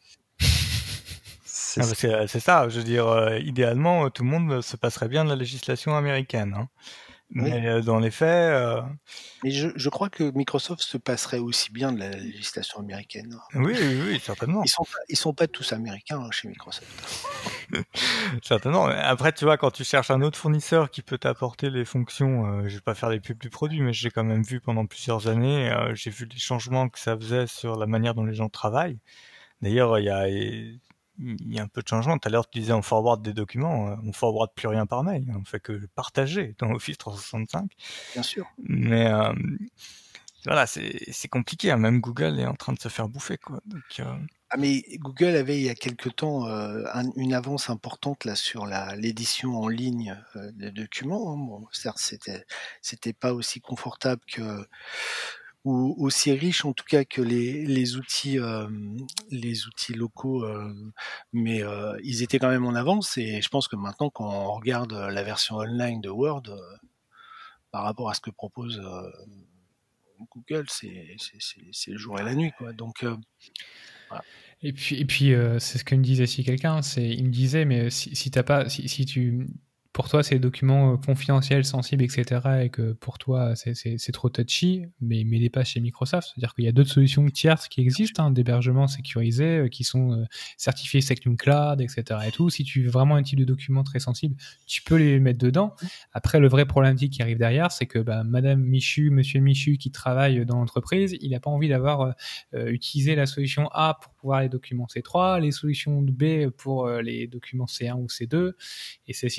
S7: C'est ça, je veux dire, idéalement, tout le monde se passerait bien de la législation américaine, hein. Mais dans les faits...
S3: Mais je crois que Microsoft se passerait aussi bien de la législation américaine.
S7: Oui, certainement.
S3: Ils sont pas tous américains chez Microsoft.
S7: Certainement. Après, tu vois, quand tu cherches un autre fournisseur qui peut t'apporter les fonctions, je vais pas faire les pubs du produit, mais j'ai quand même vu pendant plusieurs années, j'ai vu les changements que ça faisait sur la manière dont les gens travaillent. D'ailleurs, il y a un peu de changement. Tout à l'heure, tu disais on forward des documents, on forward plus rien par mail, on fait que partager dans Office 365.
S3: Bien sûr.
S7: Mais voilà, c'est compliqué, hein. Même Google est en train de se faire bouffer, quoi. Donc,
S3: mais Google avait il y a quelque temps une avance importante là sur l'édition en ligne des documents. Hein. Bon, certes, c'était pas aussi confortable ou aussi riche en tout cas que les outils locaux, mais ils étaient quand même en avance, et je pense que maintenant quand on regarde la version online de Word par rapport à ce que propose Google, c'est le jour et la nuit, quoi. Donc voilà.
S1: Et puis c'est ce que me disait aussi quelqu'un, il me disait, mais si t'as pas, si tu, pour toi c'est des documents confidentiels, sensibles, etc., et que pour toi c'est trop touchy, mais les pas chez Microsoft. C'est-à-dire qu'il y a d'autres solutions tierces qui existent, hein, d'hébergement sécurisé, qui sont certifiés Secure Cloud, etc. et tout. Si tu veux vraiment un type de document très sensible, tu peux les mettre dedans. Après, le vrai problématique qui arrive derrière, c'est que Madame Michu, Monsieur Michu qui travaille dans l'entreprise, il n'a pas envie d'avoir utilisé la solution A pour pouvoir les documents C3, les solutions B pour les documents C1 ou C2, et c'est aussi ce problème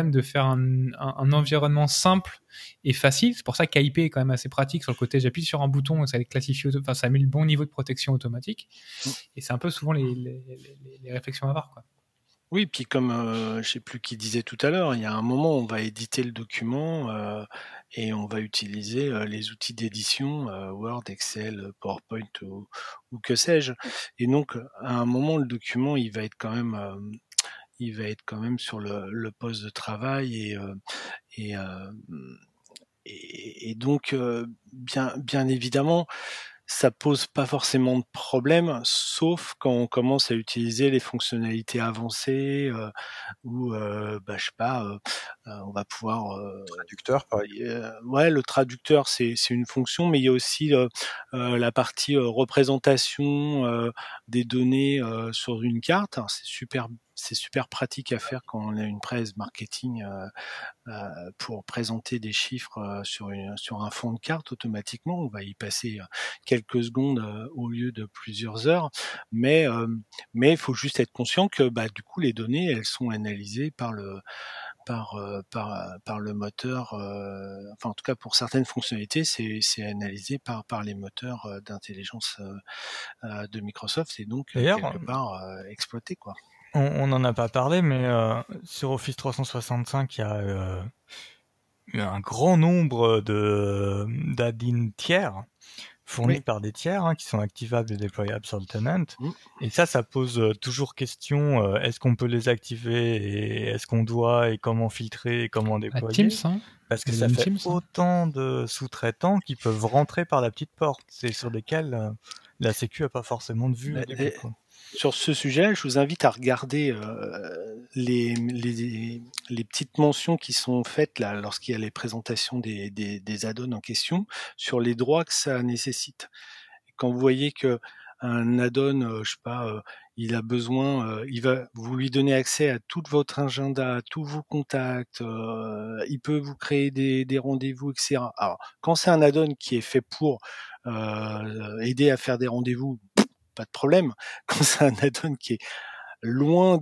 S1: problème de faire un environnement simple et facile. C'est pour ça qu'AIP est quand même assez pratique sur le côté. J'appuie sur un bouton et ça les classifie, enfin ça met le bon niveau de protection automatique. Et c'est un peu souvent les réflexions à avoir, quoi.
S3: Oui, puis comme je sais plus qui disait tout à l'heure, il y a un moment où on va éditer le document et on va utiliser les outils d'édition, Word, Excel, PowerPoint ou que sais-je. Et donc à un moment le document il va être quand même sur le poste de travail et, et donc bien évidemment ça pose pas forcément de problème, sauf quand on commence à utiliser les fonctionnalités avancées où, je sais pas, on va pouvoir
S9: Traducteur, par exemple.
S3: ouais, le traducteur c'est une fonction, mais il y a aussi la partie représentation des données sur une carte. Alors, c'est super pratique à faire quand on a une presse marketing pour présenter des chiffres sur un fond de carte automatiquement. On va y passer quelques secondes au lieu de plusieurs heures, mais il faut juste être conscient que du coup les données elles sont analysées par le moteur, enfin en tout cas pour certaines fonctionnalités c'est analysé par les moteurs d'intelligence de Microsoft et donc quelque part exploité, quoi.
S7: On n'en a pas parlé, mais sur Office 365, il y a un grand nombre d'add-ins tiers fournis par des tiers qui sont activables et déployables sur le tenant. Et ça pose toujours question, est-ce qu'on peut les activer et est-ce qu'on doit et comment filtrer et comment déployer
S1: Teams,
S7: parce que ça fait autant de sous-traitants qui peuvent rentrer par la petite porte. C'est sur lesquels la Sécu n'a pas forcément de vue au début, quoi.
S3: Sur ce sujet, je vous invite à regarder les petites mentions qui sont faites là lorsqu'il y a les présentations des add-ons en question sur les droits que ça nécessite. Quand vous voyez que un add-on, je sais pas, il a besoin, vous lui donner accès à tout votre agenda, à tous vos contacts, il peut vous créer des rendez-vous, etc. Alors, quand c'est un add-on qui est fait pour aider à faire des rendez-vous, pas de problème. Quand c'est un add-on qui est loin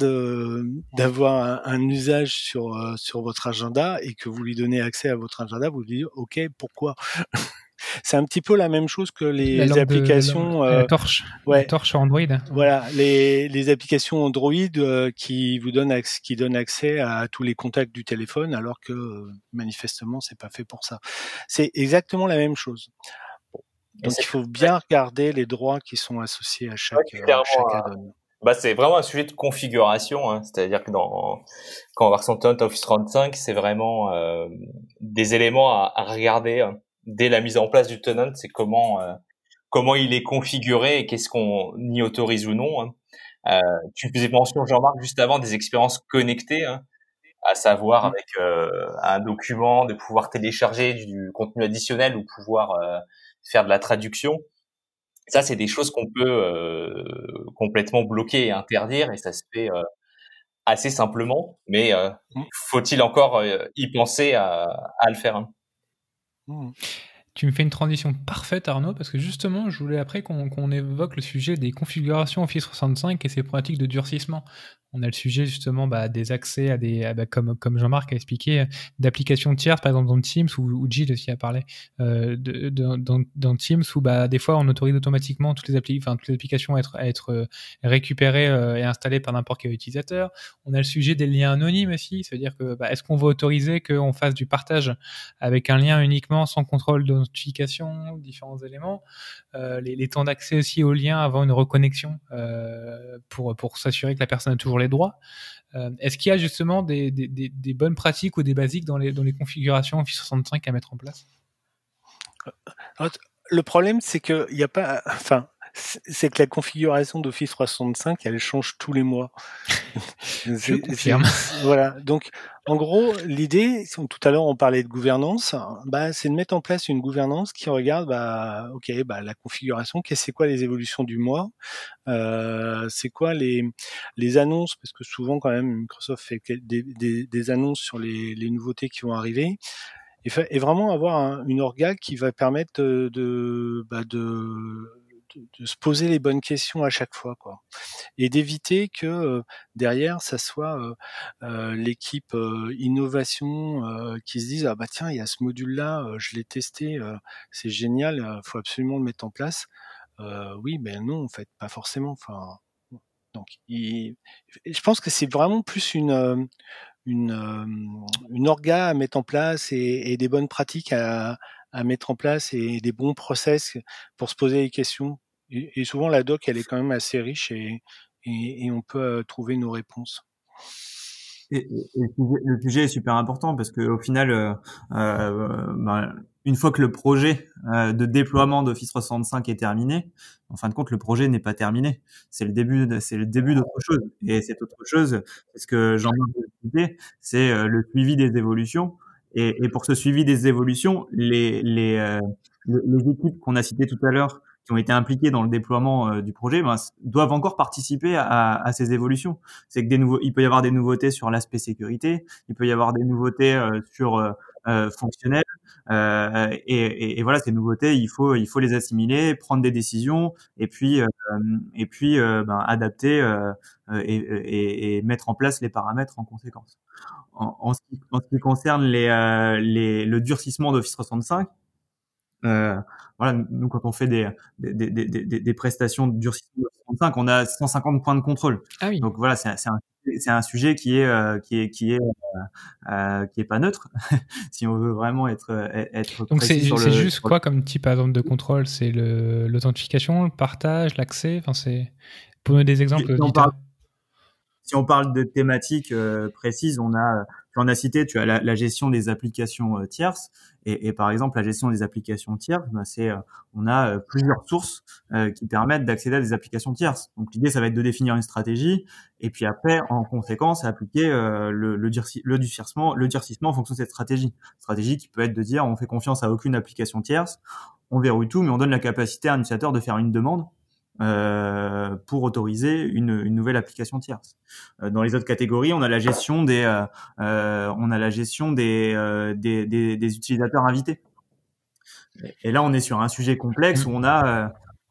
S3: d'avoir un usage sur votre agenda et que vous lui donnez accès à votre agenda, vous lui dites OK, pourquoi? C'est un petit peu la même chose que les applications
S1: la torche sur Android.
S3: Voilà, les applications Android qui donnent accès à tous les contacts du téléphone alors que manifestement c'est pas fait pour ça. C'est exactement la même chose. Donc il faut bien regarder les droits qui sont associés à chaque add-on.
S5: C'est vraiment un sujet de configuration, c'est-à-dire que quand on va ressentir Office 35, c'est vraiment des éléments à regarder dès la mise en place du tenant, c'est comment il est configuré et qu'est-ce qu'on y autorise ou non. Tu faisais mention, Jean-Marc, juste avant des expériences connectées, à savoir avec un document de pouvoir télécharger du contenu additionnel ou pouvoir faire de la traduction. Ça, c'est des choses qu'on peut complètement bloquer et interdire, et ça se fait assez simplement. Mais faut-il encore y penser à le faire,
S1: Tu me fais une transition parfaite, Arnaud, parce que justement, je voulais après qu'on évoque le sujet des configurations Office 365 et ses pratiques de durcissement. On a le sujet justement des accès à comme Jean-Marc a expliqué, d'applications tierces, par exemple dans Teams ou Gilles aussi a parlé dans Teams où des fois on autorise automatiquement toutes les applications à être récupérées et installées par n'importe quel utilisateur. On a le sujet des liens anonymes aussi, c'est-à-dire que est-ce qu'on va autoriser qu'on fasse du partage avec un lien uniquement sans contrôle de notification, différents éléments, les temps d'accès aussi aux liens avant une reconnexion pour s'assurer que la personne a toujours les droits. Est-ce qu'il y a justement des bonnes pratiques ou des basiques dans les configurations Office 65 à mettre en place?
S3: Le problème, c'est que il y a pas, c'est que la configuration d'Office 365, elle change tous les mois.
S1: Je confirme.
S3: Voilà. Donc, en gros, l'idée, tout à l'heure on parlait de gouvernance, c'est de mettre en place une gouvernance qui regarde, la configuration, c'est quoi les évolutions du mois, c'est quoi les annonces, parce que souvent quand même Microsoft fait des annonces sur les nouveautés qui vont arriver. Et vraiment avoir une orga qui va permettre de de se poser les bonnes questions à chaque fois, quoi, et d'éviter que derrière ça soit l'équipe innovation qui se dise ah bah tiens il y a ce module là, je l'ai testé, c'est génial, faut absolument le mettre en place. Oui, mais non en fait, pas forcément. Enfin, donc je pense que c'est vraiment plus une orga à mettre en place et des bonnes pratiques à mettre en place et des bons process pour se poser les questions. Et souvent, la doc, elle est quand même assez riche et on peut trouver nos réponses.
S6: Et le sujet est super important parce que au final, une fois que le projet de déploiement d'Office 365 est terminé, en fin de compte, le projet n'est pas terminé. C'est le début d'autre chose. Et cette autre chose, c'est ce que Jean-Marc a expliqué, c'est le suivi des évolutions. Et pour ce suivi des évolutions, les équipes qu'on a citées tout à l'heure, qui ont été impliquées dans le déploiement du projet, doivent encore participer à ces évolutions. C'est que il peut y avoir des nouveautés sur l'aspect sécurité, il peut y avoir des nouveautés sur fonctionnel, et voilà, ces nouveautés, il faut les assimiler, prendre des décisions, et puis adapter et mettre en place les paramètres en conséquence. En ce qui concerne le durcissement d'Office 365, voilà, nous quand on fait des prestations de durcissement d'Office 365, on a 150 points de contrôle.
S1: Ah oui.
S6: Donc voilà, c'est un sujet qui est pas neutre si on veut vraiment être
S1: donc
S6: précis
S1: c'est juste quoi comme type par exemple de contrôle? C'est l'authentification, le partage, l'accès, enfin c'est pour donner des exemples aux auditeurs.
S6: Si on parle de thématiques précises, tu en as cité, tu as la gestion des applications tierces, et par exemple la gestion des applications tierces, on a plusieurs sources qui permettent d'accéder à des applications tierces. Donc l'idée, ça va être de définir une stratégie, et puis après, en conséquence, appliquer le durcissement en fonction de cette stratégie. Stratégie qui peut être de dire, on fait confiance à aucune application tierce, on verrouille tout, mais on donne la capacité à un utilisateur de faire une demande pour autoriser une nouvelle application tierce. Dans les autres catégories, on a la gestion des utilisateurs invités. Et là, on est sur un sujet complexe où on a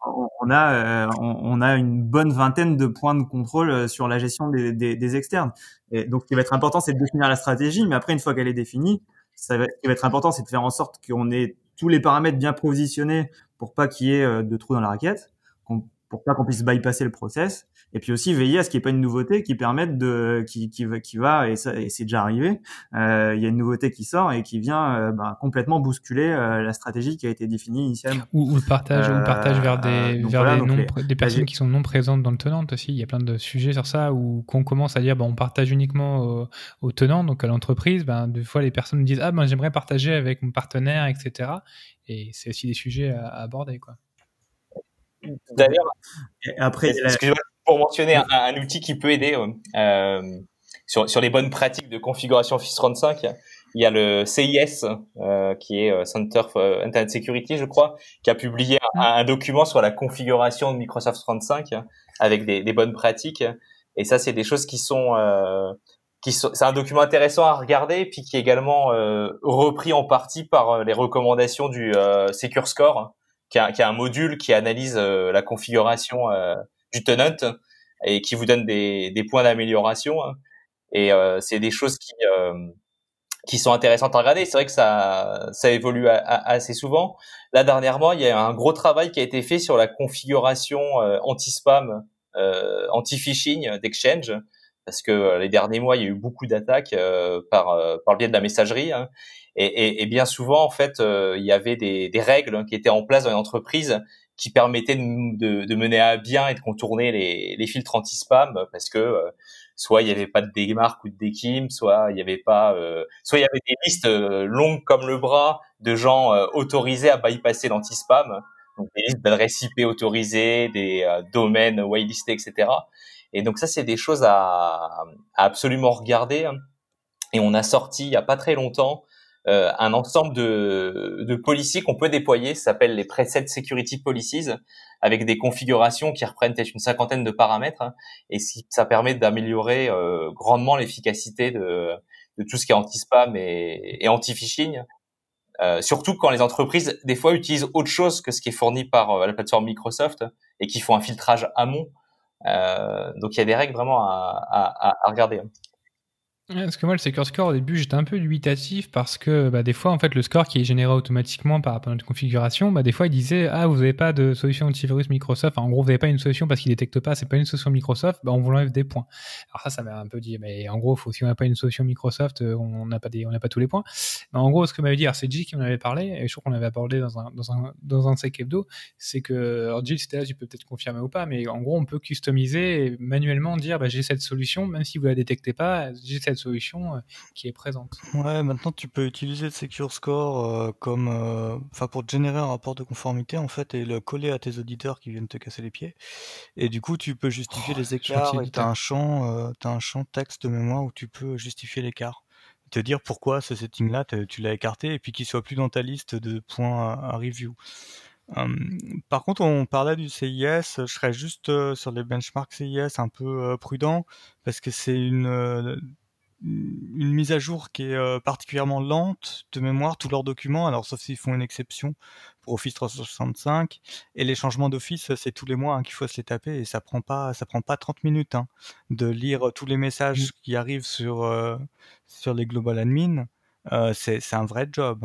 S6: une bonne vingtaine de points de contrôle sur la gestion des externes. Et donc, ce qui va être important, c'est de définir la stratégie, mais après, une fois qu'elle est définie, ce qui va être important, c'est de faire en sorte qu'on ait tous les paramètres bien positionnés pour pas qu'il y ait de trous dans la raquette, pour pas qu'on puisse bypasser le process, et puis aussi veiller à ce qu'il n'y ait pas une nouveauté qui permette qui va, et c'est déjà arrivé, il y a une nouveauté qui sort et qui vient complètement bousculer la stratégie qui a été définie initialement.
S1: Ou le partage vers des personnes qui sont non présentes dans le tenant aussi. Il y a plein de sujets sur ça où qu'on commence à dire on partage uniquement au tenant, donc à l'entreprise. Des fois les personnes me disent j'aimerais partager avec mon partenaire, etc. Et c'est aussi des sujets à aborder, quoi.
S5: D'ailleurs,
S6: après,
S5: excusez-moi, pour mentionner un outil qui peut aider sur les bonnes pratiques de configuration Office 35, il y a le CIS qui est Center for Internet Security, je crois, qui a publié un document sur la configuration de Microsoft 35 avec des bonnes pratiques. Et ça, c'est des choses qui sont c'est un document intéressant à regarder, et puis qui est également repris en partie par les recommandations du Secure Score, qui est un module qui analyse la configuration du tenant et qui vous donne des points d'amélioration. Et c'est des choses qui sont intéressantes à regarder. C'est vrai que ça évolue assez souvent. Là, dernièrement, il y a un gros travail qui a été fait sur la configuration anti-spam, anti-phishing d'Exchange, parce que les derniers mois, il y a eu beaucoup d'attaques par le biais de la messagerie. Et bien souvent, en fait, il y avait des règles qui étaient en place dans les entreprises qui permettaient de mener à bien et de contourner les filtres anti-spam, parce que soit il y avait pas de DMARC ou de DKIM, soit il y avait des listes longues comme le bras de gens autorisés à bypasser l'anti-spam, donc des listes d'adresses IP autorisées, des domaines whitelistés, etc. Et donc ça, c'est des choses à absolument regarder. Et on a sorti il y a pas très longtemps un ensemble de policies qu'on peut déployer, ça s'appelle les Preset Security Policies, avec des configurations qui reprennent peut-être une 50aine de paramètres, et ça permet d'améliorer grandement l'efficacité de tout ce qui est anti-spam et anti-phishing. Surtout quand les entreprises des fois utilisent autre chose que ce qui est fourni par la plateforme Microsoft et qui font un filtrage amont. Donc il y a des règles vraiment à regarder.
S1: Ouais, parce que moi, le Secure Score, au début, j'étais un peu dubitatif parce que des fois, en fait, le score qui est généré automatiquement par rapport à notre configuration, des fois, il disait ah, vous n'avez pas de solution antivirus Microsoft. Enfin, en gros, vous n'avez pas une solution parce qu'il détecte pas, c'est pas une solution Microsoft, on vous l'enlève des points. Alors ça m'a un peu dit, mais en gros, si on n'a pas une solution Microsoft, on n'a pas tous les points. Mais en gros, ce que m'avait dit, alors c'est Gilles qui m'en avait parlé, et je crois qu'on l'avait abordé dans un Sec Hebdo, c'est que, alors Gilles, c'était là, tu peux peut-être confirmer ou pas, mais en gros, on peut customiser et manuellement dire, j'ai cette solution, même si vous la détectez pas, j'ai cette solution qui est présente.
S7: Ouais, maintenant tu peux utiliser le Secure Score pour te générer un rapport de conformité en fait et le coller à tes auditeurs qui viennent te casser les pieds. Et du coup, tu peux justifier les écarts et t'as un champ texte de mémoire où tu peux justifier l'écart. Te dire pourquoi ce setting-là tu l'as écarté et puis qu'il soit plus dans ta liste de points à review. Par contre, on parlait du CIS, je serais juste sur les benchmarks CIS un peu prudent parce que c'est une mise à jour qui est particulièrement lente de mémoire, tous leurs documents, alors sauf s'ils font une exception pour Office 365, et les changements d'Office, c'est tous les mois qu'il faut se les taper, et ça prend pas 30 minutes de lire tous les messages qui arrivent sur les Global Admin, c'est un vrai job.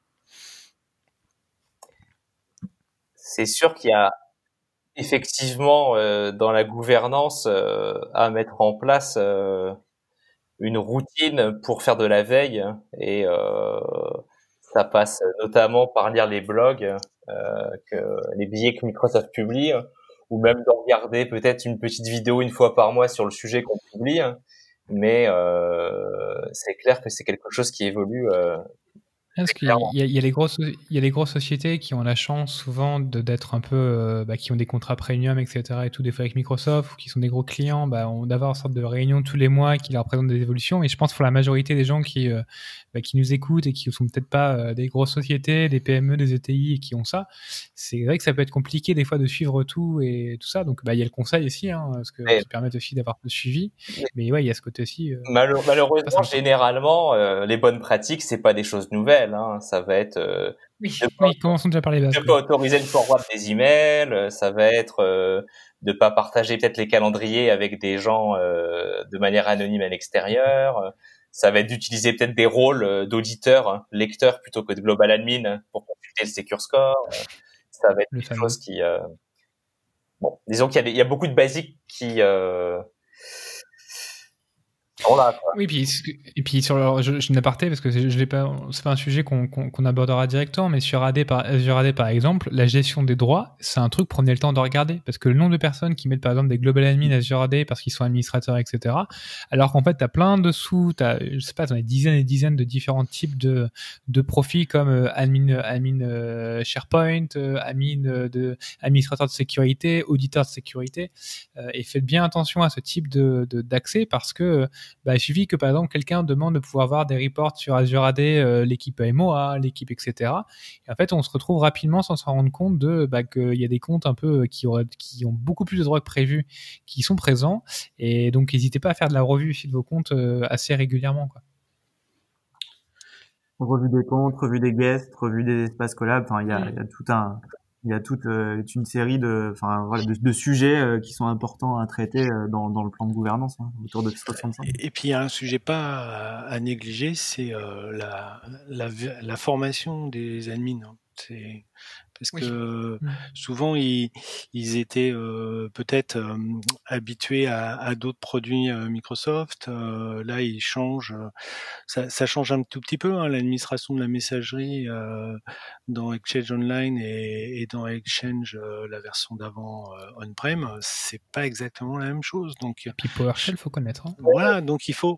S5: C'est sûr qu'il y a effectivement dans la gouvernance à mettre en place une routine pour faire de la veille et ça passe notamment par lire les blogs, les billets que Microsoft publie, ou même de regarder peut-être une petite vidéo une fois par mois sur le sujet qu'on publie. Mais c'est clair que c'est quelque chose qui évolue.
S1: Parce qu'il y a les grosses sociétés qui ont la chance souvent d'être un peu qui ont des contrats premium, etc. et tout, des fois avec Microsoft, ou qui sont des gros clients, d'avoir une sorte de réunion tous les mois qui leur présentent des évolutions. Et je pense pour la majorité des gens qui nous écoutent et qui sont peut-être pas des grosses sociétés, des PME, des ETI et qui ont ça, c'est vrai que ça peut être compliqué des fois de suivre tout et tout ça. Donc il y a le conseil aussi, parce que qui permettent aussi d'avoir le suivi. Mais ouais, il y a ce côté aussi.
S5: Malheureusement, généralement, les bonnes pratiques, c'est pas des choses nouvelles. Ça va être
S1: commençons déjà par les bases.
S5: De pas autoriser le forward des emails, ça va être de pas partager peut-être les calendriers avec des gens de manière anonyme à l'extérieur. Ça va être d'utiliser peut-être des rôles d'auditeurs, lecteurs plutôt que de global admin pour consulter le Secure Score. Ça va être quelque chose qui disons qu'il y a beaucoup de basiques qui
S1: oui, puis sur je n'apartais parce que je l'ai pas, c'est pas un sujet qu'on abordera directement, mais sur AD par exemple, la gestion des droits, c'est un truc, prenez le temps de regarder, parce que le nombre de personnes qui mettent par exemple des global admin Azure AD parce qu'ils sont administrateurs, etc. Alors qu'en fait, t'as plein de t'as des dizaines et dizaines de différents types de profils comme admin SharePoint, administrateur de sécurité, auditeur de sécurité, et faites bien attention à ce type d'accès parce que il suffit que par exemple quelqu'un demande de pouvoir voir des reports sur Azure AD, l'équipe AMOA, l'équipe etc. Et en fait on se retrouve rapidement sans s'en rendre compte qu'il y a des comptes un peu qui ont beaucoup plus de droits que prévu qui sont présents, et donc n'hésitez pas à faire de la revue de vos comptes assez régulièrement, quoi.
S6: Revue des comptes, revue des guests, revue des espaces collabs, il y a toute une série de sujets qui sont importants à traiter dans le plan de gouvernance autour de 365.
S3: Et puis il y a un sujet pas à négliger, c'est la formation des admins. C'est parce que souvent ils étaient peut-être habitués à d'autres produits Microsoft. Là ils changent, ça change un tout petit peu l'administration de la messagerie dans Exchange Online et dans Exchange la version d'avant on-prem, c'est pas exactement la même chose. Donc
S1: puis PowerShell faut connaître.
S3: Voilà, donc il faut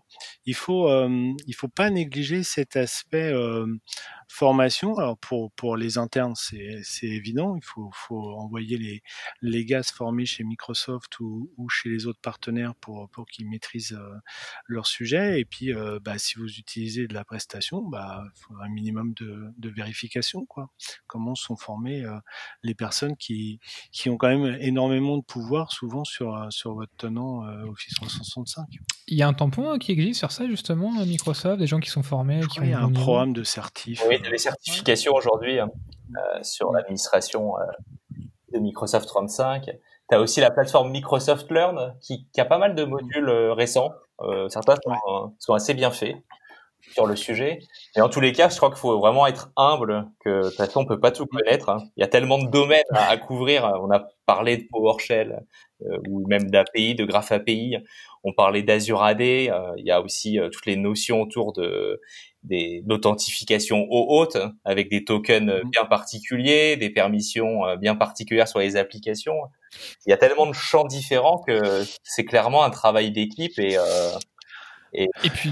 S3: pas négliger cet aspect formation. Alors pour les internes, c'est c'est évident. Il faut envoyer les gars se former chez Microsoft ou chez les autres partenaires pour qu'ils maîtrisent leur sujet. Et puis, si vous utilisez de la prestation, il faut un minimum de vérification, quoi. Comment sont formées les personnes qui ont quand même énormément de pouvoir souvent sur votre tenant Office 365.
S1: Il y a un tampon qui existe sur ça justement, Microsoft, des gens qui sont formés, qui ont
S3: il y a un programme de certif.
S5: Oui, les certifications aujourd'hui sur l'administration de Microsoft 35. Tu as aussi la plateforme Microsoft Learn qui a pas mal de modules récents. Certains sont assez bien faits sur le sujet. Mais en tous les cas, je crois qu'il faut vraiment être humble, que de toute façon, on peut pas tout connaître. Il y a tellement de domaines à couvrir. On a parlé de PowerShell ou même d'API, de Graph API. On parlait d'Azure AD. Il y a aussi toutes les notions autour d'authentification eau haute avec des tokens bien particuliers, des permissions bien particulières sur les applications. Il y a tellement de champs différents que c'est clairement un travail d'équipe et
S1: puis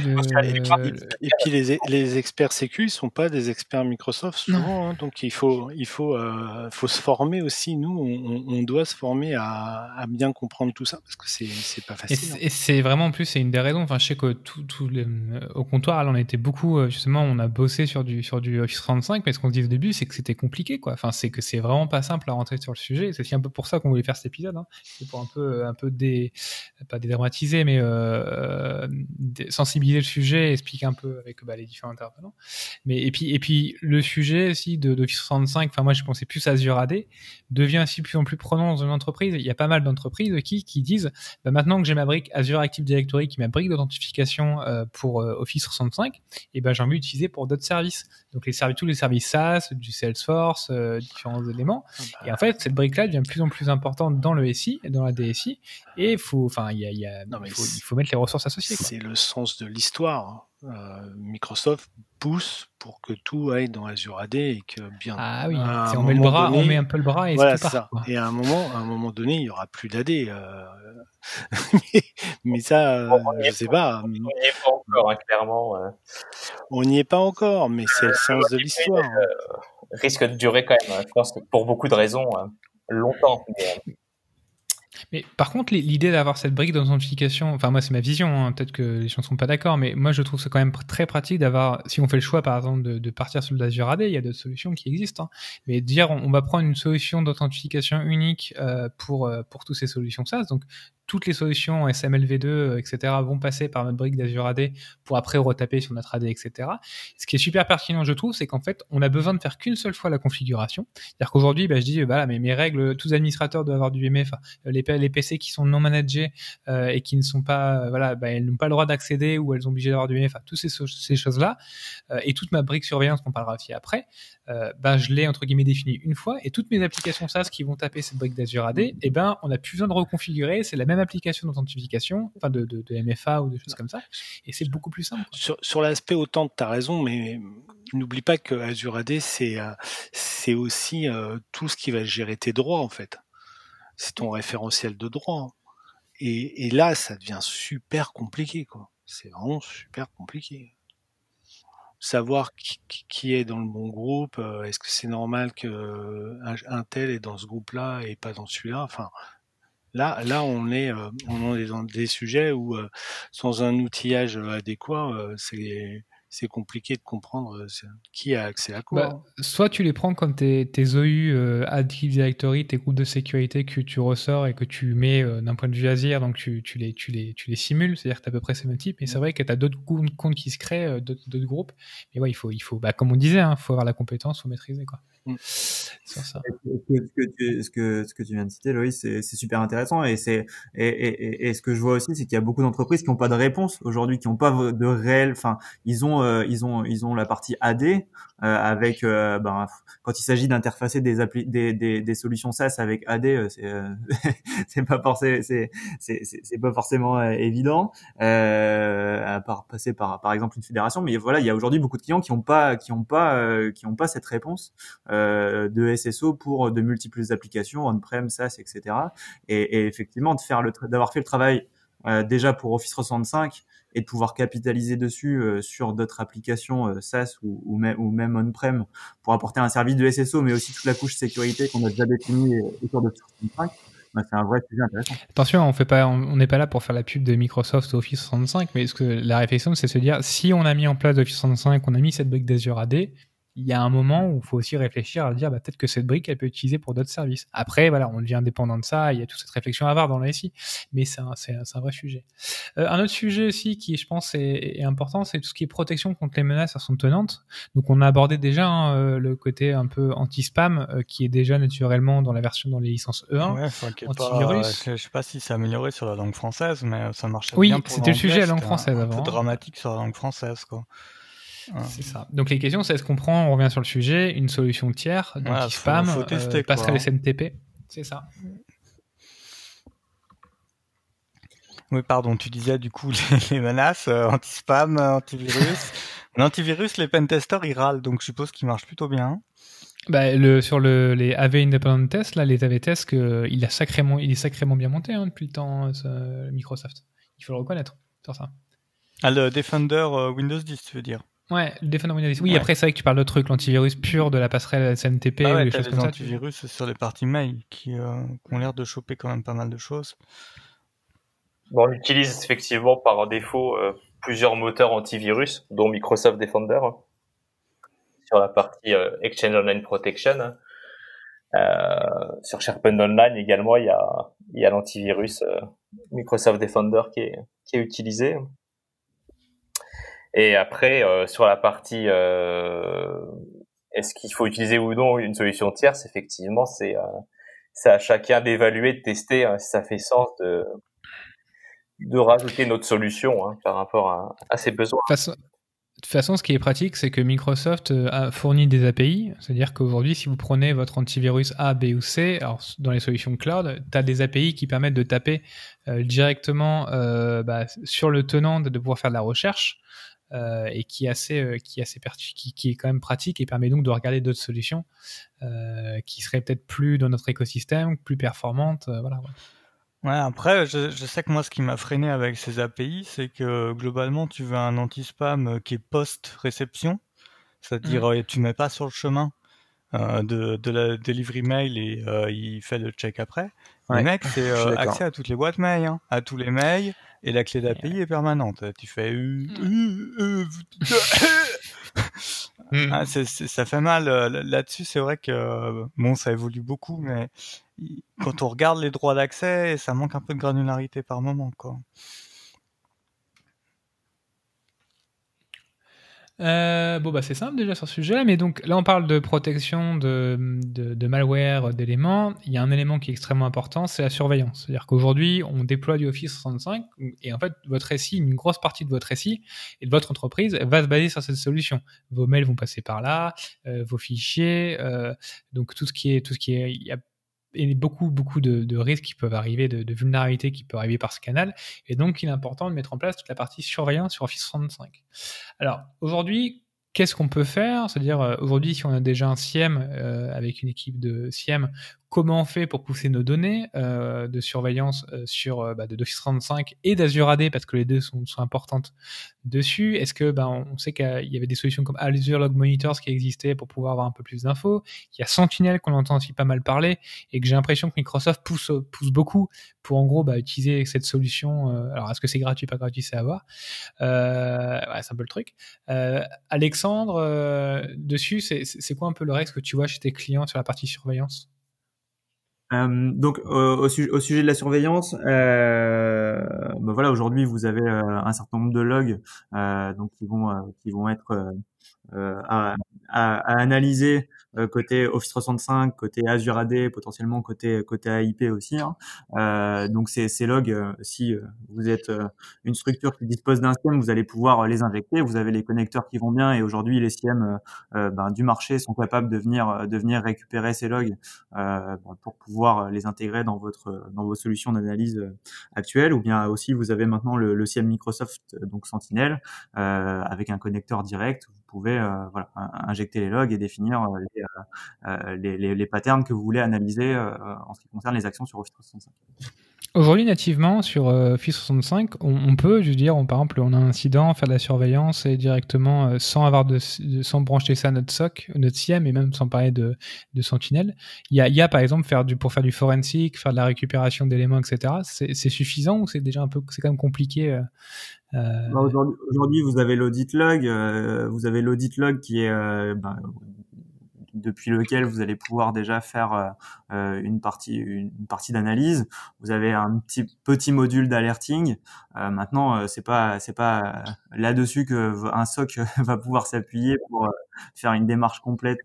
S3: les experts sécu, ils sont pas des experts Microsoft souvent, hein, donc il faut se former aussi. Nous, on doit se former à bien comprendre tout ça parce que c'est pas facile.
S1: Et c'est vraiment en plus c'est une des raisons. Enfin, je sais que au comptoir, là, on était beaucoup justement, on a bossé sur du Office 35, mais ce qu'on se dit au début, c'est que c'était compliqué, quoi. Enfin, c'est que c'est vraiment pas simple à rentrer sur le sujet. C'est aussi un peu pour ça qu'on voulait faire cet épisode. Hein. C'est pour un peu pas dédramatiser, mais sensibiliser le sujet, expliquer un peu avec les différents intervenants. Mais et puis le sujet aussi d'Office 65, enfin moi je pensais plus à Azure AD, devient aussi plus en plus prenant dans une entreprise. Il y a pas mal d'entreprises qui disent maintenant que j'ai ma brique Azure Active Directory, qui est ma brique d'authentification pour Office 65, et j'ai envie d'utiliser pour d'autres services. Donc tous les services SaaS, du Salesforce, différents éléments. Et en fait, cette brique-là devient de plus en plus importante dans le SI et dans la DSI. Et il faut mettre les ressources associées.
S3: C'est le sens de l'histoire. Microsoft pousse pour que tout aille dans Azure AD et que bien.
S1: Ah oui. Si on met on met un peu le bras et
S3: voilà,
S1: tout part. Quoi.
S3: Et à un moment donné, il y aura plus d'AD. mais ça, je sais pas.
S5: On n'y est pas encore, hein, clairement.
S3: On n'y est pas encore, mais c'est le sens de l'histoire.
S5: Risque de durer quand même, je pense, pour beaucoup de raisons, longtemps.
S1: Mais par contre, l'idée d'avoir cette brique d'authentification, enfin moi c'est ma vision, hein, peut-être que les gens ne sont pas d'accord, mais moi je trouve c'est quand même très pratique d'avoir, si on fait le choix par exemple de partir sur l'Azure AD, il y a d'autres solutions qui existent, hein, mais dire on va prendre une solution d'authentification unique pour toutes ces solutions SaaS, donc toutes les solutions SMLv2, etc. vont passer par notre brique d'Azure AD pour après retaper sur notre AD, etc. Ce qui est super pertinent, je trouve, c'est qu'en fait, on a besoin de faire qu'une seule fois la configuration. C'est-à-dire qu'aujourd'hui, je dis, mes règles, tous les administrateurs doivent avoir du MF, les PC qui sont non managés et qui ne sont pas, elles n'ont pas le droit d'accéder ou elles sont obligées d'avoir du MF, toutes ces choses-là. Et toute ma brique surveillance, qu'on parlera aussi après, je l'ai entre guillemets défini une fois, et toutes mes applications SaaS qui vont taper cette brique d'Azure AD, on n'a plus besoin de reconfigurer, c'est la même application d'authentification, enfin de MFA ou des choses comme ça, et c'est beaucoup plus simple.
S3: Sur l'aspect autant, tu as raison, mais n'oublie pas que Azure AD c'est aussi tout ce qui va gérer tes droits en fait. C'est ton référentiel de droit. Et là, ça devient super compliqué, quoi. C'est vraiment super compliqué. Savoir qui est dans le bon groupe, est-ce que c'est normal que un tel est dans ce groupe-là et pas dans celui-là. Enfin, là, on est dans des sujets où sans un outillage adéquat, c'est compliqué de comprendre qui a accès à quoi.
S1: Soit tu les prends comme tes OU Active Directory, tes groupes de sécurité que tu ressors et que tu mets d'un point de vue Azure, donc tu les simules, c'est-à-dire que tu as à peu près ces mêmes types, mais c'est vrai que tu as d'autres comptes qui se créent, d'autres groupes, mais ouais, il faut comme on disait, faut avoir la compétence, il faut maîtriser, quoi. Sur ça.
S6: Ce que tu viens de citer, Loïs, c'est super intéressant, et ce que je vois aussi, c'est qu'il y a beaucoup d'entreprises qui n'ont pas de réponse aujourd'hui, qui n'ont pas de réel, enfin, ils ont la partie AD avec quand il s'agit d'interfacer des solutions SaaS avec AD, c'est pas forcément évident, à part passer par exemple une fédération, mais voilà, il y a aujourd'hui beaucoup de clients qui ont pas cette réponse de SSO pour de multiples applications on-prem, SaaS, etc. Et effectivement d'avoir fait le travail déjà pour Office 365 et de pouvoir capitaliser dessus sur d'autres applications SaaS ou même on-prem pour apporter un service de SSO, mais aussi toute la couche sécurité qu'on a déjà définie autour de Office 365. C'est un vrai sujet intéressant.
S1: Attention, on n'est pas là pour faire la pub de Microsoft ou Office 365, mais la réflexion, c'est de se dire, si on a mis en place Office 365, on a mis cette brique d'Azure AD, il y a un moment où il faut aussi réfléchir à dire peut-être que cette brique elle peut être utilisée pour d'autres services. Après voilà, on devient dépendant de ça, il y a toute cette réflexion à avoir dans la SI, mais c'est un vrai sujet. Un autre sujet aussi qui je pense est important, c'est tout ce qui est protection contre les menaces à son tenante. Donc on a abordé déjà le côté un peu anti-spam qui est déjà naturellement dans les licences E1.
S7: Ouais,
S1: antivirus.
S7: Je sais pas si c'est amélioré sur la langue française, mais ça marchait
S1: oui,
S7: bien pour
S1: c'était le sujet à la langue
S7: c'était
S1: française avant.
S7: Un peu dramatique sur la langue française quoi.
S1: C'est ça. Donc les questions, c'est est-ce qu'on prend, on revient sur le sujet, une solution tiers, anti-spam, passerelle SMTP, c'est ça.
S7: Oui, pardon, tu disais du coup les menaces, anti-spam, antivirus. L'antivirus, les pentesters, ils râlent, donc je suppose qu'il marche plutôt bien.
S1: Sur les AV Independent Tests, là, les AV Tests, il est sacrément bien monté depuis le temps, Microsoft. Il faut le reconnaître sur ça.
S7: Ah, le Defender Windows 10, tu veux dire?
S1: Ouais, le Defender Windows 10. Oui, ouais. Après, c'est vrai que tu parles de trucs, l'antivirus pur de la passerelle SMTP,
S7: ou
S1: des choses comme ça.
S7: Antivirus sur les parties mail qui ont l'air de choper quand même pas mal de choses.
S5: Bon, on utilise effectivement par défaut plusieurs moteurs antivirus, dont Microsoft Defender, sur la partie Exchange Online Protection. Sur SharePoint Online également, il y a l'antivirus Microsoft Defender qui est utilisé. Et après, sur la partie est-ce qu'il faut utiliser ou non une solution tierce, effectivement, c'est à chacun d'évaluer, de tester si ça fait sens de rajouter notre solution par rapport à ses besoins.
S1: De toute façon, ce qui est pratique, c'est que Microsoft a fourni des API. C'est-à-dire qu'aujourd'hui, si vous prenez votre antivirus A, B ou C, alors dans les solutions cloud, tu as des API qui permettent de taper directement sur le tenant, de pouvoir faire de la recherche, et qui est quand même pratique et permet donc de regarder d'autres solutions qui seraient peut-être plus dans notre écosystème, plus performantes. Voilà.
S7: Ouais, après, je sais que moi, ce qui m'a freiné avec ces API, c'est que globalement, tu veux un anti-spam qui est post-réception, c'est-à-dire tu mets pas sur le chemin de la delivery mail et il fait le check après. Ouais, le mec, c'est accès à toutes les boîtes mail, à tous les mails, et la clé d'API est permanente. Tu fais ça fait mal. Là-dessus, c'est vrai que ça évolue beaucoup, mais quand on regarde les droits d'accès, ça manque un peu de granularité par moment, quoi.
S1: C'est simple déjà sur ce sujet-là, mais donc là on parle de protection de malware, d'éléments. Il y a un élément qui est extrêmement important, c'est la surveillance. C'est-à-dire qu'aujourd'hui on déploie du Office 365 et en fait votre SI, une grosse partie de votre SI et de votre entreprise va se baser sur cette solution. Vos mails vont passer par là, vos fichiers, donc tout ce qui est, il y a beaucoup de risques qui peuvent arriver, de vulnérabilités qui peuvent arriver par ce canal, et donc il est important de mettre en place toute la partie surveillance sur Office 365. Alors aujourd'hui, qu'est-ce qu'on peut faire? C'est-à-dire aujourd'hui, si on a déjà un SIEM avec une équipe de SIEM, comment on fait pour pousser nos données de surveillance d'Office 365 et d'Azure AD, parce que les deux sont importantes dessus? Est-ce que on sait qu'il y avait des solutions comme Azure Log Monitors qui existaient pour pouvoir avoir un peu plus d'infos. Il y a Sentinel qu'on entend aussi pas mal parler et que j'ai l'impression que Microsoft pousse beaucoup pour en gros utiliser cette solution. Alors est-ce que c'est gratuit, pas gratuit, c'est à voir. C'est un peu le truc. Alexandre, dessus, c'est quoi un peu le reste que tu vois chez tes clients sur la partie surveillance?
S6: Donc au sujet de la surveillance, aujourd'hui vous avez un certain nombre de logs donc qui vont être à analyser côté Office 365, côté Azure AD, potentiellement côté AIP aussi. Donc ces logs, si vous êtes une structure qui dispose d'un SIEM, vous allez pouvoir les injecter. Vous avez les connecteurs qui vont bien, et aujourd'hui les SIEM du marché sont capables de venir récupérer ces logs pour pouvoir les intégrer dans vos solutions d'analyse actuelles. Ou bien aussi vous avez maintenant le SIEM Microsoft, donc Sentinel, avec un connecteur direct. Vous pouvez injecter les logs et définir les patterns que vous voulez analyser en ce qui concerne les actions sur Office 365.
S1: Aujourd'hui, nativement, sur Office 65, on peut, je veux dire, par exemple, on a un incident, faire de la surveillance et directement, sans avoir sans brancher ça à notre SOC, notre SIEM, et même sans parler de Sentinel. Il y a, par exemple, pour faire du forensic, faire de la récupération d'éléments, etc. C'est suffisant ou c'est déjà c'est quand même compliqué
S6: Aujourd'hui, vous avez l'audit log, qui est depuis lequel vous allez pouvoir déjà faire une partie d'analyse. Vous avez un petit module d'alerting. Maintenant, c'est pas là-dessus que un SOC va pouvoir s'appuyer pour faire une démarche complète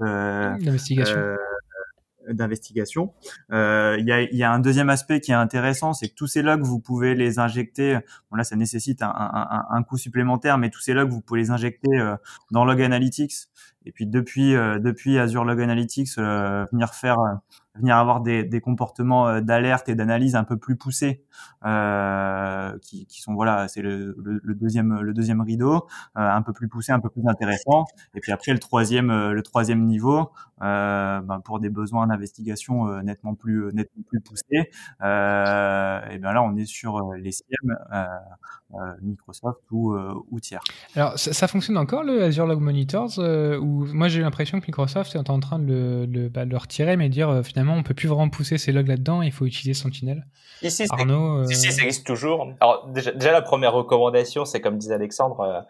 S6: d'investigation. Il y a un deuxième aspect qui est intéressant, c'est que tous ces logs, vous pouvez les injecter. Bon là, ça nécessite un coût supplémentaire, mais tous ces logs, vous pouvez les injecter dans Log Analytics. Et puis depuis Azure Log Analytics, venir avoir des comportements d'alerte et d'analyse un peu plus poussés, qui sont c'est le deuxième rideau, un peu plus poussé, un peu plus intéressant. Et puis après le troisième niveau, pour des besoins d'investigation nettement plus poussés, et bien là on est sur les SIEM, Microsoft ou tiers.
S1: Alors ça fonctionne encore le Azure Log Monitors où moi j'ai l'impression que Microsoft est en train de le retirer, mais dire finalement on peut plus vraiment pousser ces logs là-dedans, il faut utiliser Sentinel.
S5: Ici,
S1: Arnaud,
S5: ça existe toujours. Alors déjà la première recommandation, c'est comme disait Alexandre,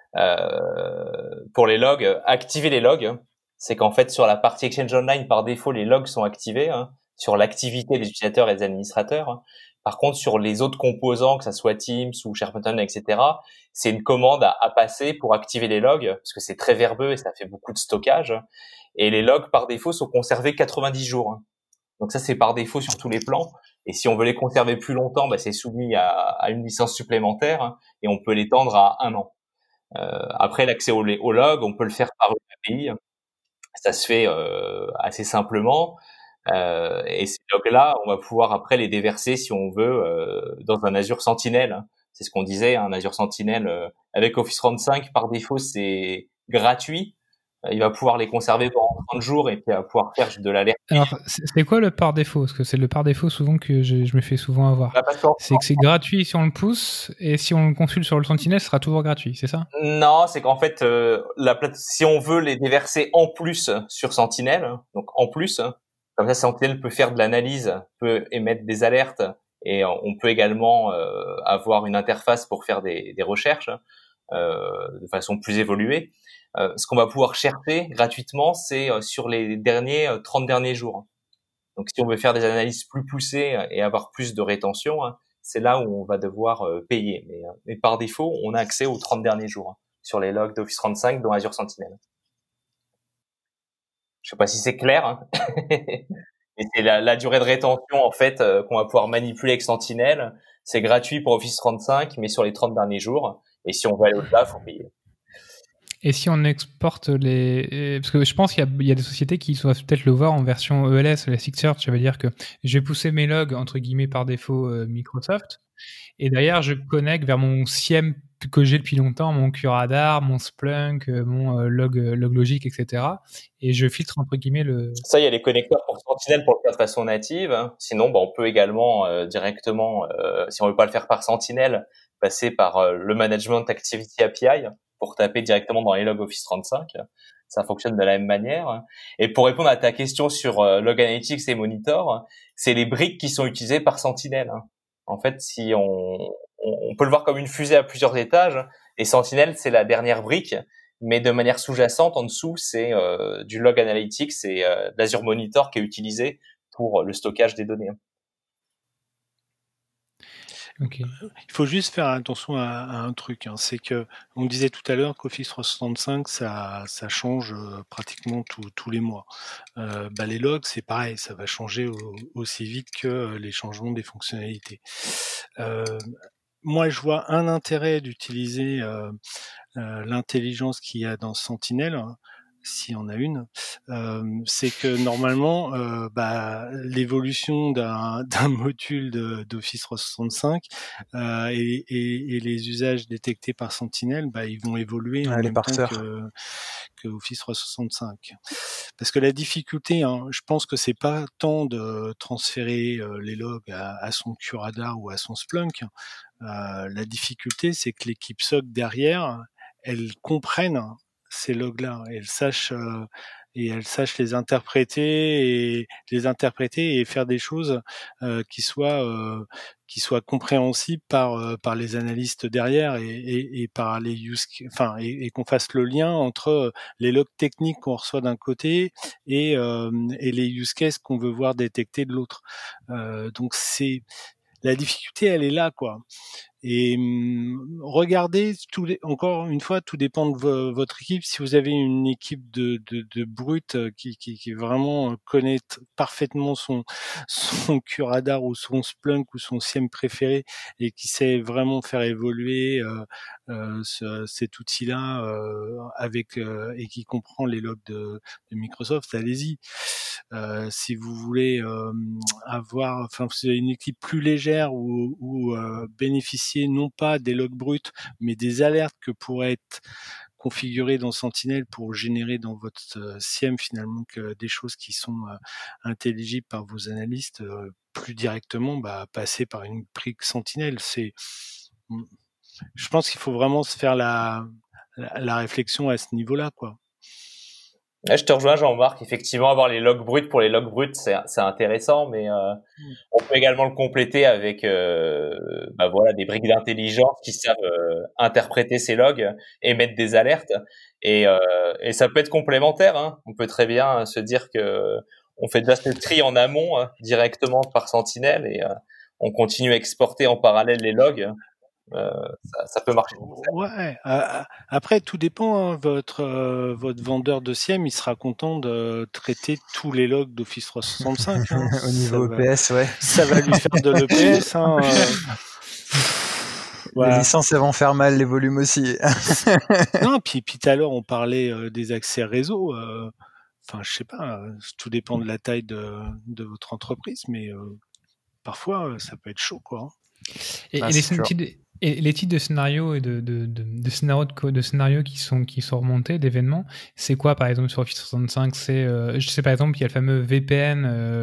S5: pour les logs, activer les logs. C'est qu'en fait sur la partie Exchange Online par défaut les logs sont activés sur l'activité des utilisateurs et des administrateurs. Par contre, sur les autres composants, que ça soit Teams ou SharePoint Online, etc., c'est une commande à passer pour activer les logs, parce que c'est très verbeux et ça fait beaucoup de stockage. Et les logs, par défaut, sont conservés 90 jours. Donc ça, c'est par défaut sur tous les plans. Et si on veut les conserver plus longtemps, c'est soumis à une licence supplémentaire et on peut l'étendre à 1 an. Après, l'accès aux logs, on peut le faire par une API. Ça se fait assez simplement. Et ces logs-là, on va pouvoir après les déverser si on veut dans un Azure Sentinel. C'est ce qu'on disait, un Azure Sentinel avec Office 35 par défaut c'est gratuit. Il va pouvoir les conserver pendant 30 jours et puis il va pouvoir faire de l'alerte.
S1: Alors c'est quoi le par défaut? Parce que c'est le par défaut souvent que je me fais souvent avoir. C'est que c'est gratuit si on le pousse et si on le consulte sur le Sentinel, ce sera toujours gratuit, c'est ça?
S5: Non, c'est qu'en fait si on veut les déverser en plus sur Sentinel, donc en plus, comme ça Sentinel peut faire de l'analyse, peut émettre des alertes et on peut également avoir une interface pour faire des recherches de façon plus évoluée. Ce qu'on va pouvoir chercher gratuitement, c'est sur les 30 derniers jours. Donc si on veut faire des analyses plus poussées et avoir plus de rétention, c'est là où on va devoir payer. Mais par défaut, on a accès aux 30 derniers jours sur les logs d'Office 35 dans Azure Sentinel. Je sais pas si c'est clair. Et c'est la durée de rétention en fait qu'on va pouvoir manipuler avec Sentinel. C'est gratuit pour Office 35, mais sur les 30 derniers jours. Et si on veut aller au-delà, faut payer.
S1: Et si on exporte parce que je pense qu'il y a des sociétés qui doivent peut-être le voir en version ELS, Elasticsearch, ça veut dire que je vais pousser mes logs entre guillemets par défaut Microsoft, et derrière je connecte vers mon SIEM que j'ai depuis longtemps, mon QRadar, mon Splunk, mon LogLogic, etc. Et je filtre entre guillemets
S5: Ça, il y a les connecteurs pour Sentinel pour le faire de façon native. Sinon, on peut également directement, si on veut pas le faire par Sentinel, passer par le Management Activity API pour taper directement dans les logs Office 35. Ça fonctionne de la même manière. Et pour répondre à ta question sur Log Analytics et Monitor, c'est les briques qui sont utilisées par Sentinel. En fait, si on peut le voir comme une fusée à plusieurs étages, et Sentinel, c'est la dernière brique, mais de manière sous-jacente, en dessous, c'est du Log Analytics et de l'Azure Monitor qui est utilisé pour le stockage des données.
S1: Okay.
S4: Il faut juste faire attention à un truc, c'est que on disait tout à l'heure qu'Office 365 ça change pratiquement tous les mois. Les logs c'est pareil, ça va changer aussi vite que les changements des fonctionnalités. Moi je vois un intérêt d'utiliser l'intelligence qu'il y a dans Sentinel
S3: s'il y en a une, c'est que normalement, l'évolution d'un module d'Office 365 et les usages détectés par Sentinel, ils vont évoluer en
S9: les
S3: même temps
S9: parseurs.
S3: que Office 365. Parce que la difficulté, je pense que c'est pas tant de transférer les logs à son QRadar ou à son Splunk. La difficulté, c'est que l'équipe SOC derrière, elle comprenne ces logs-là, et elle sache les interpréter et faire des choses qui soient compréhensibles par les analystes derrière et par les et qu'on fasse le lien entre les logs techniques qu'on reçoit d'un côté et les use cases qu'on veut voir détecter de l'autre. Donc la difficulté, elle est là, quoi. Et regardez, encore une fois, tout dépend de votre équipe. Si vous avez une équipe de brutes qui vraiment connaît parfaitement son QRadar ou son Splunk ou son SIEM préféré et qui sait vraiment faire évoluer cet outil-là et qui comprend les logs de Microsoft, allez-y. Si vous voulez si vous avez une équipe plus légère ou bénéficier non pas des logs bruts, mais des alertes que pourraient être configurées dans Sentinel pour générer dans votre SIEM finalement que des choses qui sont intelligibles par vos analystes plus directement, passer par une brique Sentinel. Je pense qu'il faut vraiment se faire la réflexion à ce niveau-là, quoi.
S5: Là, je te rejoins, Jean-Marc. Effectivement, avoir les logs bruts pour les logs bruts, c'est intéressant, mais on peut également le compléter avec des briques d'intelligence qui savent interpréter ces logs et mettre des alertes. Et ça peut être complémentaire. Hein. On peut très bien se dire que on fait déjà ce tri en amont directement par Sentinel et on continue à exporter en parallèle les logs. Ça peut marcher.
S3: Ouais. Après, tout dépend. Votre vendeur de SIEM, il sera content de traiter tous les logs d'Office 365.
S9: Au niveau EPS, ouais.
S3: Ça va lui faire de l'EPS.
S9: Les licences, elles vont faire mal, les volumes aussi.
S3: Non, puis tout à l'heure, on parlait des accès réseau. Je sais pas. Tout dépend de la taille de votre entreprise, mais parfois, ça peut être chaud, quoi.
S1: Et les types de scénarios et de scénarios qui sont remontés, d'événements, c'est quoi par exemple sur Office 365? Je sais par exemple qu'il y a le fameux VPN,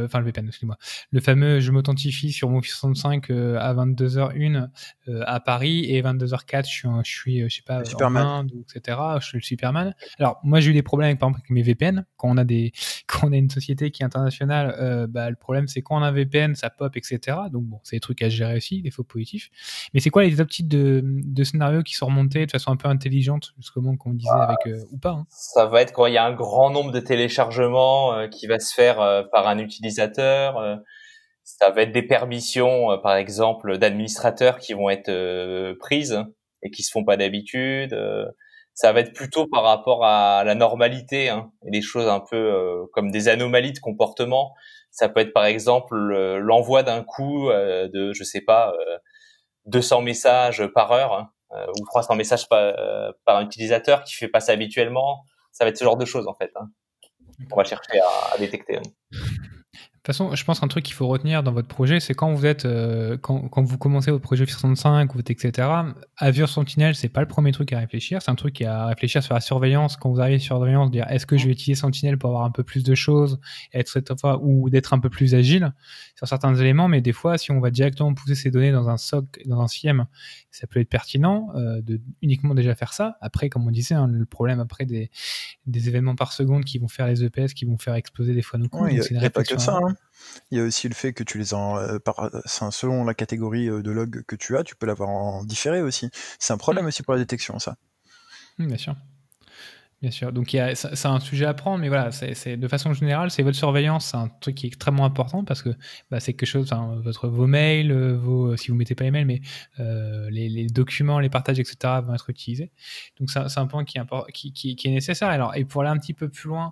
S1: le fameux je m'authentifie sur mon Office 365 à 22h01 à Paris et 22h04 je suis je sais pas
S9: Superman.
S1: en Inde, etc. Je suis le Superman. Alors moi j'ai eu des problèmes par exemple avec mes VPN quand on a une société qui est internationale. Le problème c'est quand on a un VPN ça pop, etc. Donc bon, c'est des trucs à gérer aussi, des faux positifs. Mais c'est quoi les types de scénarios qui sont remontés de façon un peu intelligente, justement, comme on disait, avec ou pas, hein.
S5: Ça va être quand il y a un grand nombre de téléchargements qui va se faire par un utilisateur. Ça va être des permissions, par exemple, d'administrateurs qui vont être prises et qui se font pas d'habitude. Ça va être plutôt par rapport à la normalité, hein, et des choses un peu comme des anomalies de comportement. Ça peut être par exemple l'envoi d'un coup de, je sais pas, 200 messages par heure ou 300 messages par utilisateur qui fait pas ça habituellement. Ça va être ce genre de choses en fait. Hein. On va chercher à détecter.
S1: De toute façon, je pense qu'un truc qu'il faut retenir dans votre projet, c'est quand vous êtes, quand vous commencez votre projet Office 365, etc. Azure Sentinel, c'est pas le premier truc à réfléchir. C'est un truc à réfléchir sur la surveillance. Quand vous arrivez sur la surveillance, dire est-ce que je vais utiliser Sentinel pour avoir un peu plus de choses, ou d'être un peu plus agile sur certains éléments. Mais des fois, si on va directement pousser ces données dans un SOC, dans un SIEM, ça peut être pertinent de uniquement déjà faire ça. Après, comme on disait, hein, le problème après des événements par seconde qui vont faire les EPS, qui vont faire exploser des fois nos coûts.
S9: Il n'y a pas que ça. Hein. Il y a aussi le fait que tu les selon la catégorie de log que tu as, tu peux l'avoir en différé aussi. C'est un problème aussi pour la détection, ça.
S1: Bien sûr. Bien sûr. Donc, c'est un sujet à prendre, mais voilà, c'est de façon générale, c'est votre surveillance, c'est un truc qui est extrêmement important parce que c'est quelque chose, vos mails, si vous mettez pas les mails, mais les documents, les partages, etc. vont être utilisés. Donc, c'est un point qui est nécessaire. Alors, et pour aller un petit peu plus loin,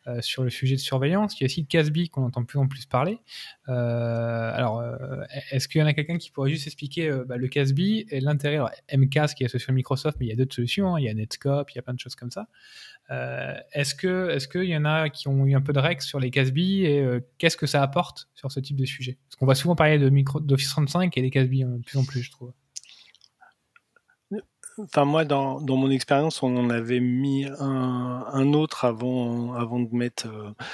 S1: sur le sujet de surveillance. Il y a aussi le CASB qu'on entend de plus en plus parler. Est-ce qu'il y en a quelqu'un qui pourrait juste expliquer le CASB et l'intérêt? Alors, MCAS qui est associé à Microsoft, mais il y a d'autres solutions, hein. Il y a Netscope, il y a plein de choses comme ça. Est-ce qu'il y en a qui ont eu un peu de règles sur les CASB et qu'est-ce que ça apporte sur ce type de sujet? Parce qu'on va souvent parler d'Office 35 et des CASB de plus en plus, je trouve.
S4: Enfin, moi, dans mon expérience, on en avait mis un autre avant de mettre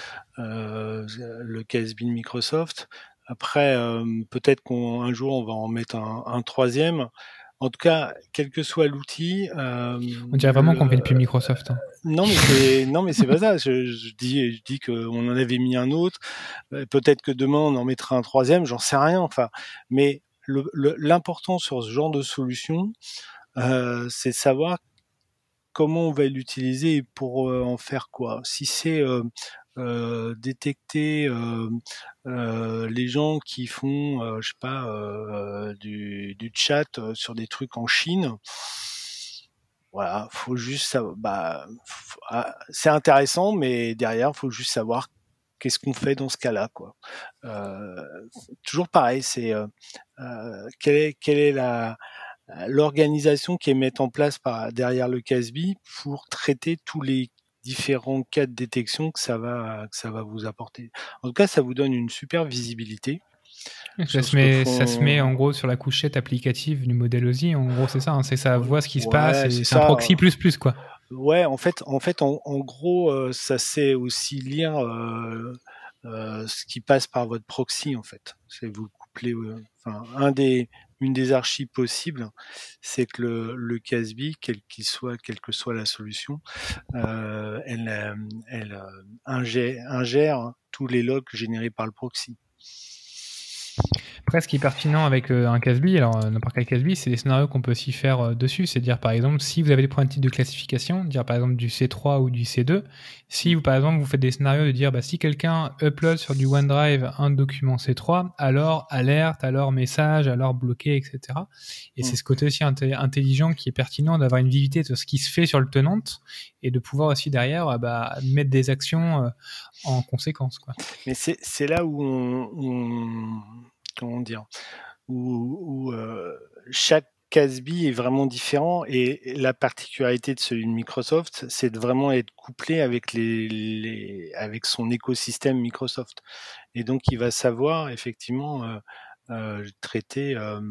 S4: le CASB de Microsoft. Après, peut-être qu'un jour, on va en mettre un troisième. En tout cas, quel que soit l'outil...
S1: on dirait vraiment qu'on fait depuis Microsoft. Hein.
S4: Non, mais c'est pas ça. Je dis qu'on en avait mis un autre. Peut-être que demain, on en mettra un troisième. J'en sais rien. Enfin, mais l'important sur ce genre de solution, c'est de savoir comment on va l'utiliser et pour en faire quoi. Si c'est détecter les gens qui font, je sais pas, du chat sur des trucs en Chine, voilà, faut juste c'est intéressant, mais derrière, faut juste savoir qu'est-ce qu'on fait dans ce cas-là, quoi. Toujours pareil, c'est quelle est l'organisation qui est mise en place derrière le CASB pour traiter tous les différents cas de détection que ça va vous apporter. En tout cas, ça vous donne une super visibilité.
S1: Ça se met en gros sur la couchette applicative du modèle OSI. En gros, c'est ça. Hein, c'est ça voit ce qui se passe. Et c'est un proxy plus quoi.
S4: Ouais, en fait, en gros, ça sait aussi lire ce qui passe par votre proxy. En fait, c'est vous couplez. Une des archives possibles, c'est que le CASB, quelle que soit la solution, elle ingère tous les logs générés par le proxy.
S1: Après, ce qui est pertinent avec un CASB, alors n'importe quel CASB, c'est des scénarios qu'on peut aussi faire dessus. C'est dire, par exemple, si vous avez des problématiques de classification, dire par exemple du C3 ou du C2, si vous, par exemple, vous faites des scénarios de dire, si quelqu'un upload sur du OneDrive un document C3, alors alerte, alors message, alors bloqué, etc. Et c'est ce côté aussi intelligent qui est pertinent d'avoir une visibilité de ce qui se fait sur le tenant et de pouvoir aussi derrière mettre des actions en conséquence, quoi.
S4: Mais c'est là où comment dire, où chaque CASB est vraiment différent et la particularité de celui de Microsoft, c'est de vraiment être couplé avec avec son écosystème Microsoft. Et donc, il va savoir effectivement traiter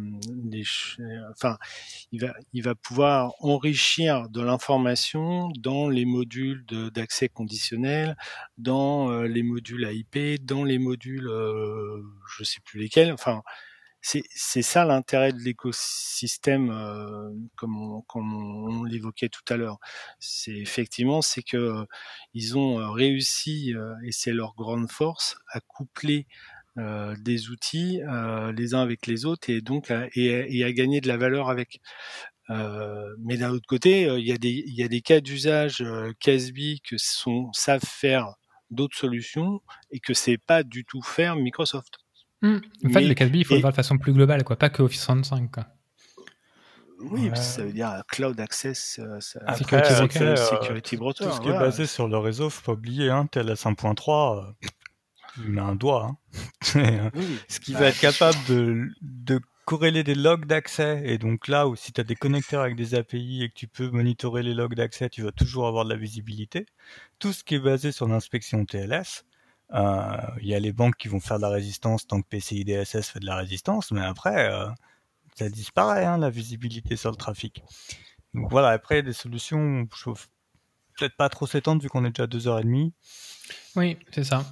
S4: il va pouvoir enrichir de l'information dans les modules d'accès conditionnel, dans les modules AIP, dans les modules je sais plus lesquels. Enfin, c'est ça l'intérêt de l'écosystème comme on l'évoquait tout à l'heure. C'est que ils ont réussi et c'est leur grande force à coupler des outils les uns avec les autres et donc à gagner de la valeur avec. Mais d'un autre côté, il y a des cas d'usage CASB que savent faire d'autres solutions et que c'est pas du tout faire Microsoft.
S1: En fait, le CASB, il faut le voir de façon plus globale, quoi, pas que Office 35, quoi.
S4: Oui, ça veut dire Cloud Access,
S7: Security
S4: Broker.
S7: Tout ce qui est basé sur le réseau, faut pas oublier, TLS 1.3, il met un doigt. Ce qui va être capable de corréler des logs d'accès, et donc là où si tu as des connecteurs avec des API et que tu peux monitorer les logs d'accès, tu vas toujours avoir de la visibilité. Tout ce qui est basé sur l'inspection TLS, il y a les banques qui vont faire de la résistance tant que PCI DSS fait de la résistance, mais après ça disparaît la visibilité sur le trafic. Donc voilà, après des solutions, je trouve peut-être pas trop s'étendre vu qu'on est déjà à 2h30.
S1: Oui, c'est ça.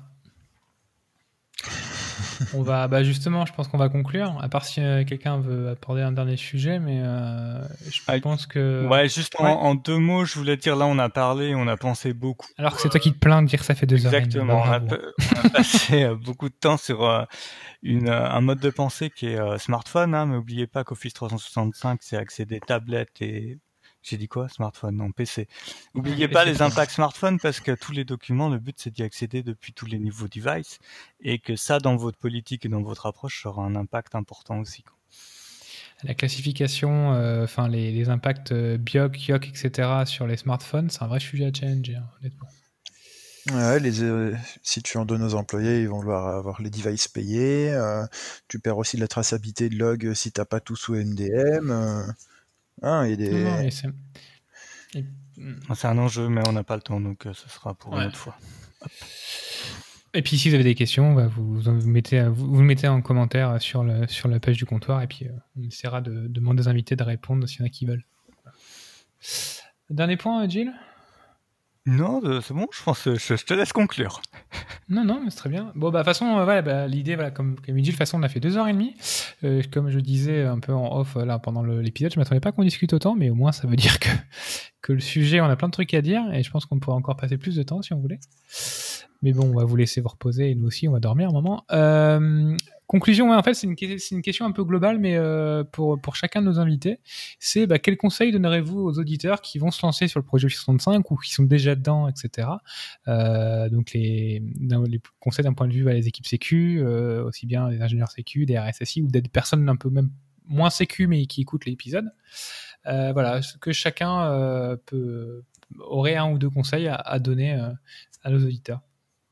S1: On va justement, je pense qu'on va conclure, à part si quelqu'un veut aborder un dernier sujet, mais je pense que...
S7: Ouais, juste en 2 mots, je voulais dire, là on a parlé, on a pensé beaucoup.
S1: Alors que c'est toi qui te plains de dire que ça fait 2 heures.
S7: Exactement, on a passé beaucoup de temps sur un mode de pensée qui est smartphone, mais n'oubliez pas qu'Office 365 c'est accéder tablette et... J'ai dit quoi? Smartphone, non, PC. N'oubliez pas les impacts smartphone parce que tous les documents, le but c'est d'y accéder depuis tous les niveaux device et que ça, dans votre politique et dans votre approche, aura un impact important aussi.
S1: La classification, les impacts BIOC, YOC, etc. sur les smartphones, c'est un vrai sujet à challenger, honnêtement.
S9: Ouais, si tu en donnes aux employés, ils vont vouloir avoir les devices payés. Tu perds aussi la traçabilité de log si t'as pas tout sous MDM. Il y a des...
S1: Non, mais c'est. Et-
S7: C'est un enjeu, mais on n'a pas le temps, donc ce sera pour une
S1: Ouais.
S7: autre fois.
S1: Et puis si vous avez des questions, vous le mettez en commentaire sur la page du comptoir, et puis on essaiera de demander aux invités de répondre s'il y en a qui veulent. Dernier point, Gilles ?
S7: Non, c'est bon, je pense que je te laisse conclure.
S1: Non, mais c'est très bien. Bon, de toute façon, l'idée, comme il dit, de toute façon, on a fait 2h30. Comme je disais un peu en off là pendant l'épisode, je m'attendais pas qu'on discute autant, mais au moins ça veut dire que le sujet, on a plein de trucs à dire, et je pense qu'on pourrait encore passer plus de temps si on voulait. Mais bon, on va vous laisser vous reposer, et nous aussi, on va dormir un moment. Conclusion, en fait, c'est une question un peu globale, mais pour chacun de nos invités, c'est quel conseil donnerez-vous aux auditeurs qui vont se lancer sur le projet Office 365 ou qui sont déjà dedans, etc. Donc les conseils d'un point de vue des équipes sécu, aussi bien des ingénieurs sécu, des RSSI ou des personnes un peu même moins sécu mais qui écoutent l'épisode. Ce que chacun aurait un ou deux conseils à donner à nos auditeurs.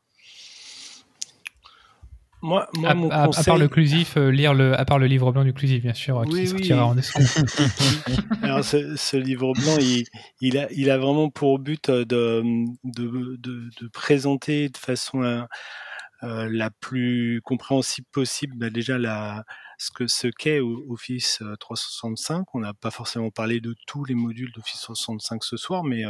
S3: Moi, mon
S1: à
S3: conseil...
S1: part l'occlusif, à part le livre blanc du Clusif, bien sûr, qui sortira en décembre.
S3: Alors, ce livre blanc, il a vraiment pour but de présenter de façon la plus compréhensible possible, déjà ce qu'est Office 365. On n'a pas forcément parlé de tous les modules d'Office 365 ce soir, mais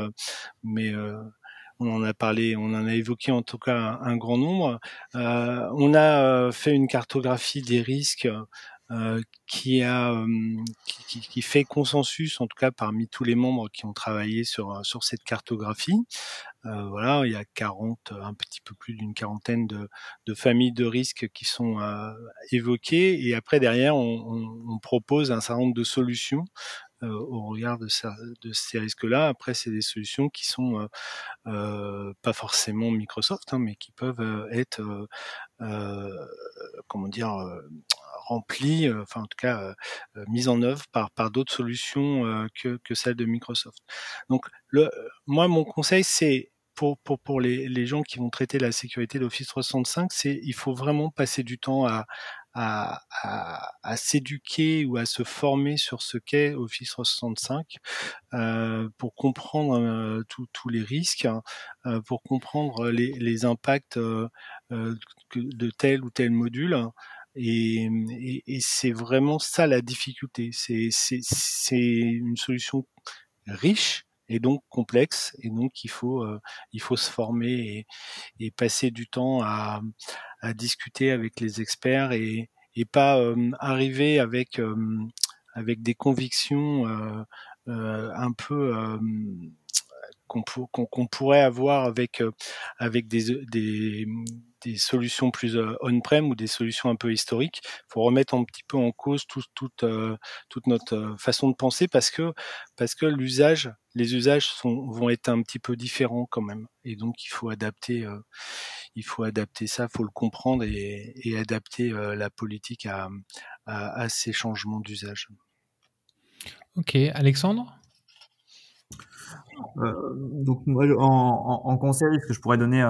S3: on en a parlé, on en a évoqué en tout cas un grand nombre. On a fait une cartographie des risques qui fait consensus, en tout cas parmi tous les membres qui ont travaillé sur cette cartographie. Il y a un petit peu plus d'une quarantaine de familles de risques qui sont évoquées, et après derrière on propose un certain nombre de solutions au regard de ces risques-là. Après, c'est des solutions qui sont pas forcément Microsoft, mais qui peuvent être remplies, en tout cas mises en œuvre par d'autres solutions que celles de Microsoft. Donc moi, mon conseil, c'est pour les gens qui vont traiter la sécurité d'Office 365, il faut vraiment passer du temps à s'éduquer ou à se former sur ce qu'est Office 365 pour comprendre tous les risques, pour comprendre les impacts de tel ou tel module. Et c'est vraiment ça la difficulté. C'est une solution riche et donc complexe, et donc il faut se former et passer du temps à discuter avec les experts, et pas arriver avec des convictions un peu qu'on pourrait avoir avec des solutions plus on-prem ou des solutions un peu historiques. Il faut remettre un petit peu en cause toute notre façon de penser, parce que les usages vont être un petit peu différents quand même, et donc il faut adapter ça, il faut le comprendre et adapter la politique à ces changements d'usage.
S1: Ok, Alexandre ?
S6: Donc moi, en conseil, ce que je pourrais donner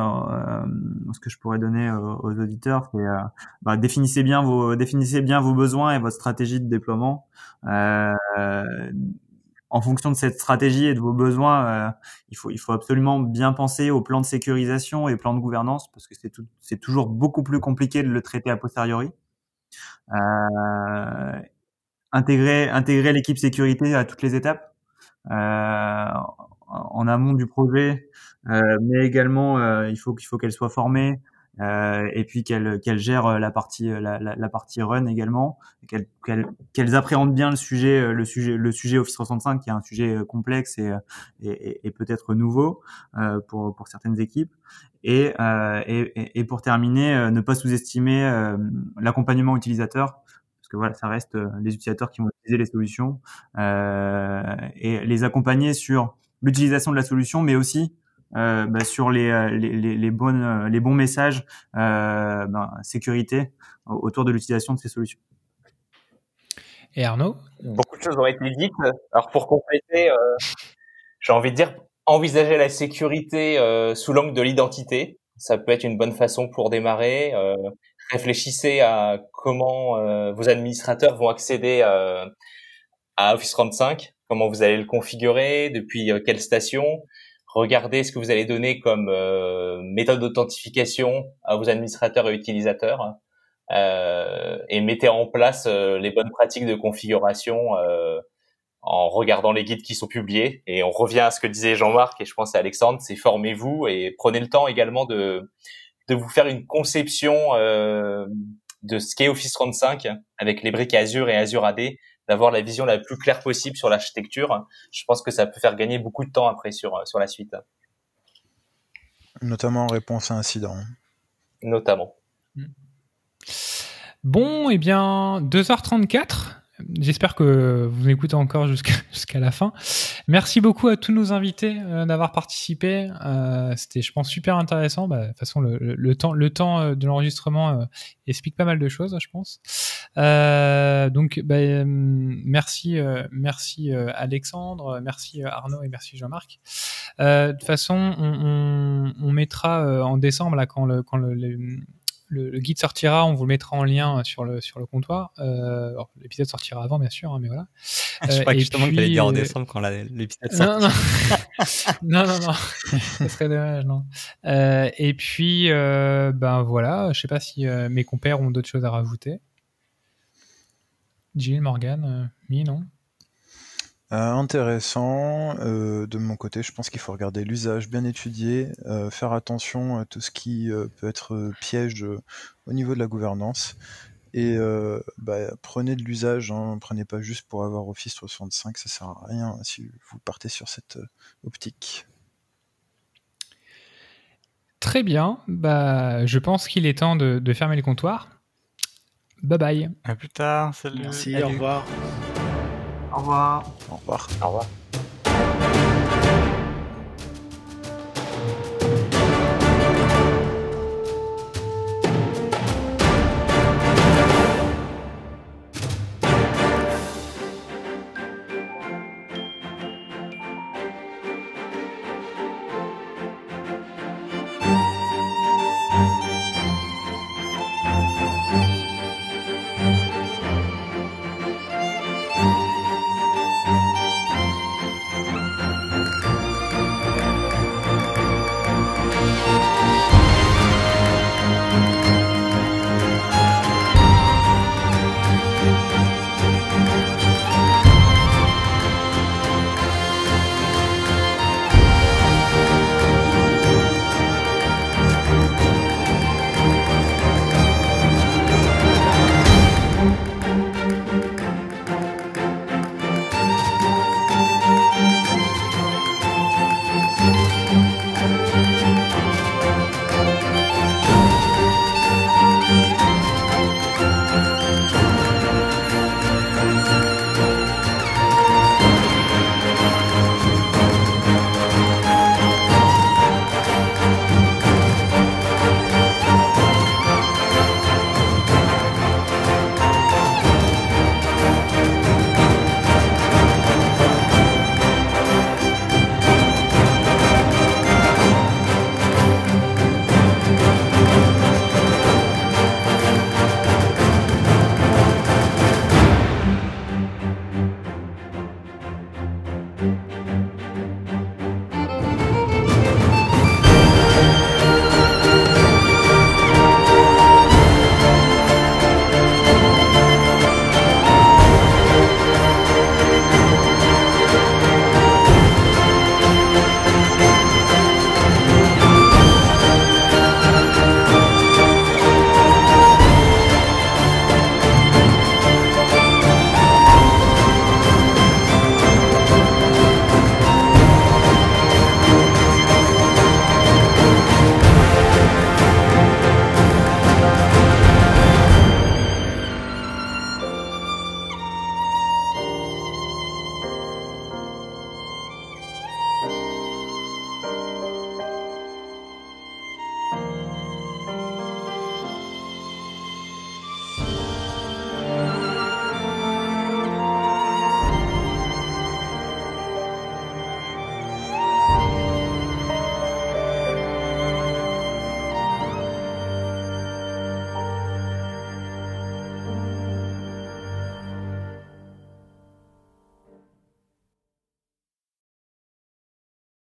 S6: aux auditeurs, c'est définissez bien vos besoins et votre stratégie de déploiement. En fonction de cette stratégie et de vos besoins, il faut absolument bien penser au plan de sécurisation et plan de gouvernance, parce que c'est toujours beaucoup plus compliqué de le traiter a posteriori. Intégrer l'équipe sécurité à toutes les étapes. En amont du projet, mais également il faut qu'elle soit formée, et puis qu'elle gère la partie run également, qu'elles appréhendent bien le sujet Office 365, qui est un sujet complexe et peut-être nouveau pour certaines équipes. Et pour terminer, ne pas sous-estimer l'accompagnement utilisateur, parce que voilà, ça reste les utilisateurs qui vont utiliser les solutions, et les accompagner sur l'utilisation de la solution, mais aussi sur les bons messages sécurité autour de l'utilisation de ces solutions.
S1: Et Arnaud ?
S5: Beaucoup de choses ont été dites. Alors pour compléter, j'ai envie de dire, envisagez la sécurité sous l'angle de l'identité. Ça peut être une bonne façon pour démarrer. Réfléchissez à comment vos administrateurs vont accéder à Office 35, comment vous allez le configurer, depuis quelle station. Regardez ce que vous allez donner comme méthode d'authentification à vos administrateurs et utilisateurs, et mettez en place les bonnes pratiques de configuration en regardant les guides qui sont publiés. Et on revient à ce que disait Jean-Marc et je pense à Alexandre, c'est formez-vous et prenez le temps également de vous faire une conception de ce qu'est Office 35 avec les briques Azure et Azure AD, d'avoir la vision la plus claire possible sur l'architecture. Je pense que ça peut faire gagner beaucoup de temps après sur la suite.
S9: Notamment en réponse à incident.
S5: Notamment.
S1: Bon, eh bien, 2h34. J'espère que vous écoutez encore jusqu'à la fin. Merci beaucoup à tous nos invités d'avoir participé. C'était, je pense, super intéressant. De toute façon, le temps de l'enregistrement explique pas mal de choses, je pense. Donc, merci Alexandre, merci Arnaud et merci Jean-Marc. De toute façon, on mettra en décembre là quand le guide sortira, on vous le mettra en lien sur le comptoir. Alors, l'épisode sortira avant, bien sûr, hein, mais voilà.
S2: Je crois que justement que t'allais dire en décembre quand l'épisode sortira.
S1: Non, ça serait dommage, non. Et puis, voilà, je sais pas si mes compères ont d'autres choses à rajouter. Gilles, Morgane, non?
S9: Intéressant. De mon côté, je pense qu'il faut regarder l'usage, bien étudier, faire attention à tout ce qui peut être piège au niveau de la gouvernance. Et prenez de l'usage, hein, prenez pas juste pour avoir Office 365, ça sert à rien si vous partez sur cette optique.
S1: Très bien, je pense qu'il est temps de fermer le comptoir. Bye bye.
S7: À plus tard, salut.
S3: Merci,
S7: salut.
S3: au revoir.
S6: Au revoir.
S9: Au revoir.
S5: Au revoir.